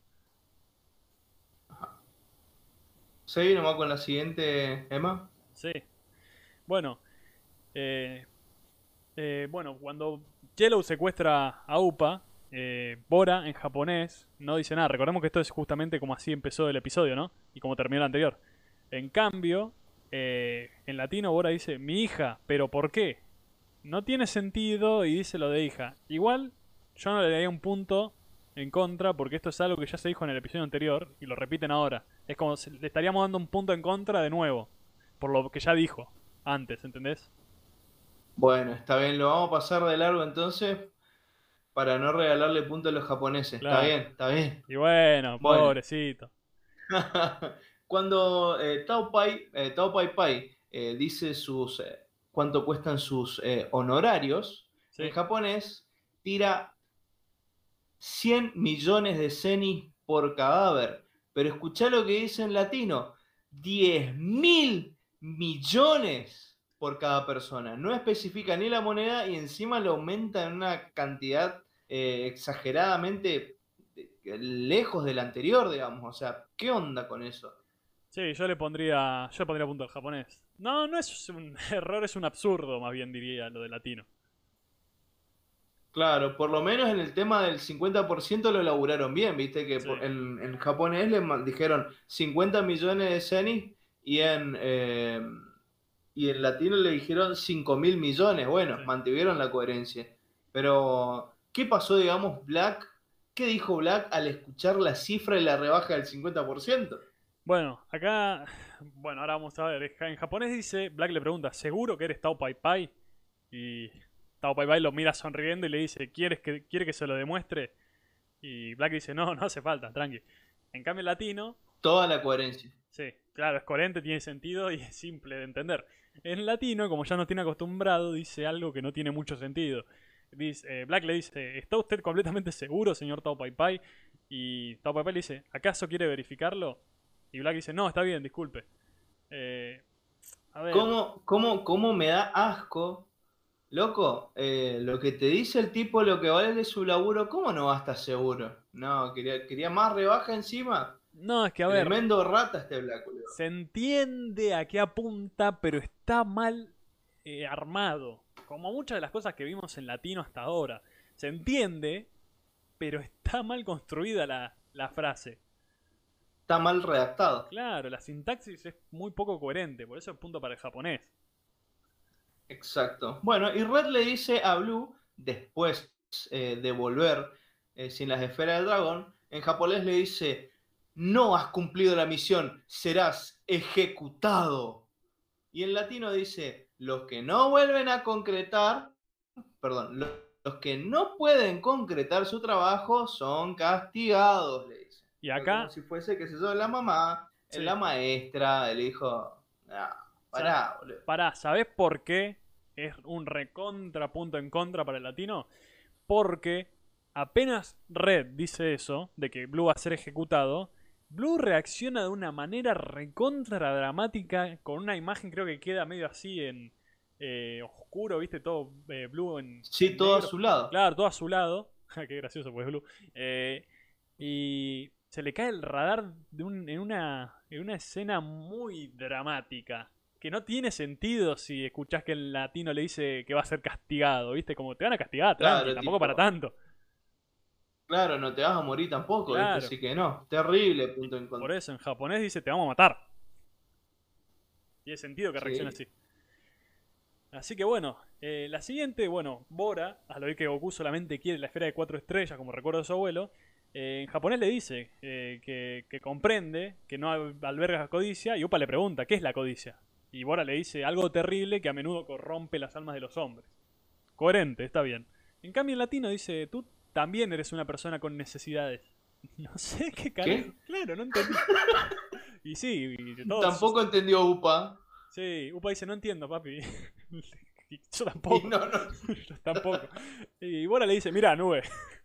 Seguí nomás con la siguiente, Emma. Sí. Bueno, eh, Eh, bueno, cuando Yellow secuestra a Upa, eh, Bora en japonés no dice nada. Recordemos que esto es justamente como así empezó el episodio, ¿no? Y como terminó el anterior. En cambio, eh, en latino Bora dice mi hija, pero ¿por qué? No tiene sentido y dice lo de hija. Igual, yo no le daría un punto en contra porque esto es algo que ya se dijo en el episodio anterior y lo repiten ahora. Es como si le estaríamos dando un punto en contra de nuevo, por lo que ya dijo antes, ¿entendés? Bueno, está bien, lo vamos a pasar de largo entonces para no regalarle puntos a los japoneses. Está Claro. bien, está bien. Y bueno, Bueno, pobrecito. cuando eh, Tao Pai, eh, Tao Pai Pai eh, dice sus eh, cuánto cuestan sus eh, honorarios, en Sí. japonés tira cien millones de cenis por cadáver. Pero escuchá lo que dice en latino, diez mil millones por cada persona. No especifica ni la moneda y encima lo aumenta en una cantidad eh, exageradamente eh, lejos del anterior, digamos. O sea, ¿qué onda con eso? Sí, yo le pondría. Yo le pondría punto al japonés. No, no es un error, es un absurdo, más bien diría lo de latino. Claro, por lo menos en el tema del cincuenta por ciento lo elaboraron bien, viste que Sí. por- en, en japonés le ma- dijeron cincuenta millones de zenis y en, eh, y en latino le dijeron cinco mil millones. Bueno, Sí. mantuvieron la coherencia. Pero, ¿qué pasó, digamos, Black? ¿Qué dijo Black al escuchar la cifra y la rebaja del cincuenta por ciento? Bueno, acá. Bueno, ahora vamos a ver. En japonés dice. Black le pregunta: ¿seguro que eres Tao Pai Pai? Y Tao Pai Pai lo mira sonriendo y le dice: ¿Quieres que, ¿quiere que se lo demuestre? Y Black dice: No, no hace falta, tranqui. En cambio, el latino. Toda la coherencia. Sí, claro, es coherente, tiene sentido y es simple de entender. En latino, como ya nos tiene acostumbrado, dice algo que no tiene mucho sentido. Dice, eh, Black le dice, ¿está usted completamente seguro, señor Tao Pai Pai? Y Tao Pai Pai le dice, ¿acaso quiere verificarlo? Y Black dice, no, está bien, disculpe. Eh, a ver, ¿Cómo, cómo, cómo me da asco? Loco, eh, lo que te dice el tipo, lo que vale de su laburo, ¿cómo no va a estar seguro? No, quería, quería más rebaja encima. No, es que a ver, Tremendo rata este Black Widow. se entiende a qué apunta, pero está mal eh, armado. Como muchas de las cosas que vimos en latino hasta ahora. Se entiende, pero está mal construida la, la frase. Está mal redactado. Claro, la sintaxis es muy poco coherente, por eso es punto para el japonés. Exacto. Bueno, y Red le dice a Blue, después eh, de volver eh, sin las esferas del dragón, en japonés le dice, no has cumplido la misión, serás ejecutado. Y en latino dice, los que no vuelven a concretar, perdón, los, los que no pueden concretar su trabajo son castigados, le dice. Y acá... Como si fuese, qué sé yo, la mamá, Sí. la maestra, el hijo... Ah, pará, boludo. Pará, ¿sabés por qué es un recontra punto en contra para el latino? Porque apenas Red dice eso, de que Blue va a ser ejecutado, Blue reacciona de una manera recontra dramática, con una imagen creo que queda medio así en eh, oscuro, ¿viste? Todo eh, Blue en... Sí, en todo negro. a su lado. Claro, todo a su lado. Qué gracioso, pues Blue. Eh, y se le cae el radar de un, en, una, en una escena muy dramática. Que no tiene sentido si escuchás que el latino le dice que va a ser castigado, ¿viste? Como te van a castigar, tranqui, Claro, tampoco tipo, para tanto. claro, no te vas a morir tampoco, Claro. ¿viste? Así que no, terrible punto en Por contra. eso en japonés dice te vamos a matar. Tiene sentido que Sí. reaccione así. Así que bueno, eh, la siguiente, bueno, Bora, al oír que Goku solamente quiere la esfera de cuatro estrellas, como recuerdo de su abuelo, eh, en japonés le dice eh, que, que comprende, que no alberga codicia, y Upa le pregunta, ¿qué es la codicia? Y Bora le dice algo terrible que a menudo corrompe las almas de los hombres. Coherente, está bien. En cambio en latino dice, tú también eres una persona con necesidades. No sé qué carajo. ¿Qué? Claro, no entendí. Y sí, y todos... Tampoco entendió Upa. Sí, Upa dice, no entiendo, papi. Yo Y tampoco. no, no. Yo tampoco. Y Bora le dice, mira, nube.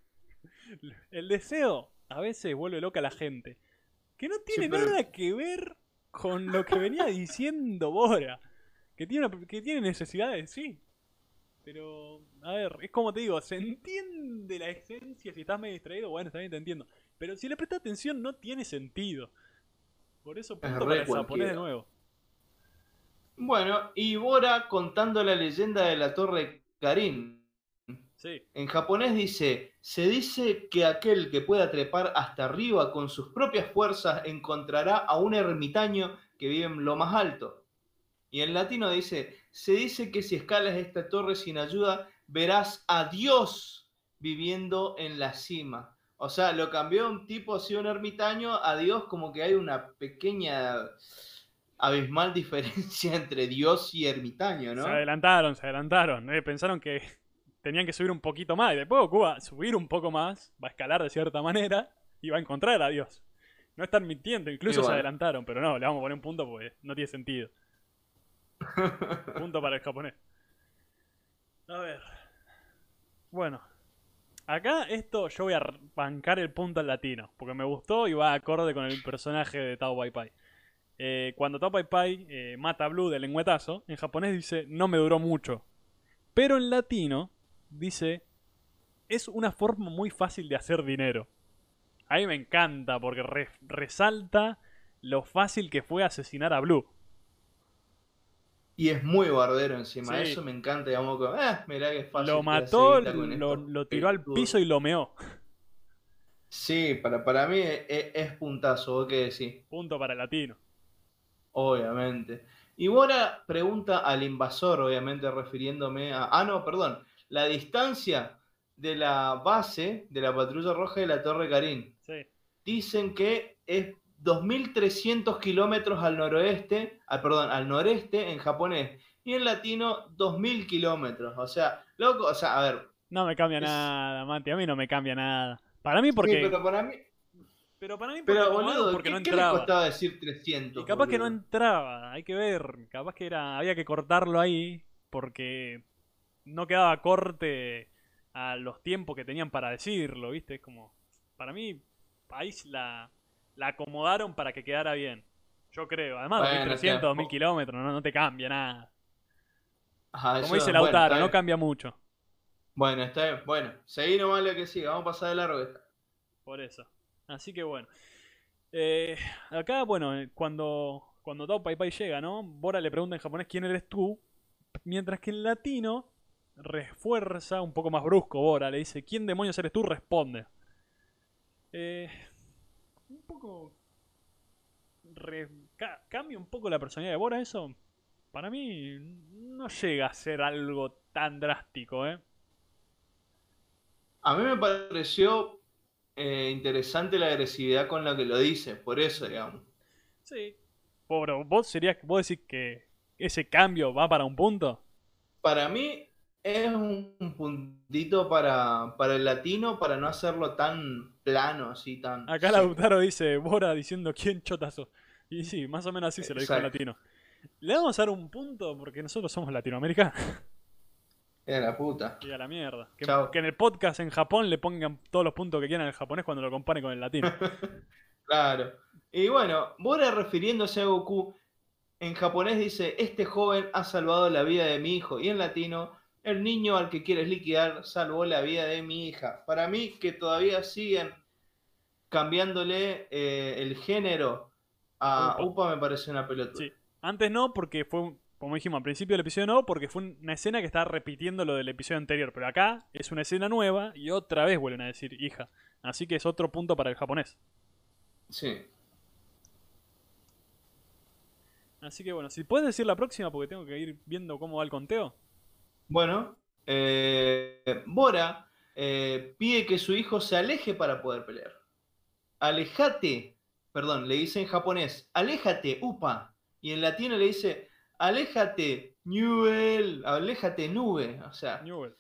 El deseo a veces vuelve loca a la gente. Que no tiene Sí, pero- nada que ver con lo que venía diciendo Bora. Que tiene, una- que tiene necesidades, sí. Pero, a ver, es como te digo, se entiende la esencia. Si estás medio distraído, bueno, también te entiendo. Pero si le prestas atención, no tiene sentido. Por eso, punto re para el japonés cualquiera. de nuevo. Bueno, y Bora contando la leyenda de la Torre Karin. Sí, En japonés dice, se dice que aquel que pueda trepar hasta arriba con sus propias fuerzas encontrará a un ermitaño que vive en lo más alto. Y en latino dice, se dice que si escalas esta torre sin ayuda, verás a Dios viviendo en la cima. O sea, lo cambió un tipo así, un ermitaño, a Dios, como que hay una pequeña abismal diferencia entre Dios y ermitaño, ¿no? se adelantaron, se adelantaron. Eh, pensaron que tenían que subir un poquito más. Y después Goku va a subir un poco más, va a escalar de cierta manera y va a encontrar a Dios. No están mintiendo, incluso Y bueno. se adelantaron, pero no, le vamos a poner un punto porque no tiene sentido. Punto para el japonés. A ver. Bueno. Acá esto yo voy a bancar el punto al latino, porque me gustó y va acorde con el personaje de Tao Pai Pai. Eh, cuando Tao Pai Pai eh, mata a Blue del lengüetazo, en japonés dice no me duró mucho. Pero en latino dice es una forma muy fácil de hacer dinero. A mí me encanta porque re resalta lo fácil que fue asesinar a Blue. Y es muy bardero encima, Sí. eso me encanta, digamos, como, eh, mirá que fácil. Lo que mató, hace guita con lo, estos lo tiró al pelotudos. piso y lo meó. Sí, para, para mí es, es puntazo, ¿vos qué decís? Punto para el latino. Obviamente. Y Bora pregunta al invasor, obviamente refiriéndome a... Ah, no, perdón. La distancia de la base de la Patrulla Roja de la Torre Karin. Sí. Dicen que es dos mil trescientos kilómetros al noroeste, al, perdón, al noreste en japonés. Y en latino, dos mil kilómetros. O sea, loco, o sea, a ver. No me cambia Es- nada, Mati. A mí no me cambia nada. Para mí porque... Sí, pero para mí... Pero para mí porque, Pero, como algo boludo, porque ¿qué, no qué le entraba. costaba decir trescientos? Y capaz que no boludo? entraba, hay que ver. Capaz que era había que cortarlo ahí porque no quedaba corte a los tiempos que tenían para decirlo, ¿viste? Es como... Para mí, ahí la, la acomodaron para que quedara bien. Yo creo. Además, Bueno, dos mil trescientos, que- dos mil kilómetros, no, no te cambia nada. Ajá, Como eso- dice bueno, Lautaro, está no bien. cambia mucho. Bueno, está bien. Bueno, seguí nomás lo que siga. Vamos a pasar de largo esta. Por eso. Así que bueno. Eh, acá, bueno, eh, cuando, cuando Tao Pai Pai llega, ¿no? Bora le pregunta en japonés quién eres tú, mientras que en latino refuerza un poco más brusco Bora, le dice ¿quién demonios eres tú? Responde. Eh, un poco... re- ca- cambia un poco la personalidad de Bora eso. Para mí no llega a ser algo tan drástico, ¿eh? A mí me pareció eh, interesante la agresividad con la que lo dice, por eso, digamos. Sí. Pero vos serías, vos decís que ese cambio va para un punto. Para mí es un puntito para, para el latino, para no hacerlo tan plano, así, tan Acá seco. Lautaro dice Bora diciendo quién chotazo. Y sí, más o menos así se lo dijo en Exacto. latino. Le vamos a dar un punto porque nosotros somos Latinoamérica. Era la puta. Y a la mierda. Que, Chao. que en el podcast en Japón le pongan todos los puntos que quieran al japonés cuando lo comparen con el latino. Claro. Y bueno, Bora refiriéndose a Goku, en japonés dice, este joven ha salvado la vida de mi hijo. Y en latino, el niño al que quieres liquidar salvó la vida de mi hija. Para mí, que todavía siguen cambiándole eh, el género a Upa. Upa, me parece una pelotuda. Sí. Antes no, porque fue, un- como dijimos al principio del episodio no, porque fue una escena que estaba repitiendo lo del episodio anterior. Pero acá es una escena nueva y otra vez vuelven a decir hija. Así que es otro punto para el japonés. Sí. Así que bueno, si puedes decir la próxima porque tengo que ir viendo cómo va el conteo. Bueno, eh, Bora eh, pide que su hijo se aleje para poder pelear. Alejate, perdón, le dice en japonés, aléjate, upa. Y en latino le dice, aléjate, Newell, aléjate, nube. O sea, Newell.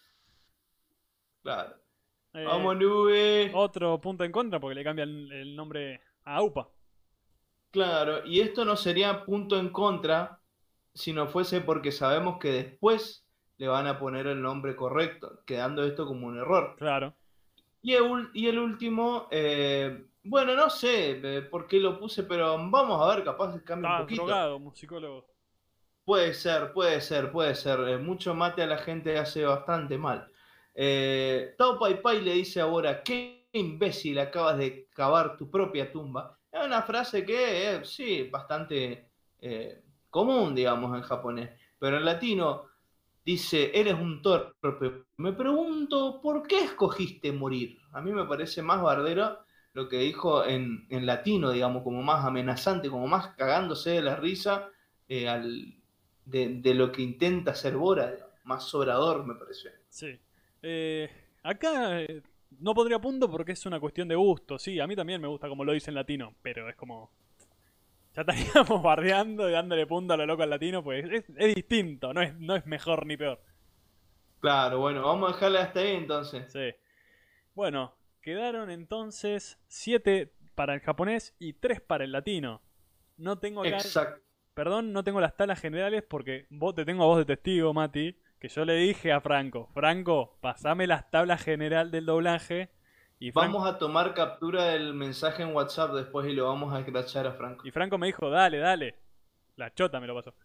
claro. Eh, Vamos, nube. Otro punto en contra porque le cambian el nombre a UPA. Claro, y esto no sería punto en contra si no fuese porque sabemos que después le van a poner el nombre correcto, quedando esto como un error. Claro. Y el, y el último, eh, bueno, no sé eh, por qué lo puse, pero vamos a ver, capaz que cambia un Estabas poquito. drogado, musicólogo. Puede ser, puede ser, puede ser. Eh, mucho mate a la gente hace bastante mal. Eh, Tao Pai Pai le dice a Bora, qué imbécil, acabas de cavar tu propia tumba. Es una frase que es, sí, bastante eh, común, digamos, en japonés. Pero en latino dice, eres un torpe. Me pregunto, ¿por qué escogiste morir? A mí me parece más bardero lo que dijo en, en latino, digamos, como más amenazante, como más cagándose de la risa eh, al, de, de, lo que intenta hacer Bora, digamos, más sobrador, me parece. Sí. Eh, acá eh, no pondría punto porque es una cuestión de gusto. Sí, a mí también me gusta como lo dice en latino, pero es como... Ya estaríamos bardeando y dándole punto a lo loco al latino, pues es, es distinto, no es, no es mejor ni peor. Claro, bueno, vamos a dejarla hasta ahí entonces. Sí. Bueno, quedaron entonces siete para el japonés y tres para el latino. No tengo acá... Exacto. Perdón, no tengo las tablas generales porque vos te tengo a vos de testigo, Mati, que yo le dije a Franco, Franco, pasame las tablas general del doblaje y Franco, Vamos a tomar captura del mensaje en WhatsApp después y lo vamos a escrachar a Franco. y Franco me dijo, dale, dale. La chota me lo pasó.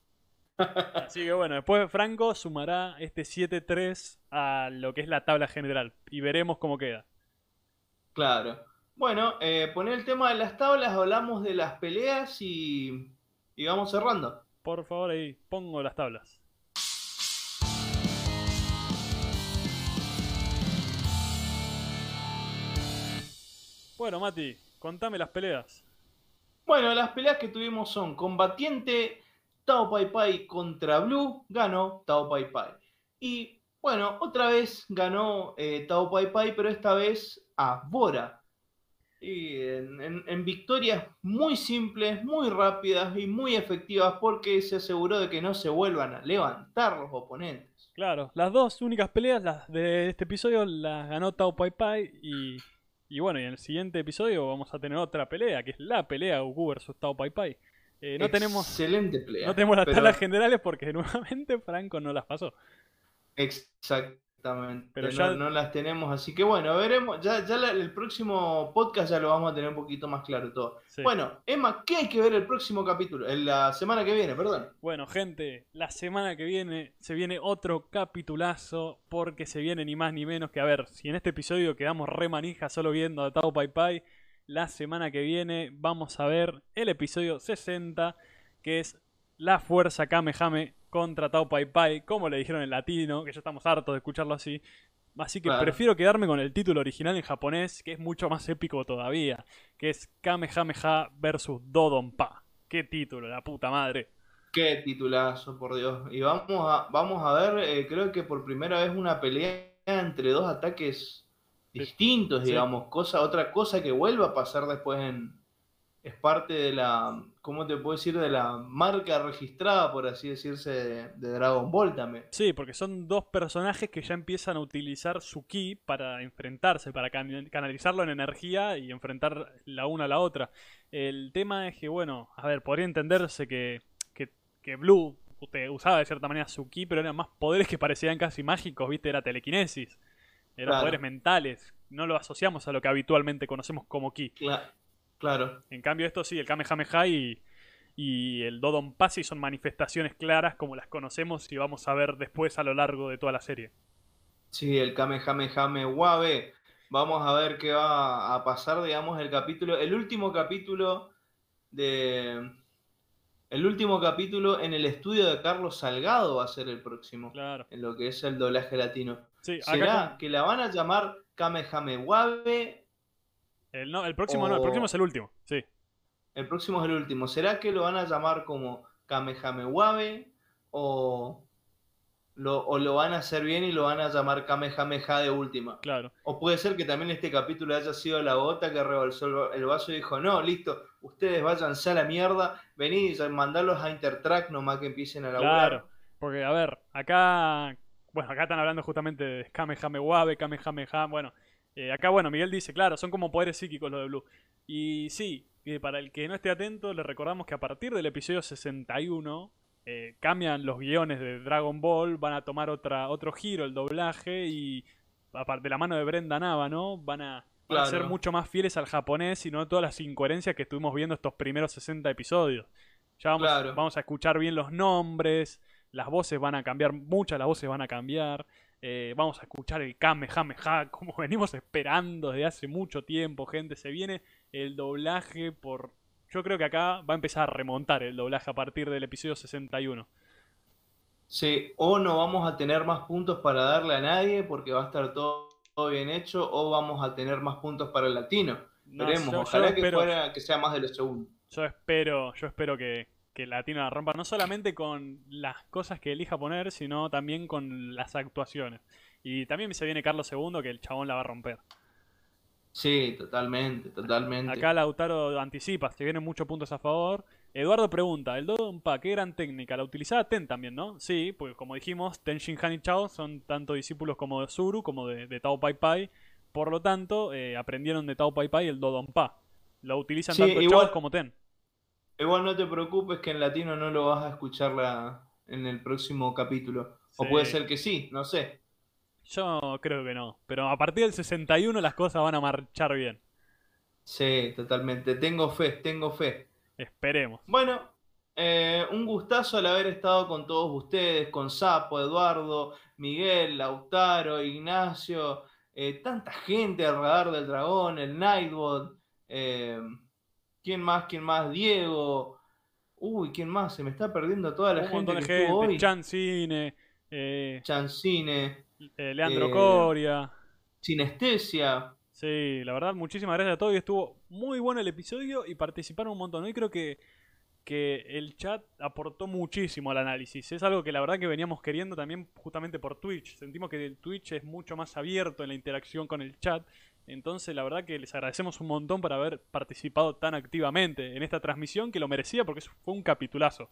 Así que bueno, después Franco sumará este siete tres a lo que es la tabla general y veremos cómo queda. Claro. Bueno, eh, poner el tema de las tablas, hablamos de las peleas y, y vamos cerrando. Por favor, ahí pongo las tablas. Bueno, Mati, contame las peleas. Bueno, las peleas que tuvimos son combatiente Tao Pai Pai contra Blue, ganó Tao Pai Pai. Y bueno, otra vez ganó eh, Tao Pai Pai, pero esta vez a Bora. Y en, en, en victorias muy simples, muy rápidas y muy efectivas porque se aseguró de que no se vuelvan a levantar los oponentes. Claro, las dos únicas peleas las de este episodio las ganó Tao Pai Pai y, y bueno, y en el siguiente episodio vamos a tener otra pelea, que es la pelea Goku versus Tao Pai Pai. Eh, no tenemos Excelente pelea. no tenemos las pero... tablas generales porque nuevamente Franco no las pasó. Exactamente. Pero ya... no, no las tenemos, así que bueno, veremos. Ya, ya la, el próximo podcast ya lo vamos a tener un poquito más claro todo. Sí. Bueno, Emma, ¿qué hay que ver el próximo capítulo? En la semana que viene, perdón. Bueno, gente, la semana que viene se viene otro capitulazo porque se viene ni más ni menos que, a ver, si en este episodio quedamos re manija solo viendo a Tao Pai Pai, la semana que viene vamos a ver el episodio sesenta, que es la fuerza Kamehame contra Tao Pai Pai, como le dijeron en latino, que ya estamos hartos de escucharlo así. Así que Claro. prefiero quedarme con el título original en japonés, que es mucho más épico todavía, que es Kamehameha versus Dodonpa. Qué título, la puta madre. Qué titulazo, por Dios. Y vamos a, vamos a ver, eh, creo que por primera vez una pelea entre dos ataques Sí, distintos, sí, digamos. Cosa, otra cosa que vuelva a pasar después en... Es parte de la, ¿cómo te puedo decir? De la marca registrada, por así decirse, de, de Dragon Ball también. sí, porque son dos personajes que ya empiezan a utilizar su ki para enfrentarse, para can- canalizarlo en energía y enfrentar la una a la otra. El tema es que, bueno, a ver, podría entenderse que, que, que Blue te- usaba de cierta manera su ki, pero eran más poderes que parecían casi mágicos, ¿viste? Era telequinesis, eran poderes Claro, mentales, no lo asociamos a lo que habitualmente conocemos como ki. cla- claro. En cambio, esto sí, el Kamehameha y, y el Dodonpa sí son manifestaciones claras como las conocemos y vamos a ver después a lo largo de toda la serie. Sí, el Kamehameha Wabe. Vamos a ver qué va a pasar, digamos, el capítulo, el último capítulo de... El último capítulo en el estudio de Carlos Salgado va a ser el próximo, Claro. en lo que es el doblaje latino. Sí, acá ¿Será con... que la van a llamar Kamehameha Wabe El, no, el próximo no, el próximo es o el último. Sí. el próximo es el último? ¿Será que lo van a llamar como Kamehameha Wabe o lo, o lo van a hacer bien y lo van a llamar Kamehameha de última? Claro. O puede ser que también este capítulo haya sido la gota que rebalsó el vaso y dijo, no, listo, ustedes váyanse a la mierda, venid y mandarlos a Intertrack nomás que empiecen a Claro. laburar. Porque, a ver, acá... Bueno, acá están hablando justamente de Kamehameha, Kamehameha. Bueno, eh, acá, bueno, Miguel dice, claro, son como poderes psíquicos los de Blue. Y sí, eh, para el que no esté atento, le recordamos que a partir del episodio sesenta y uno eh, cambian los guiones de Dragon Ball, van a tomar otra, otro giro el doblaje y aparte de la mano de Brenda Nava, ¿no? Van a, van a ser Claro, mucho más fieles al japonés y no todas las incoherencias que estuvimos viendo estos primeros sesenta episodios. Ya vamos, claro. vamos a escuchar bien los nombres, las voces van a cambiar, muchas las voces van a cambiar. Eh, vamos a escuchar el Kamehameha como venimos esperando desde hace mucho tiempo, gente. Se viene el doblaje por... Yo creo que acá va a empezar a remontar el doblaje a partir del episodio sesenta y uno. Sí, o no vamos a tener más puntos para darle a nadie porque va a estar todo, todo bien hecho, o vamos a tener más puntos para el latino. No, Veremos, yo, yo ojalá que espero, fuera, que sea más de lo segundo. yo espero, yo espero que, que Latino la rompa, no solamente con las cosas que elija poner, sino también con las actuaciones. Y también se viene Carlos segundo, que el chabón la va a romper. Sí, totalmente, Acá totalmente. Lautaro anticipa, se vienen muchos puntos a favor. Eduardo pregunta, el Dodonpa, qué gran técnica, la utilizaba Ten también, ¿no? Sí, pues como dijimos, Ten Shinhan y Chao son tanto discípulos como de Zuru, como de, de Tao Pai Pai. Por lo tanto, eh, aprendieron de Tao Pai Pai el Dodonpa. Lo utilizan Sí, tanto Chao igual, como Ten. igual no te preocupes que en latino no lo vas a escuchar la, en el próximo capítulo. Sí, O puede ser que sí, no sé. yo creo que no. Pero a partir del sesenta y uno las cosas van a marchar bien. Sí, totalmente. Tengo fe, tengo fe. Esperemos. Bueno, eh, un gustazo al haber estado con todos ustedes, con Sapo, Eduardo, Miguel, Lautaro, Ignacio, eh, tanta gente al radar del dragón, el Nightbot, eh, ¿quién más? ¿Quién más? Diego. Uy, ¿quién más? Se me está perdiendo toda la Un montón gente de que estuvo gente. hoy. Chan Cine, eh, Chancine, eh, Leandro eh, Coria. Sinestesia. Sí, la verdad, muchísimas gracias a todos y estuvo muy bueno el episodio y participaron un montón. ¿No? Y creo que, que el chat aportó muchísimo al análisis. Es algo que la verdad que veníamos queriendo también justamente por Twitch. Sentimos que el Twitch es mucho más abierto en la interacción con el chat. Entonces la verdad que les agradecemos un montón por haber participado tan activamente en esta transmisión que lo merecía porque eso fue un capitulazo.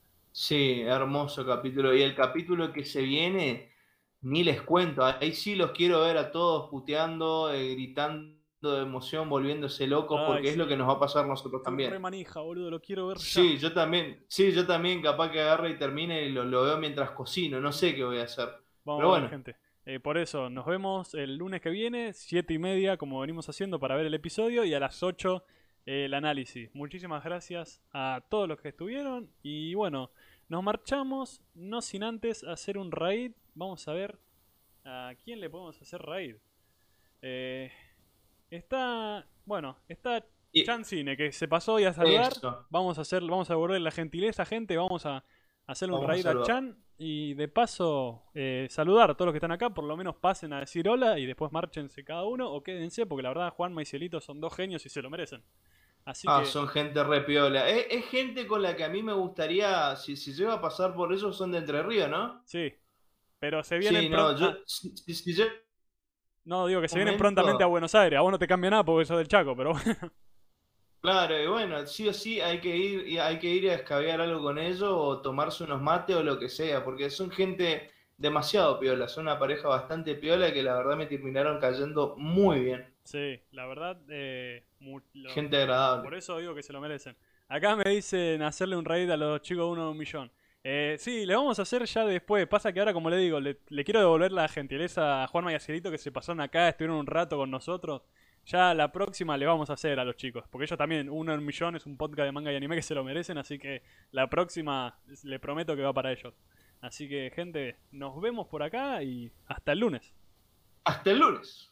Sí, hermoso capítulo. Y el capítulo que se viene, ni les cuento. Ahí sí los quiero ver a todos puteando, eh, gritando de emoción, volviéndose locos, Ay, porque es lo que sí. nos va a pasar a nosotros Estoy re también. manija, boludo. Lo quiero ver ya. Sí, yo también, sí, yo también capaz que agarre y termine y lo, lo veo mientras cocino. No sé qué voy a hacer. Pero Vamos a ver, bueno, gente. Eh, por eso, nos vemos el lunes que viene, siete y media, como venimos haciendo, para ver el episodio, y a las ocho eh, el análisis. Muchísimas gracias a todos los que estuvieron. Y bueno, nos marchamos, no sin antes hacer un raid. Vamos a ver a quién le podemos hacer raid. Eh, está Bueno, está Y Chan Cine, que se pasó hoy a saludar. eso, Vamos a hacer, vamos a devolver la gentileza, gente. Vamos a hacerle un vamos a raid a saludar. Chan. Y de paso, eh, saludar a todos los que están acá. Por lo menos pasen a decir hola y después márchense cada uno o quédense, porque la verdad, Juanma y Cielito son dos genios y se lo merecen. Así Ah, que, son gente re piola. Es, es gente con la que a mí me gustaría, si, si llego a pasar por eso, son de Entre Ríos, ¿no? sí. Pero se vienen Sí, pronto. no, yo, Ah, si, si, si llega no, digo que se un vienen prontamente a momento, Buenos Aires. A vos no te cambia nada porque sos del Chaco, pero bueno. claro, y bueno, sí o sí hay que ir, y hay que ir a escabear algo con ellos o tomarse unos mates o lo que sea, porque son gente demasiado piola, son una pareja bastante piola que la verdad me terminaron cayendo muy bien. Sí, la verdad, eh, mu- lo- Gente agradable. por eso digo que se lo merecen. Acá me dicen hacerle un raid a los chicos de uno de un millón. Eh, sí, le vamos a hacer ya después. Pasa que ahora, como le digo, le, le quiero devolver la gentileza a Juanma y a Cielito que se pasaron acá, estuvieron un rato con nosotros. Ya la próxima le vamos a hacer a los chicos. Porque ellos también, uno en un millón es un podcast de manga y anime que se lo merecen. Así que la próxima le prometo que va para ellos. Así que, gente, nos vemos por acá y hasta el lunes. Hasta el lunes.